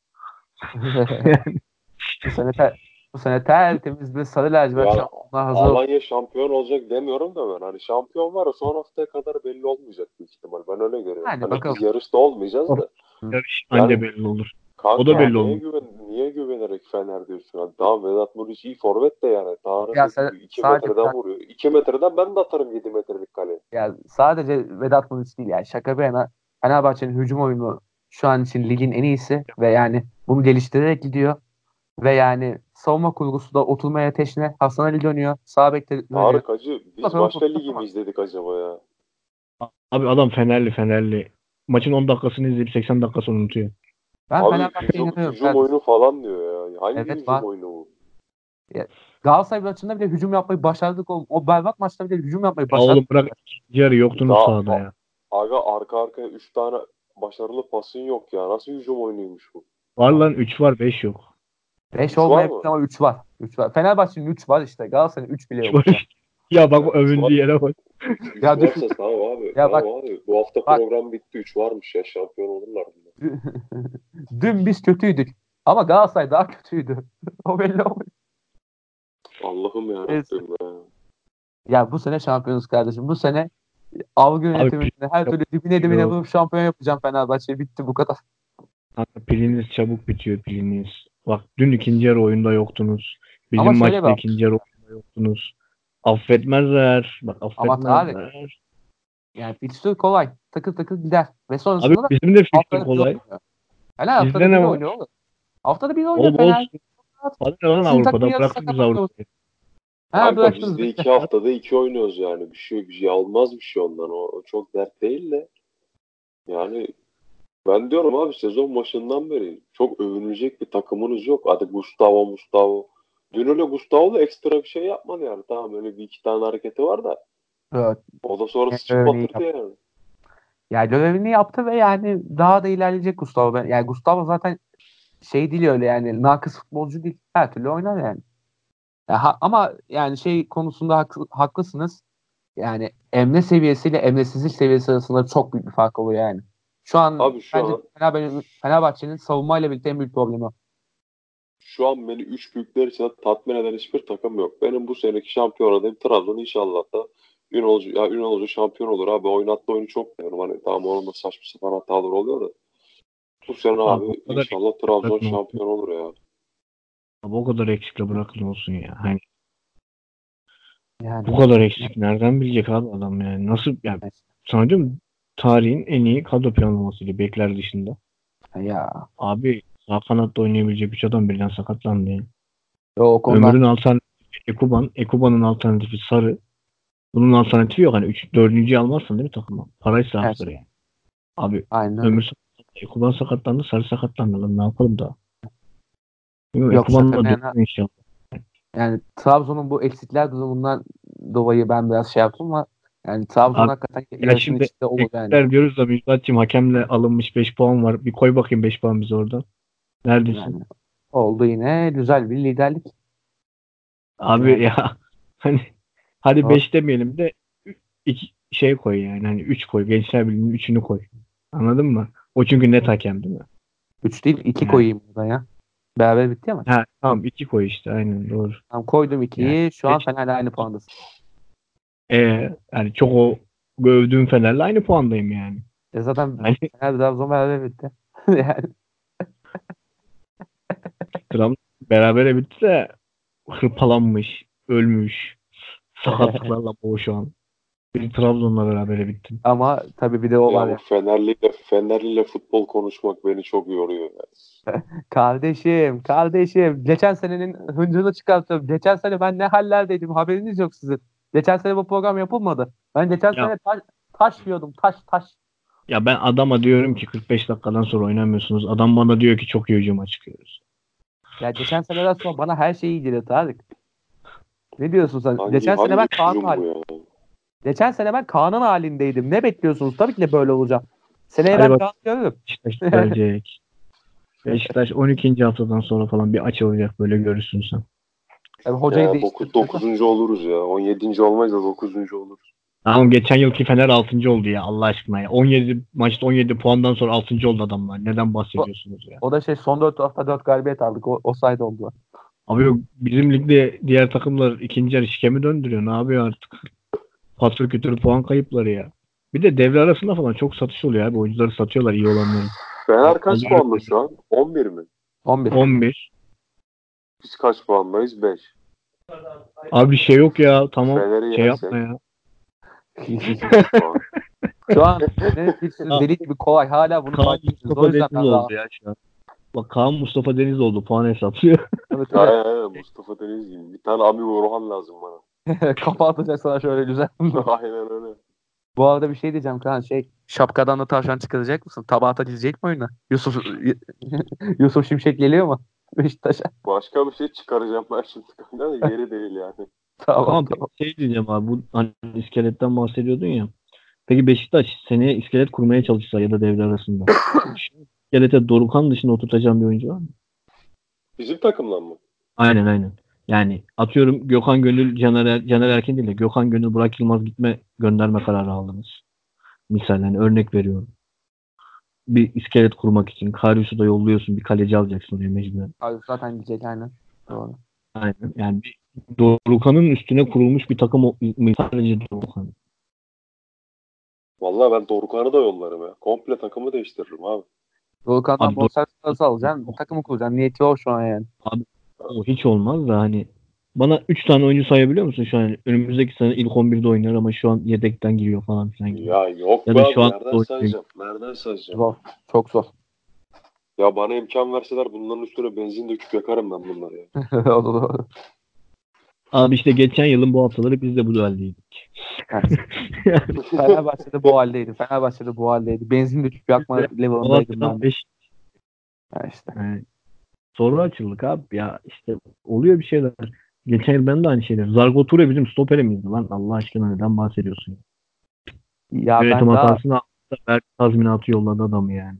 Bu sene tertemiz bir sarı lacivert Ya şampiyonluğa hazır ol. Alanya şampiyon olacak demiyorum da ben. Hani şampiyon var ya son haftaya kadar belli olmayacak büyük ihtimal. Ben öyle görüyorum. Yani Hani bakalım. biz yarışta olmayacağız da. Yarış Yani- anca belli olur. Kanka O da belli niye, olmuyor. niye güvenerek Fener diyorsun? Yani tamam Vedat Muriç iyi forvet de yani. Tanrı Ya sen- 2 sadece- metreden vuruyor. 2 metreden ben de atarım 7 metrelik kaleye. Ya sadece Vedat Muriç değil yani şaka bir yana Fenerbahçe'nin hücum oyunu şu an için ligin en iyisi ve yani bunu geliştirerek gidiyor ve yani savunma kurgusu da oturmaya teşne. Hasan Ali dönüyor. Sağ bekte dönüyor. Tarık Hacı biz Bakalım, başka bakalım. ligi mi izledik acaba ya? Abi adam Fenerli. Maçın 10 dakikasını izleyip 80 dakikasını unutuyor. Ben Abi Fenerbahçe'ye hücum inanıyorum. oyunu falan diyor ya. Hangi Evet, hücum var. oyunu bu? Galatasaray maçında bile hücum yapmayı başardık oğlum. O berbat maçta bile hücum yapmayı Ya başardık. oğlum bırak ikinci yarı yoktunuz Daha- sahada ya. Aga arka arkaya 3 tane başarılı pasın yok ya. Nasıl hücum oyunuymuş bu? Var lan 3 var 5 yok. 5 Üç var olmayabilir mı? ama 3 var. 3 var. Fenerbahçe'nin 3 var işte. Galatasaray'ın 3 bile 3 yok. var işte. Ya bak bu Ya, üç övündüğü var. yere bak. 3 Ya varsa tamam abi. Ya tamam bak- abi. Bu hafta bak. program bitti. 3 varmış ya. Şampiyon olurlar bunlar. Dün biz kötüydük. Ama Galatasaray daha kötüydü. O belli olmuyor. Allah'ım ya Evet. Rabbim ya. Ya bu sene şampiyonuz kardeşim. Bu sene algı yönetiminde her türlü dibine Yok. vurup şampiyon yapacağım Fenerbahçe. Bitti bu kadar. Kanka piliniz çabuk bitiyor piliniz. Bak dün ikinci yarı oyunda yoktunuz. Bizim Ama şöyle maçta bak. ikinci yarı oyunda yoktunuz. Affetmezler. Bak Ama affetmezler. Yani fikstür kolay. Takır takır gider. Ve Abi sonrasında da bizim de fikrim haftada bir kolay. oynuyor. Fener haftada Bizde ne bir var? oynuyor oğlum. Haftada bir oynuyor Oğlum Fener. olsun. Hadi lan Sizin takımın Avrupa'da yarısı bıraktık biz sakatlanıyor. Avrupa'yı. Ha Kanka bıraktınız. biz de bitti. 2 haftada 2 oynuyoruz yani. Bir şey almaz bir şey ondan. O çok dert değil de. Yani ben diyorum abi sezon başından beri çok övünecek bir takımınız yok. Hadi Gustavo. Dün öyle Gustavo'la ekstra bir şey yapmadı yani. Tamam öyle bir iki tane hareketi var da. Evet. O da sonra Evet, sıçıp öyle batırdı yani. Ya görevini yaptı ve yani daha da ilerleyecek Gustavo. Yani Gustavo zaten şey değil öyle yani nakıs futbolcu değil. Her türlü oynar yani. Ama yani şey konusunda haklısınız. Yani Emre seviyesiyle Emresizlik seviyesi arasında çok büyük bir fark oluyor yani. Şu an Abi şu bence an Fenerbahçe'nin savunmayla birlikte en büyük problemi o. şu an beni 3 büyükler için tatmin eden hiçbir takım yok. Benim bu seneki şampiyon adayım Trabzon inşallah da Ünal Hoca şampiyon olur abi. Oynattığı oyunu çok beğeniyorum. Hani tamam onun da saçma sapan hatalar oluyor da. Bu sene Abi, abi o kadar inşallah Trabzon bırakın olsun. şampiyon olur ya. Abi o kadar eksikle bırakın olsun ya. Hani Yani bu kadar eksik nereden bilecek abi adam yani. Nasıl yani sana diyorum tarihin en iyi kadro planlamasıyla bekler dışında. ya Abi sağ kanatta oynayabilecek 3 adam birden sakatlandı yani. o konuda Ömür'ün alternatifi Ekuban. Ekuban'ın alternatifi Sarı. Bunun alternatifi yok. Hani 4. almazsın değil mi takıma? Para israfıdır yani. Abi aynen öyle. Ömür sakatlandı. Ekuban sakatlandı. Sarı sakatlandı. Lan ne yapalım da? Bilmiyorum, Yok, Ekuban'la şaka bir dönüyor yana. inşallah. Yani Trabzon'un bu eksikler durumundan dolayı ben biraz şey yaptım ama yani Trabzon Abi, hakikaten Ya yarışın şimdi içinde olur yani. eksikler diyoruz da Müjdat'cığım hakemle alınmış 5 puan var. Bir koy bakayım 5 puan bize oradan. Neredesin? Yani oldu yine güzel bir liderlik. Abi Yani. ya hani hadi Doğru. 5 demeyelim de 2 şey koy yani. Hani 3 koy. Gençler Birliği'nin 3'ünü koy. Anladın mı? O çünkü net hakem değil mi? 3 değil 2 Yani. koyayım burada ya. Beraber bitti ama. Ha tamam 2 koy işte aynen doğru. Tamam, koydum 2'yi. Yani. Şu an Fener'le aynı puandasın. Yani çok o övdüğüm Fener'le aynı puandayım yani. Zaten Hani Fener Trabzon beraber bitti. Yani Trabzon berabere bitti de hırpalanmış, ölmüş, sakatlıklarla boğuşan bir Trabzon'la berabere bitti. ama tabii bir de o var Ya ya. bu Fenerliyle futbol konuşmak beni çok yoruyor ya. Kardeşim. Geçen senenin hıncını çıkartıyorum. Geçen sene ben ne hallerdeydim. Haberiniz yok sizin. Geçen sene bu program yapılmadı. Ben geçen Ya, sene taş diyordum. Taş. ya ben adama diyorum ki 45 dakikadan sonra oynamıyorsunuz. Adam bana diyor ki çok iyi hücuma çıkıyoruz. Ya geçen seneden sonra bana her şey iyi geliyor Tarık. Ne diyorsun sen? Hangi hücum bu ya? Geçen sene ben Kaan'ın halindeydim. Ne bekliyorsunuz? Tabii ki de böyle olacağım. Seneye Hadi ben bak, Kaan görürüm. Beşiktaş gelecek. Beşiktaş 12. haftadan sonra falan bir açılacak, böyle görürsün sen. Yani hocayı Ya değiştirdim. 9. oluruz ya. 17. olmayız da 9. oluruz. Tamam, geçen yılki Fener 6. oldu ya Allah aşkına ya. 17 maçta 17 puandan sonra 6. oldu adamlar. Neden bahsediyorsunuz ya? O da son 4 hafta 4 galibiyet aldık. O sayede oldu. Abi yok, bizim ligde diğer takımlar ikinci yarı şikemi döndürüyor. Ne yapıyor artık? Patro kütürü puan kayıpları ya. Bir de devre arasında falan çok satış oluyor abi. Oyuncuları satıyorlar, iyi olanları. Fener kaç Alıyorum. puanlı şu an? 11 mi? 11. 11. Biz kaç puandayız? 5. Abi bir şey yok ya. Tamam, Fener'i şey yersek yapma ya. 8 puan. Şu an deli gibi kolay. Hala bunu Kaan fark ediyoruz. O Mustafa yüzden Deniz ben oldu ya şu an. Bak, Kaan Mustafa Deniz oldu. Puan hesaplıyor. Evet, Aynen Mustafa Deniz gibi. Bir tane Ami Orhan lazım bana. kafa atacak sana şöyle güzel. Aynen öyle. Bu arada bir şey diyeceğim Kaan. Şapkadan da tavşan çıkaracak mısın? Tabata dizecek mi oyuna? Yusuf Şimşek geliyor mu? Beşiktaş'a. Başka bir şey çıkaracağım ben şimdi. Da yeri değil yani. Tamam. Kaan, şey diyeceğim abi. Bu hani iskeletten bahsediyordun ya. Peki Beşiktaş seneye iskelet kurmaya çalışsa ya da devre arasında. Şu iskelete Dorukhan dışında oturtacağım bir oyuncu var mı? Bizim takımdan mı? Aynen. Yani atıyorum Gökhan Gönül, Caner Erkin değil de Gökhan Gönül, Burak Yılmaz gönderme kararı aldınız. Misal yani, örnek veriyorum. Bir iskelet kurmak için Karius'u da yolluyorsun, bir kaleci alacaksın oraya mecburen. Abi zaten gidecek aynen. Doğru. Aynen. Yani bir Dorukhan'ın üstüne kurulmuş bir takım sadece Dorukhan. Vallahi ben Dorukhan'ı da yollarım ya. Komple takımı değiştiririm abi. Volkan'dan Abi, bonservis parası alacaksın. Takımı kuracaksın. Niyeti o şu an yani. Abi o hiç olmaz da hani bana 3 tane oyuncu sayabiliyor musun şu an? Önümüzdeki sene ilk 11'de oynar ama şu an yedekten giriyor falan filan gibi. Ya yok Ya be da abi. şu an Nereden sayacağım? Nereden sayacağım? Zor. Çok zor. Ya bana imkan verseler bunların üstüne benzin döküp yakarım ben bunları ya. O da doğru. Abi işte geçen yılın bu haftaları biz de bu dueldeydik. Evet. Fenerbahçe'de bu haldeydi. Benzin döküp yakma level'ındaydım ben de. 5 Ha işte. yani sonra açıldık abi ya, işte oluyor bir şeyler. Geçen yıl ben de aynı şeyler. Zargo Ture bizim stoperimizdi lan. Allah aşkına neden bahsediyorsun? Ya Yönetim ben daha hatasını aldı. Vergi tazminatı yolladı adamı yani.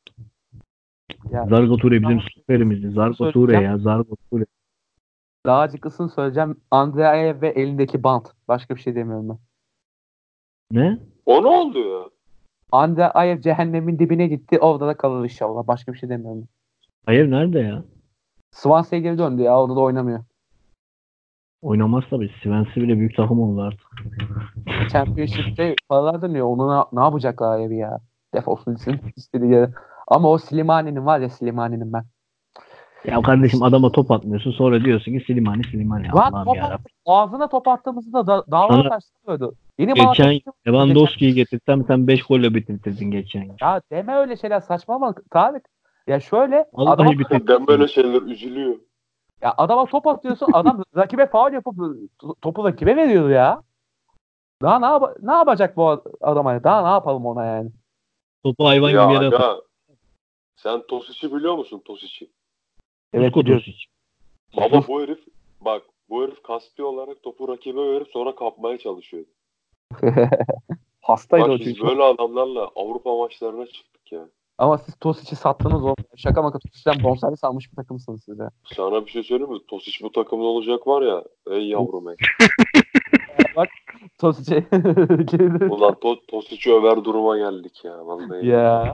ya, Zargo Ture bizim stoperimizdi. Zargo Ture ya. Zargo Ture. daha açıkçası söyleyeceğim. Andrea ve elindeki bant. Başka bir şey demiyorum ben. Ne? O ne oldu ya? Andrea cehennemin dibine gitti. Orada da kalır inşallah. Başka bir şey demiyorum ben. Hayır, nerede ya? Swansea'ya geri döndü ya. Orada da oynamıyor. Oynamaz tabii. Swansea bile büyük takım oldu artık. Championship'te paralar dönüyor. Onu ne yapacaklar abi ya? Defolsun gitsin istediği yere. Ama o Slimani'nin var ya, Slimani'nin ben. Ya kardeşim, adama top atmıyorsun, sonra diyorsun ki Slimani Lan Allah'ım top yarabbim. ağzına top attığımızda dava Sana taşlıyordu. Yeni geçen Lewandowski'yi getirsem sen 5 golle bitirtirdin geçen yıl. Ya deme öyle şeyler, saçmalama Tarık. Ya şöyle Vallahi bitirdim. Ben böyle şeyler üzülüyor. ya adama top atıyorsun, adam rakibe faul yapıp topu rakibe veriyor ya. Daha ne yapacak bu adama? Daha ne yapalım ona yani? Topu hayvan Ya gibi yere atıyor. aga, sen Tosic'i biliyor musun Tosic'i? Evet, Usko biliyorum. Tosic. Baba bu herif kasti olarak topu rakibe verip sonra kapmaya çalışıyordu. Hastaydı o Bak biz çocuk. böyle adamlarla Avrupa maçlarına çıktık ya. Ama siz Tosic'i sattınız o. Şaka maka, Tosic'ten bonservis almış bir takımsınız siz de. Sana bir şey söyleyeyim mi? Tosic bu takımda olacak var ya. Ey yavrum ey. Bak Tosic'e. Ulan Tosic'i över duruma geldik ya. Vallahi. Ya.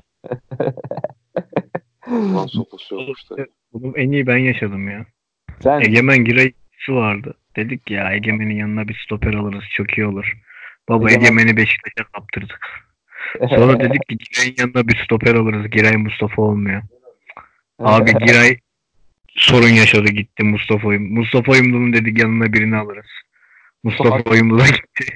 Ulan sopası yokmuş da. Bunu en iyi ben yaşadım ya. Sen Egemen Giray'sı vardı. Dedik ya Egemen'in yanına bir stoper alırız, çok iyi olur. Baba Egemen- Egemen'i Beşiktaş'a kaptırdık. Sonra dedik ki Giray'ın yanına bir stoper alırız. Giray Mustafa olmuyor. Abi Giray sorun yaşadı gitti Mustafa Uyum. Mustafa Uyumlu'nun dedik yanına birini alırız. Mustafa Uyumlu da gitti.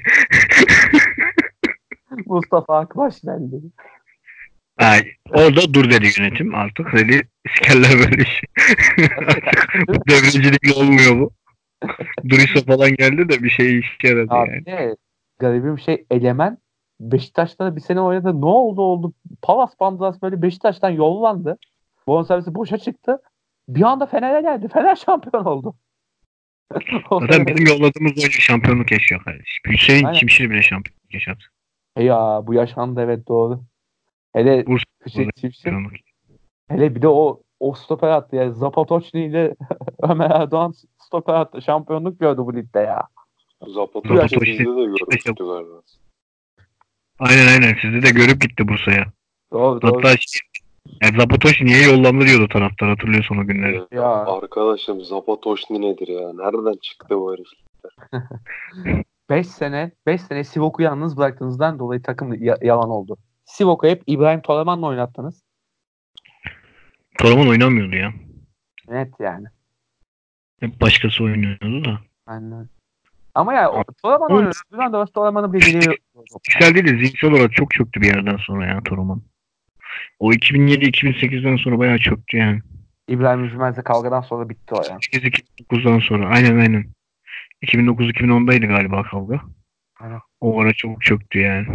Mustafa Akbaş geldi. Ay, orada dur dedi yönetim artık. Dedi iskerler böyle iş. Artık bu devrecilikle olmuyor bu. Durisa falan geldi de bir şey işe yaradı Abi yani. ne? Garibim şey Egemen Beşiktaş'ta da bir sene oynadı. Ne oldu? Palas Bandras böyle Beşiktaş'tan yollandı. Bonservisi boşa çıktı. Bir anda Fener'e geldi. Fener şampiyon oldu. Zaten bizim yolladığımız oyuncu şampiyonluk yaşıyor kardeşim. Hüseyin Aynen. Çimşir bile şampiyonluk yaşadı. Ya bu yaşandı evet doğru. Hele Bursa Hüseyin Çimşir. şampiyonluk. Hele bir de o stoper attı ya. Zapatoçni ile Ömer Erdoğan stoper attı. Şampiyonluk gördü bu ligde ya. Zapatoçni sizde de görmüştü galiba. Aynen sizde de görüp gitti Bursa'ya. Doğru. Hatta yani Zapatoş niye yollandı diyordu taraftar, hatırlıyorsun o günleri. Ya. Arkadaşım Zapatoçni nedir ya? Nereden çıktı bu herif? 5 sene Sivok'u yalnız bıraktığınızdan dolayı takım yalan oldu. Sivok'u hep İbrahim Toraman'la oynattınız. Toraman oynamıyordu ya. Evet yani. Hep başkası oynuyordu da. Aynen. Ama ya Toraman oynuyordu. Düzen de Toraman'ın bir geliyor. Fiziksel değil de zihinsel olarak çok çöktü bir yerden sonra ya Toraman. O 2007-2008'den sonra bayağı çöktü yani. İbrahim Üzülmez'le kavgadan sonra bitti o ya. 2008-2009'dan sonra aynen. 2009-2010'daydı galiba kavga. Aynen. O ara çok çöktü yani.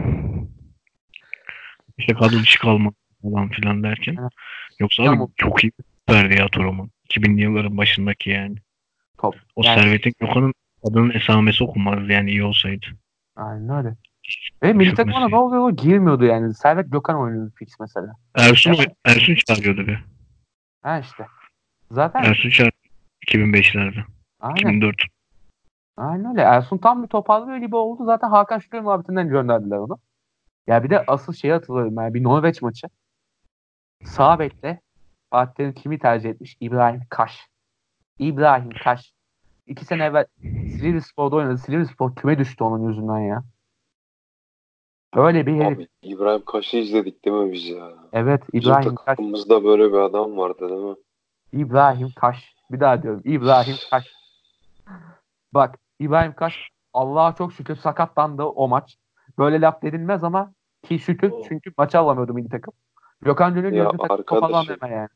İşte kadro dışı kalmak falan filan derken. Aynen. Yoksa abi çok iyi verdi ya Toraman. 2000'li yılların başındaki yani. Top. O Yani, Servet'in Gökhan'ın adının esamesi okunmazdı yani iyi olsaydı. aynen öyle. Ve milli takımına ne oluyor? Girmiyordu yani. Servet Gökhan oynuyordu fix mesela. Ersun çağırıyordu bir. Ha işte. Zaten Ersun çağırıyordu 2005'lerde. aynen. 2004. Aynen öyle. Ersun tam bir toparlıyor gibi oldu. Zaten Hakan Şükür muhabbetinden gönderdiler onu. Ya bir de asıl şeyi hatırlıyorum. Yani bir Norveç maçı. Sağ bekle Fatih Terim kimi tercih etmiş? İbrahim Kaş. İbrahim Kaş. 2 sene evvel Silivrispor'da oynadı. Silivrispor küme düştü onun yüzünden ya. Öyle bir herif. Abi İbrahim Kaş'ı izledik değil mi biz ya? Evet Bizim İbrahim Kaş. takımımızda böyle bir adam vardı değil mi? İbrahim Kaş. Bir daha diyorum. İbrahim Kaş. Bak İbrahim Kaş Allah'a çok şükür sakatlandı o maç. Böyle laf denilmez ama ki şükür çünkü maçı alamıyordu milli takım. Gökhan Gönül Ya gözü takım toparlandı hemen yani.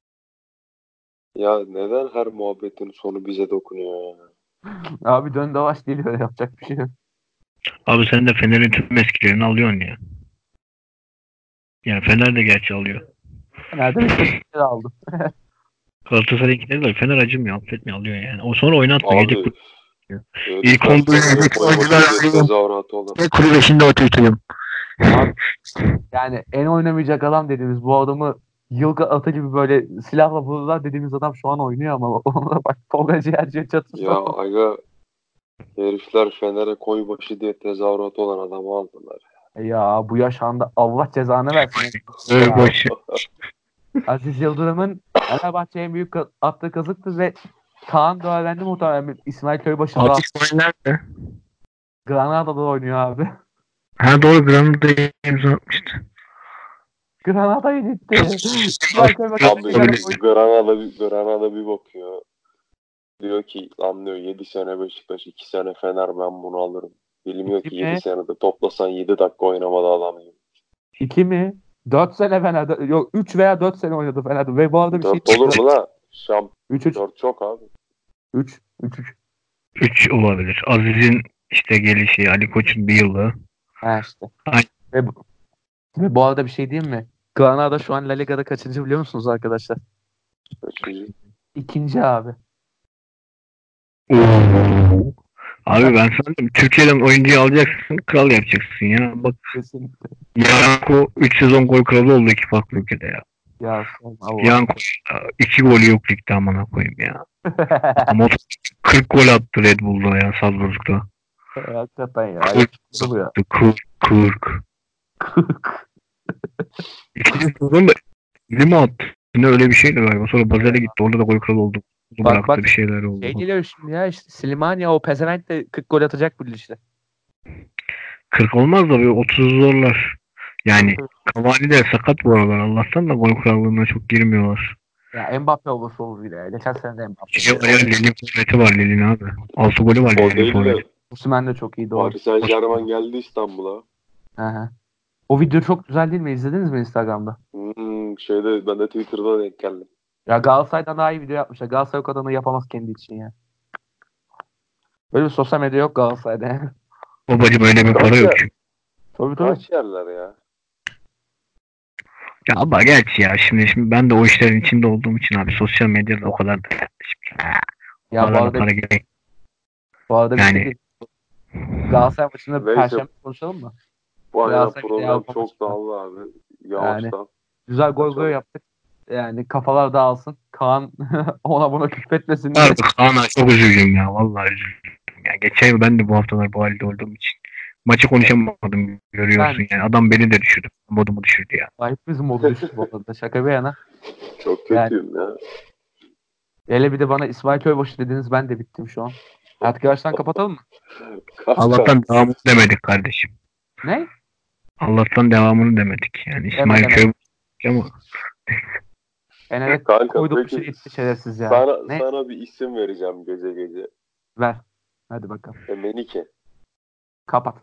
Ya neden her muhabbetin sonu bize dokunuyor ya? Abi dön davaş geliyor yapacak bir şey yok. Abi sen de Fener'in tüm eskilerini alıyorsun ya. Yani Fener de gerçi alıyor. Nerede bir şey aldı. Galatasaray'ınkileri de Fener acımıyor, affetmiyor, alıyor yani. O sonra oynatmıyor. Abi Yedek İlk onda oyuncular tezahüratı olur. kulübe şimdi oturtuyorum. Yani en oynamayacak adam dediğimiz bu adamı yılga atı gibi böyle silahla vururlar dediğimiz adam şu an oynuyor ama ona bak Tolga Ciğerci'ye çatısı. Ya aga herifler Fener'e koybaşı diye tezahüratı olan adamı aldılar. Ya bu yaşanda Allah cezanı versin. Koybaşı. Aziz Yıldırım'ın Fenerbahçe'ye en büyük attığı kazıktı ve Kaan da öğrendi muhtemelen İsmail Köybaşı'nda. Abi İsmail nerede? Granada'da oynuyor abi. Ha doğru, Granada'ya imza atmıştı. Granada'ya gitti. İsmail Köybaşı Abi Granada bir bakıyor. Diyor ki anlıyor 7 sene Beşiktaş 2 sene Fener ben bunu alırım. Bilmiyor ki 7 senede toplasan 7 dakika oynamadı adam gibi. 2 mi? 4 sene Fener'de. Yok 3 veya 4 sene oynadı Fener'de. Ve bu arada bir 4 şey... olur mu la? 3. 4 çok abi. 3 3 olabilir. Aziz'in işte gelişi, Ali Koç'un bir yılı. Ha işte. Aynen. Ve bu arada bir şey diyeyim mi? Granada şu an La Liga'da kaçıncı biliyor musunuz arkadaşlar? Kaçıncı? 2. abi. Abi ben sanırım Türkiye'den oyuncuyu alacaksın, kral yapacaksın ya. Bak Kesinlikle. Yanko 3 sezon gol kralı oldu 2 farklı ülkede ya. Ya Allah. Yanko 2 golü yok ligde amına koyayım ya. Ama 40 gol attı Red Bull'da ya, Salzburg'da. Hakikaten ya. 40. İkinci sezon da 20 attı. Ne öyle bir şeydi galiba. Sonra Bazel'e gitti. Orada da gol kralı oldu. Bıraktı bir şeyler oldu. Şey geliyor şimdi ya işte Slimani o pezevenk de 40 gol atacak bu işte. 40 olmaz da böyle 30 zorlar. Yani Tabii. Cavani de sakat bu aralar. Allah'tan da gol krallığına çok girmiyorlar. Ya Mbappe olması olur bile. Ya. Geçen sene de Mbappe. Şey var ya, Lille'in forveti var Lille'in abi. 6 golü var O Lille'in değil forveti. de Osimhen de çok iyi, doğru. Paris Saint-Germain geldi İstanbul'a. Hı hı. O video çok güzel değil mi? İzlediniz mi Instagram'da? Ben de Twitter'da denk geldim. Ya Galatasaray'dan daha iyi video yapmışlar. Galatasaray o kadarını yapamaz kendi için ya. Böyle bir sosyal medya yok Galatasaray'da yani. Babacım öyle bir para yok çünkü. Tabii. Kaç yerler ya? Ya ama gerçi ya şimdi ben de o işlerin içinde olduğum için abi sosyal medyada o kadar da o Ya bu kadar da arada, para gerek. bir Yani- şey değil. Galatasaray maçını Neyse. Perşembe konuşalım mı? Bu aynen Galatasaray program Avrupa çok maçında. dağıldı abi. Yavaştan. Güzel gol Kaçalım. yaptık. Yani kafalar dağılsın. Kaan ona buna küfretmesin diye. Harbi Kaan'a çok üzüldüm ya. Vallahi üzüldüm. Ya geçen yıl ben de bu haftalar bu halde olduğum için maçı konuşamadım, görüyorsun yani. Adam beni de düşürdü. Modumu düşürdü ya. Hepimizin modu düştü bu arada. Şaka bir yana. Çok kötüyüm ya. Hele bir de bana İsmail Köybaşı dediniz, ben de bittim şu an. Artık yavaştan kapatalım mı? Allah'tan devamını demedik kardeşim. Ne? Allah'tan devamını demedik. Yani İsmail Deme. Köy ama Enele Kanka, koyduğum bir peki, şey gitti şerefsiz ya. Ne? Sana bir isim vereceğim gece. Ver. Hadi bakalım. Menike. Kapat.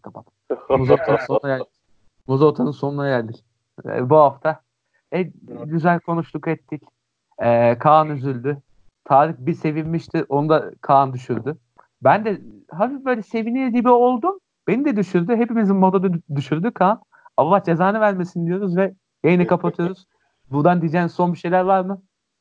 Muzota'nın sonuna geldik. Bu hafta güzel konuştuk ettik. Kaan üzüldü. Tarık bir sevinmişti. Onu da Kaan düşürdü. Ben de hafif böyle sevinir gibi oldum. Beni de düşürdü. Hepimizin modu düşürdü Kaan. Allah cezanı vermesin diyoruz ve yayını kapatıyoruz. Buradan diyeceğin son bir şeyler var mı?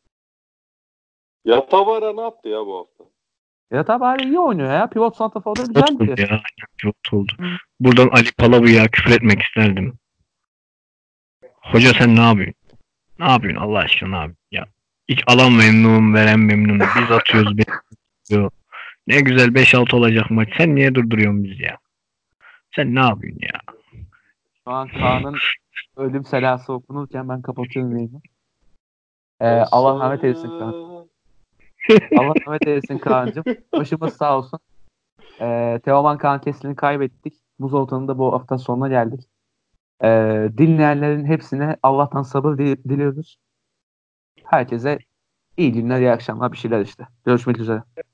Ya Tavara ne yaptı ya bu hafta? Ya tabi hala iyi oynuyor ya. Pivot santraforda güzel oldu gidiyor. ya. Çok oldu. Buradan Ali Palabı'ya küfür etmek isterdim. Hoca sen ne yapıyorsun? Ne yapıyorsun Allah aşkına abi? Ya hiç alan memnun, veren memnun. Biz atıyoruz, diyor. Ne güzel 5-6 olacak maç. Sen niye durduruyorsun bizi ya? Sen ne yapıyorsun ya? Şu an Kaan'ın ölüm selası okunurken ben kapatıyorum yayını. Allah rahmet eylesin Kaan. Allah rahmet eylesin Kaan'cığım. Başımız sağ olsun. Teoman Kaan Keslin'i kaybettik. Muz Oltan'ın da bu hafta sonuna geldik. Dinleyenlerin hepsine Allah'tan sabır diliyoruz. Herkese iyi günler, iyi akşamlar, bir şeyler işte. Görüşmek üzere.